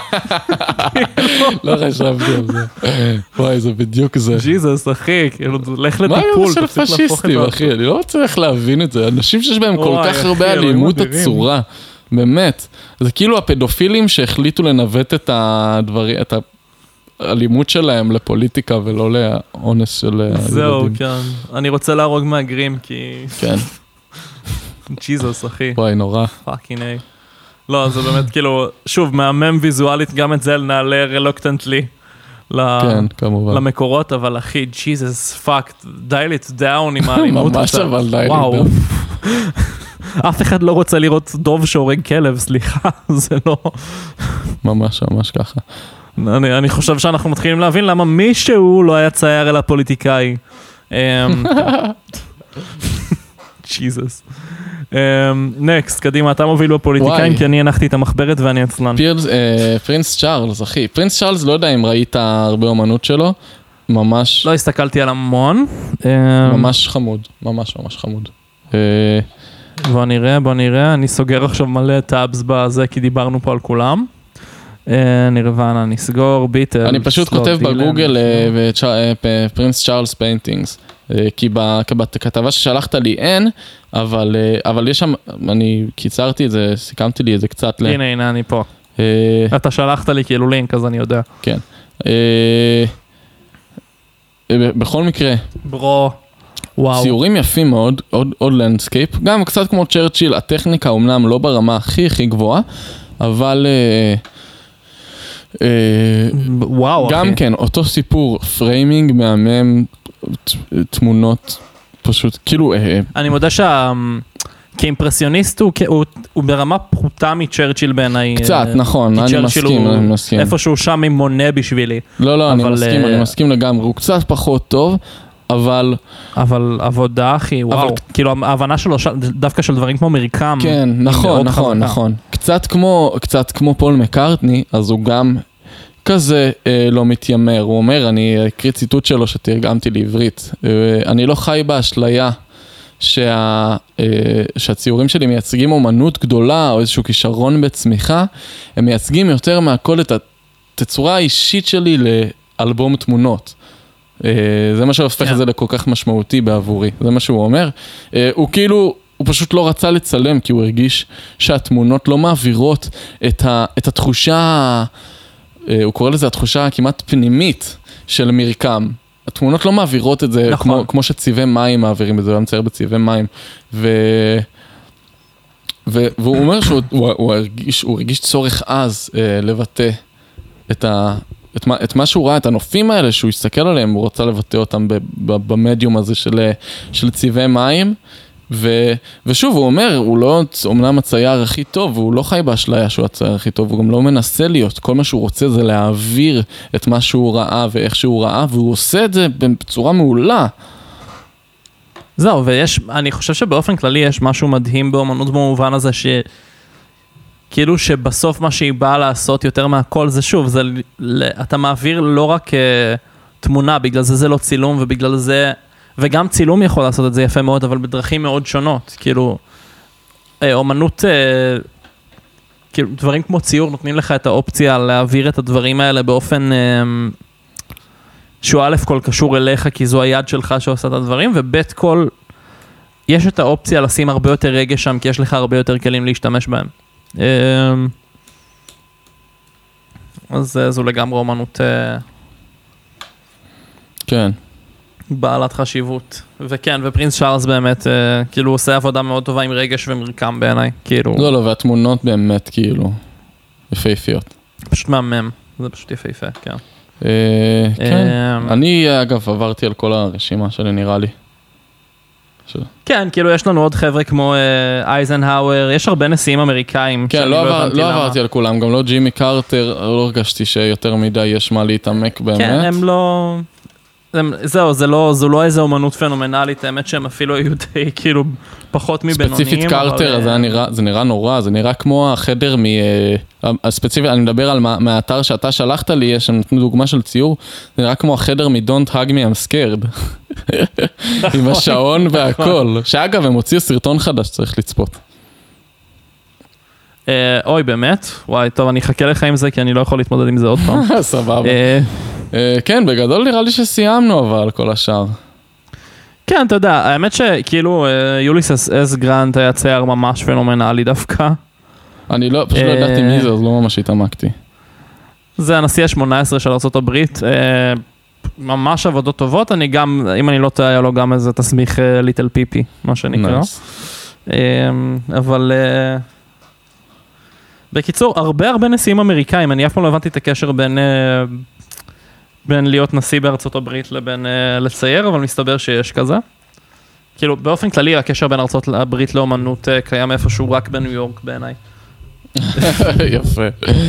לא חשבתי על זה. וואי, זה בדיוק זה. ג'יזוס, אחי, כאילו, לך לטיפול. מה היום של פשיסטים, אחי? אני לא רוצה איך להבין את זה. אנשים שיש בהם כל כך הרבה אלימות הצורה. באמת. זה כאילו הפדופילים שהחליטו לנווט את הדברים, את האלימות שלהם לפוליטיקה ולא לאונס של הילדים. זהו, כן. אני רוצה להרוג מהגרים, כי... כן. ג'יזוס, אחי. וואי, נורא. פאקינג איי. לא, זה באמת כאילו, שוב, מהמם ויזואלית גם את זה נעלה רלוקטנטלי. כן, כמובן. למקורות, אבל אחי, ג'יזוס, פאק, דייל את דאון עם האלימות. ממש אבל דייל את דאון. אף אחד לא רוצה לראות דוב שהורג כלב, סליחה, זה לא... ממש, ממש ככה. אני, אני חושב שאנחנו מתחילים להבין למה מישהו לא היה צייר אל הפוליטיקאי. ג'יזוס. נקסט, קדימה, אתה מוביל בפוליטיקאים, כי אני הנחתי את המחברת ואני עצלן. פרינס צ'ארלס, אחי. פרינס צ'ארלס, לא יודע אם ראית הרבה אומנות שלו, ממש... לא הסתכלתי על המון. ממש חמוד, ממש ממש חמוד. בוא נראה, בוא נראה, אני סוגר עכשיו מלא טאבס בזה, כי דיברנו פה על כולם. נירוונה, נסגור, ביטל. אני פשוט כותב בגוגל פרינס צ'ארלס פיינטינגס, כי בכתבה ששלחת לי אין, אבל יש שם, אני קיצרתי את זה, סיכמתי לי את זה קצת. הנה, הנה, אני פה. אתה שלחת לי כאילו לינק, אז אני יודע. כן. בכל מקרה. ברו. וואו. ציורים יפים מאוד, עוד, עוד לנדסקייפ, גם קצת כמו צ'רצ'יל, הטכניקה אומנם לא ברמה הכי הכי גבוהה, אבל אה, אה, וואו, גם אחי. כן, אותו סיפור, פריימינג, מהמם, תמונות, פשוט, כאילו... אה, אני מודה שה... כאימפרסיוניסט הוא, הוא, הוא ברמה פחותה מצ'רצ'יל בעיניי. קצת, נכון, אני מסכים, אני מסכים. איפשהו שם עם מונה בשבילי. לא, לא, אני מסכים, אני מסכים לגמרי, הוא קצת פחות טוב, אבל... אבל עבודה, אחי, וואו. אבל... כאילו, ההבנה שלו, דווקא של דברים כמו מרקם. כן, נכון, נכון, נכון. קצת כמו, קצת כמו פול מקארטני, אז הוא גם כזה אה, לא מתיימר. הוא אומר, אני אקריא ציטוט שלו שתרגמתי לעברית. אה, אני לא חי באשליה שה, אה, שהציורים שלי מייצגים אומנות גדולה, או איזשהו כישרון בצמיחה. הם מייצגים יותר מהכל את התצורה האישית שלי לאלבום תמונות. זה מה שהופך את זה לכל כך משמעותי בעבורי, זה מה שהוא אומר. הוא כאילו, הוא פשוט לא רצה לצלם, כי הוא הרגיש שהתמונות לא מעבירות את, ה, את התחושה, הוא קורא לזה התחושה כמעט פנימית של מרקם. התמונות לא מעבירות את זה, נכון. כמו, כמו שצבעי מים מעבירים את זה, הוא מצייר בצבעי מים. ו... ו... והוא אומר שהוא הוא, הוא הרגיש, הוא הרגיש צורך אז לבטא את ה... את מה, את מה שהוא ראה, את הנופים האלה שהוא הסתכל עליהם, הוא רוצה לבטא אותם במדיום הזה של, של צבעי מים, ו, ושוב, הוא אומר, הוא לא אומנם הצייר הכי טוב, והוא לא חי באשליה שהוא הצייר הכי טוב, הוא גם לא מנסה להיות, כל מה שהוא רוצה זה להעביר את מה שהוא ראה ואיך שהוא ראה, והוא עושה את זה בצורה מעולה. זהו, ויש, אני חושב שבאופן כללי יש משהו מדהים באמנות במובן הזה ש... כאילו שבסוף מה שהיא באה לעשות יותר מהכל זה שוב, זה, אתה מעביר לא רק uh, תמונה, בגלל זה זה לא צילום ובגלל זה, וגם צילום יכול לעשות את זה יפה מאוד, אבל בדרכים מאוד שונות, כאילו, אומנות, uh, כאילו דברים כמו ציור נותנים לך את האופציה להעביר את הדברים האלה באופן uh, שהוא א' כל קשור אליך, כי זו היד שלך שעושה את הדברים, וב' כל, יש את האופציה לשים הרבה יותר רגש שם, כי יש לך הרבה יותר כלים להשתמש בהם. אז זו לגמרי אומנות כן בעלת חשיבות, וכן, ופרינס צ'ארלס באמת כאילו עושה עבודה מאוד טובה עם רגש ומרקם בעיניי, כאילו לא לא, והתמונות באמת כאילו יפהפיות, פשוט מהמם, זה פשוט יפהפה, כן. כן, אני אגב עברתי על כל הרשימה שלי נראה לי. כן, כאילו יש לנו עוד חבר'ה כמו אייזנהאואר, יש הרבה נשיאים אמריקאים. כן, לא עברתי על כולם, גם לא ג'ימי קרטר, לא הרגשתי שיותר מדי יש מה להתעמק באמת. כן, הם לא... זהו, זה לא, זו לא איזו אומנות פנומנלית, האמת שהם אפילו היו די, כאילו, פחות מבינוניים. ספציפית קארטר, זה נראה, זה נראה נורא, זה נראה כמו החדר מ... הספציפית, אני מדבר על מהאתר שאתה שלחת לי, יש שם דוגמה של ציור, זה נראה כמו החדר מ-Don't Hug Me I'm Scared. עם השעון והכל. שאגב, הם הוציאו סרטון חדש, צריך לצפות. אוי, באמת? וואי, טוב, אני אחכה לך עם זה, כי אני לא יכול להתמודד עם זה עוד פעם. סבבה. כן, בגדול נראה לי שסיימנו אבל כל השאר. כן, אתה יודע, האמת שכאילו יוליסס אס גרנט היה צייר ממש פנומנלי דווקא. אני לא, פשוט לא ידעתי מי זה, אז לא ממש התעמקתי. זה הנשיא ה-שמונה עשרה של ארצות הברית, ממש עבודות טובות, אני גם, אם אני לא טועה, היה לו גם איזה תסמיך ליטל פיפי, מה שנקרא. אבל... בקיצור, הרבה הרבה נשיאים אמריקאים, אני אף פעם לא הבנתי את הקשר בין... בין להיות נשיא בארצות הברית לבין uh, לצייר, אבל מסתבר שיש כזה. כאילו, באופן כללי, הקשר בין ארצות הברית לאומנות uh, קיים איפשהו רק בניו יורק בעיניי. יפה.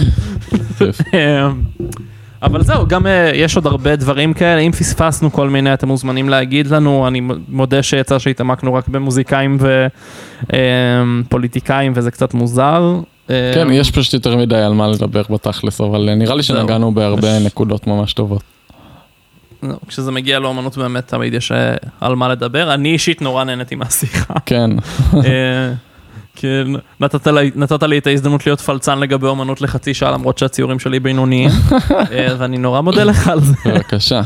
אבל זהו, גם uh, יש עוד הרבה דברים כאלה, אם פספסנו כל מיני, אתם מוזמנים להגיד לנו, אני מודה שיצא שהתעמקנו רק במוזיקאים ופוליטיקאים, וזה קצת מוזר. כן, יש פשוט יותר מדי על מה לדבר בתכלס, אבל נראה לי שנגענו בהרבה נקודות ממש טובות. כשזה מגיע לאומנות באמת תמיד יש על מה לדבר. אני אישית נורא נהניתי מהשיחה. כן. כן, נתת לי את ההזדמנות להיות פלצן לגבי אומנות לחצי שעה, למרות שהציורים שלי בינוניים, ואני נורא מודה לך על זה. בבקשה.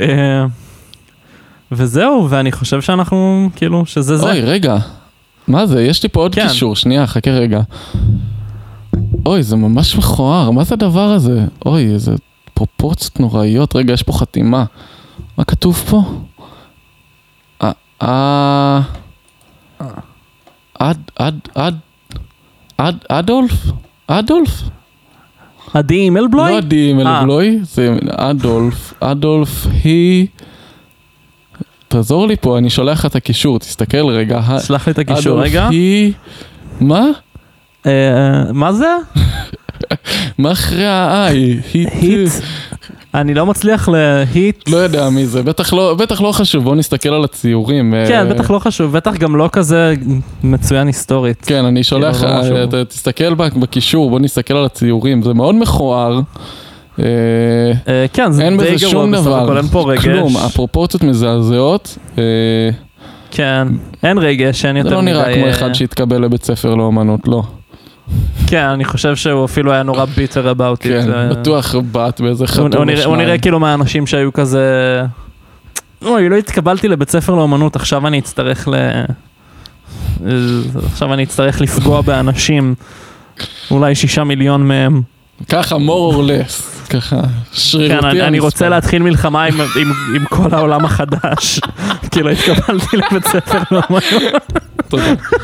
וזהו, ואני חושב שאנחנו, כאילו, שזה זה. אוי, רגע. מה זה? יש לי פה עוד קישור. שנייה, חכה רגע. אוי, זה ממש מכוער, מה זה הדבר הזה? אוי, איזה פרופורציות נוראיות. רגע, יש פה חתימה. מה כתוב פה? אה, אה... אד, אד, אד... אד, אדולף? אדולף? עדי מלבלוי? לא עדי מלבלוי, זה אדולף. אדולף היא... תעזור לי פה, אני שולח את הקישור, תסתכל רגע. שלח לי את הקישור, רגע. אדולף היא... מה? מה זה? מה אחרי ה-I? היט? אני לא מצליח להיט. לא יודע מי זה, בטח לא חשוב, בוא נסתכל על הציורים. כן, בטח לא חשוב, בטח גם לא כזה מצוין היסטורית. כן, אני שולח, תסתכל בקישור, בוא נסתכל על הציורים, זה מאוד מכוער. כן, זה די גרוע בסך הכל, אין פה רגש. כלום, הפרופורציות מזעזעות. כן, אין רגש, אין יותר מדי. זה לא נראה כמו אחד שהתקבל לבית ספר לאומנות, לא. כן, אני חושב שהוא אפילו היה נורא ביטר about it. כן, בטוח בת באיזה חתום או שניים. הוא נראה כאילו מהאנשים שהיו כזה... אוי, לא התקבלתי לבית ספר לאומנות, עכשיו אני אצטרך ל... עכשיו אני אצטרך לפגוע באנשים, אולי שישה מיליון מהם. ככה, more or less, ככה, שרירותי המספר. כן, אני רוצה להתחיל מלחמה עם כל העולם החדש, כי לא התקבלתי לבית ספר לאומנות. תודה.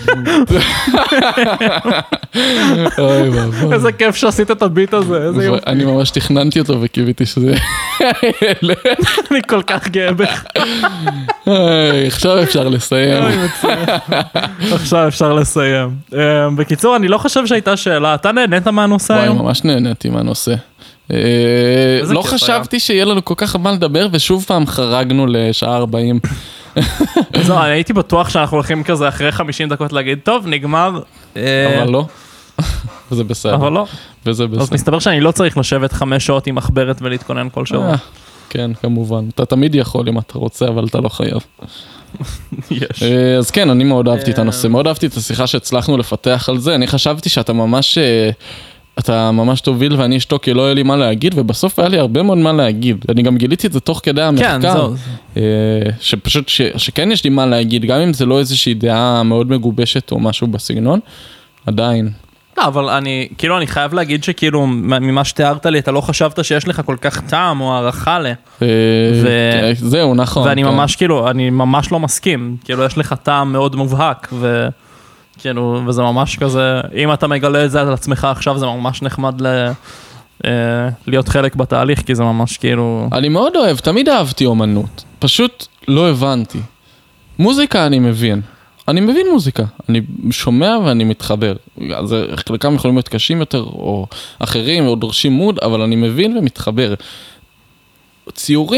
אוי ואבוי. איזה כיף שעשית את הביט הזה, איזה יופי. אני ממש תכננתי אותו וקיוויתי שזה... אני כל כך גאה בך. עכשיו אפשר לסיים. עכשיו אפשר לסיים. בקיצור, אני לא חושב שהייתה שאלה. אתה נהנית מהנושא היום? וואי, ממש נהניתי מהנושא. לא חשבתי שיהיה לנו כל כך מה לדבר, ושוב פעם חרגנו לשעה ארבעים. זו, אני הייתי בטוח שאנחנו הולכים כזה אחרי חמישים דקות להגיד, טוב, נגמר. אבל לא. וזה בסדר. אבל לא. וזה בסדר. אז מסתבר שאני לא צריך לשבת חמש שעות עם מחברת ולהתכונן כל שעה. כן, כמובן. אתה תמיד יכול אם אתה רוצה, אבל אתה לא חייב. יש. אז כן, אני מאוד אהבתי את הנושא. מאוד אהבתי את השיחה שהצלחנו לפתח על זה. אני חשבתי שאתה ממש... אתה ממש תוביל ואני אשתוק כי לא היה לי מה להגיד, ובסוף היה לי הרבה מאוד מה להגיד. אני גם גיליתי את זה תוך כדי המחקר. כן, שפשוט, ש, שכן יש לי מה להגיד, גם אם זה לא איזושהי דעה מאוד מגובשת או משהו בסגנון, עדיין. לא, אבל אני, כאילו, אני חייב להגיד שכאילו, ממה שתיארת לי, אתה לא חשבת שיש לך כל כך טעם או הערכה ל... זהו, נכון. ואני ממש, כאילו, אני ממש לא מסכים. כאילו, יש לך טעם מאוד מובהק, ו... כאילו, וזה ממש כזה, אם אתה מגלה את זה על עצמך עכשיו, זה ממש נחמד ל... להיות חלק בתהליך, כי זה ממש כאילו... אני מאוד אוהב, תמיד אהבתי אומנות, פשוט לא הבנתי. מוזיקה אני מבין, אני מבין מוזיקה, אני שומע ואני מתחבר. אז חלקם יכולים להיות קשים יותר, או אחרים, או דורשים מוד, אבל אני מבין ומתחבר. ציורים,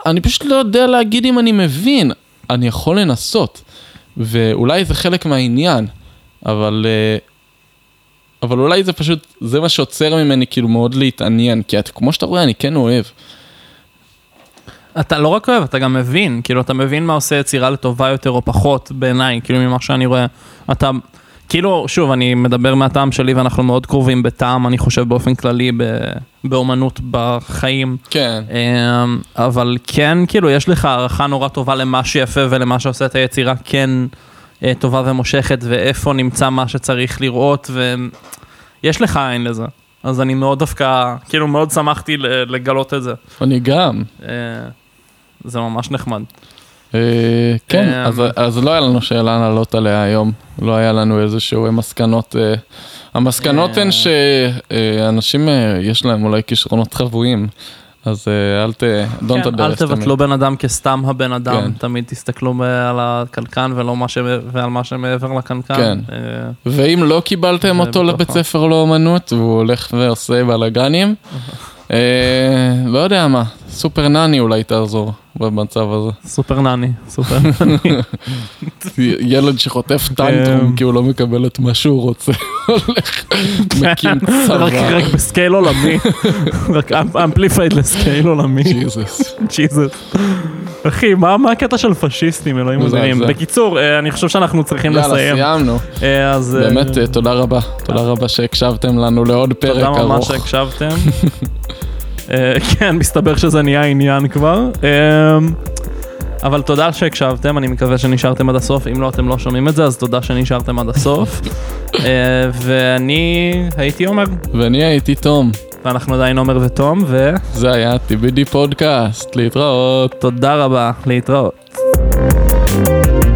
אני פשוט לא יודע להגיד אם אני מבין. אני יכול לנסות, ואולי זה חלק מהעניין, אבל, אבל אולי זה פשוט, זה מה שעוצר ממני כאילו מאוד להתעניין, כי את, כמו שאתה רואה, אני כן אוהב. אתה לא רק אוהב, אתה גם מבין, כאילו אתה מבין מה עושה יצירה לטובה יותר או פחות בעיניי, כאילו ממה שאני רואה. אתה, כאילו, שוב, אני מדבר מהטעם שלי ואנחנו מאוד קרובים בטעם, אני חושב באופן כללי באומנות בחיים. כן. אבל כן, כאילו, יש לך הערכה נורא טובה למה שיפה ולמה שעושה את היצירה כן טובה ומושכת, ואיפה נמצא מה שצריך לראות, ויש לך עין לזה. אז אני מאוד דווקא, כאילו מאוד שמחתי לגלות את זה. אני גם. זה ממש נחמד. כן, אז לא היה לנו שאלה לעלות עליה היום. לא היה לנו איזשהו מסקנות. המסקנות הן שאנשים יש להם אולי כישרונות חבויים. אז אל ת... אל תבטלו בן אדם כסתם הבן אדם. תמיד תסתכלו על הקנקן ועל מה שמעבר לקנקן. ואם לא קיבלתם אותו לבית ספר לאומנות, והוא הולך ועושה בלגנים, לא יודע מה, סופר נני אולי תעזור במצב הזה. סופר נני, סופר נני. ילד שחוטף טנטרום כי הוא לא מקבל את מה שהוא רוצה, הולך, מקים צבא. רק בסקייל עולמי, רק אמפליפייד לסקייל עולמי. ג'יזוס. ג'יזוס. אחי, מה הקטע של פשיסטים, אלוהים מוזרים? בקיצור, אני חושב שאנחנו צריכים לסיים. יאללה, סיימנו. באמת, תודה רבה. תודה רבה שהקשבתם לנו לעוד פרק ארוך. תודה ממש שהקשבתם. כן, מסתבר שזה נהיה עניין כבר. אבל תודה שהקשבתם, אני מקווה שנשארתם עד הסוף. אם לא, אתם לא שומעים את זה, אז תודה שנשארתם עד הסוף. ואני הייתי עומר. ואני הייתי תום. ואנחנו עדיין עומר ותום, ו... זה היה טי בי די פודקאסט, להתראות. תודה רבה, להתראות.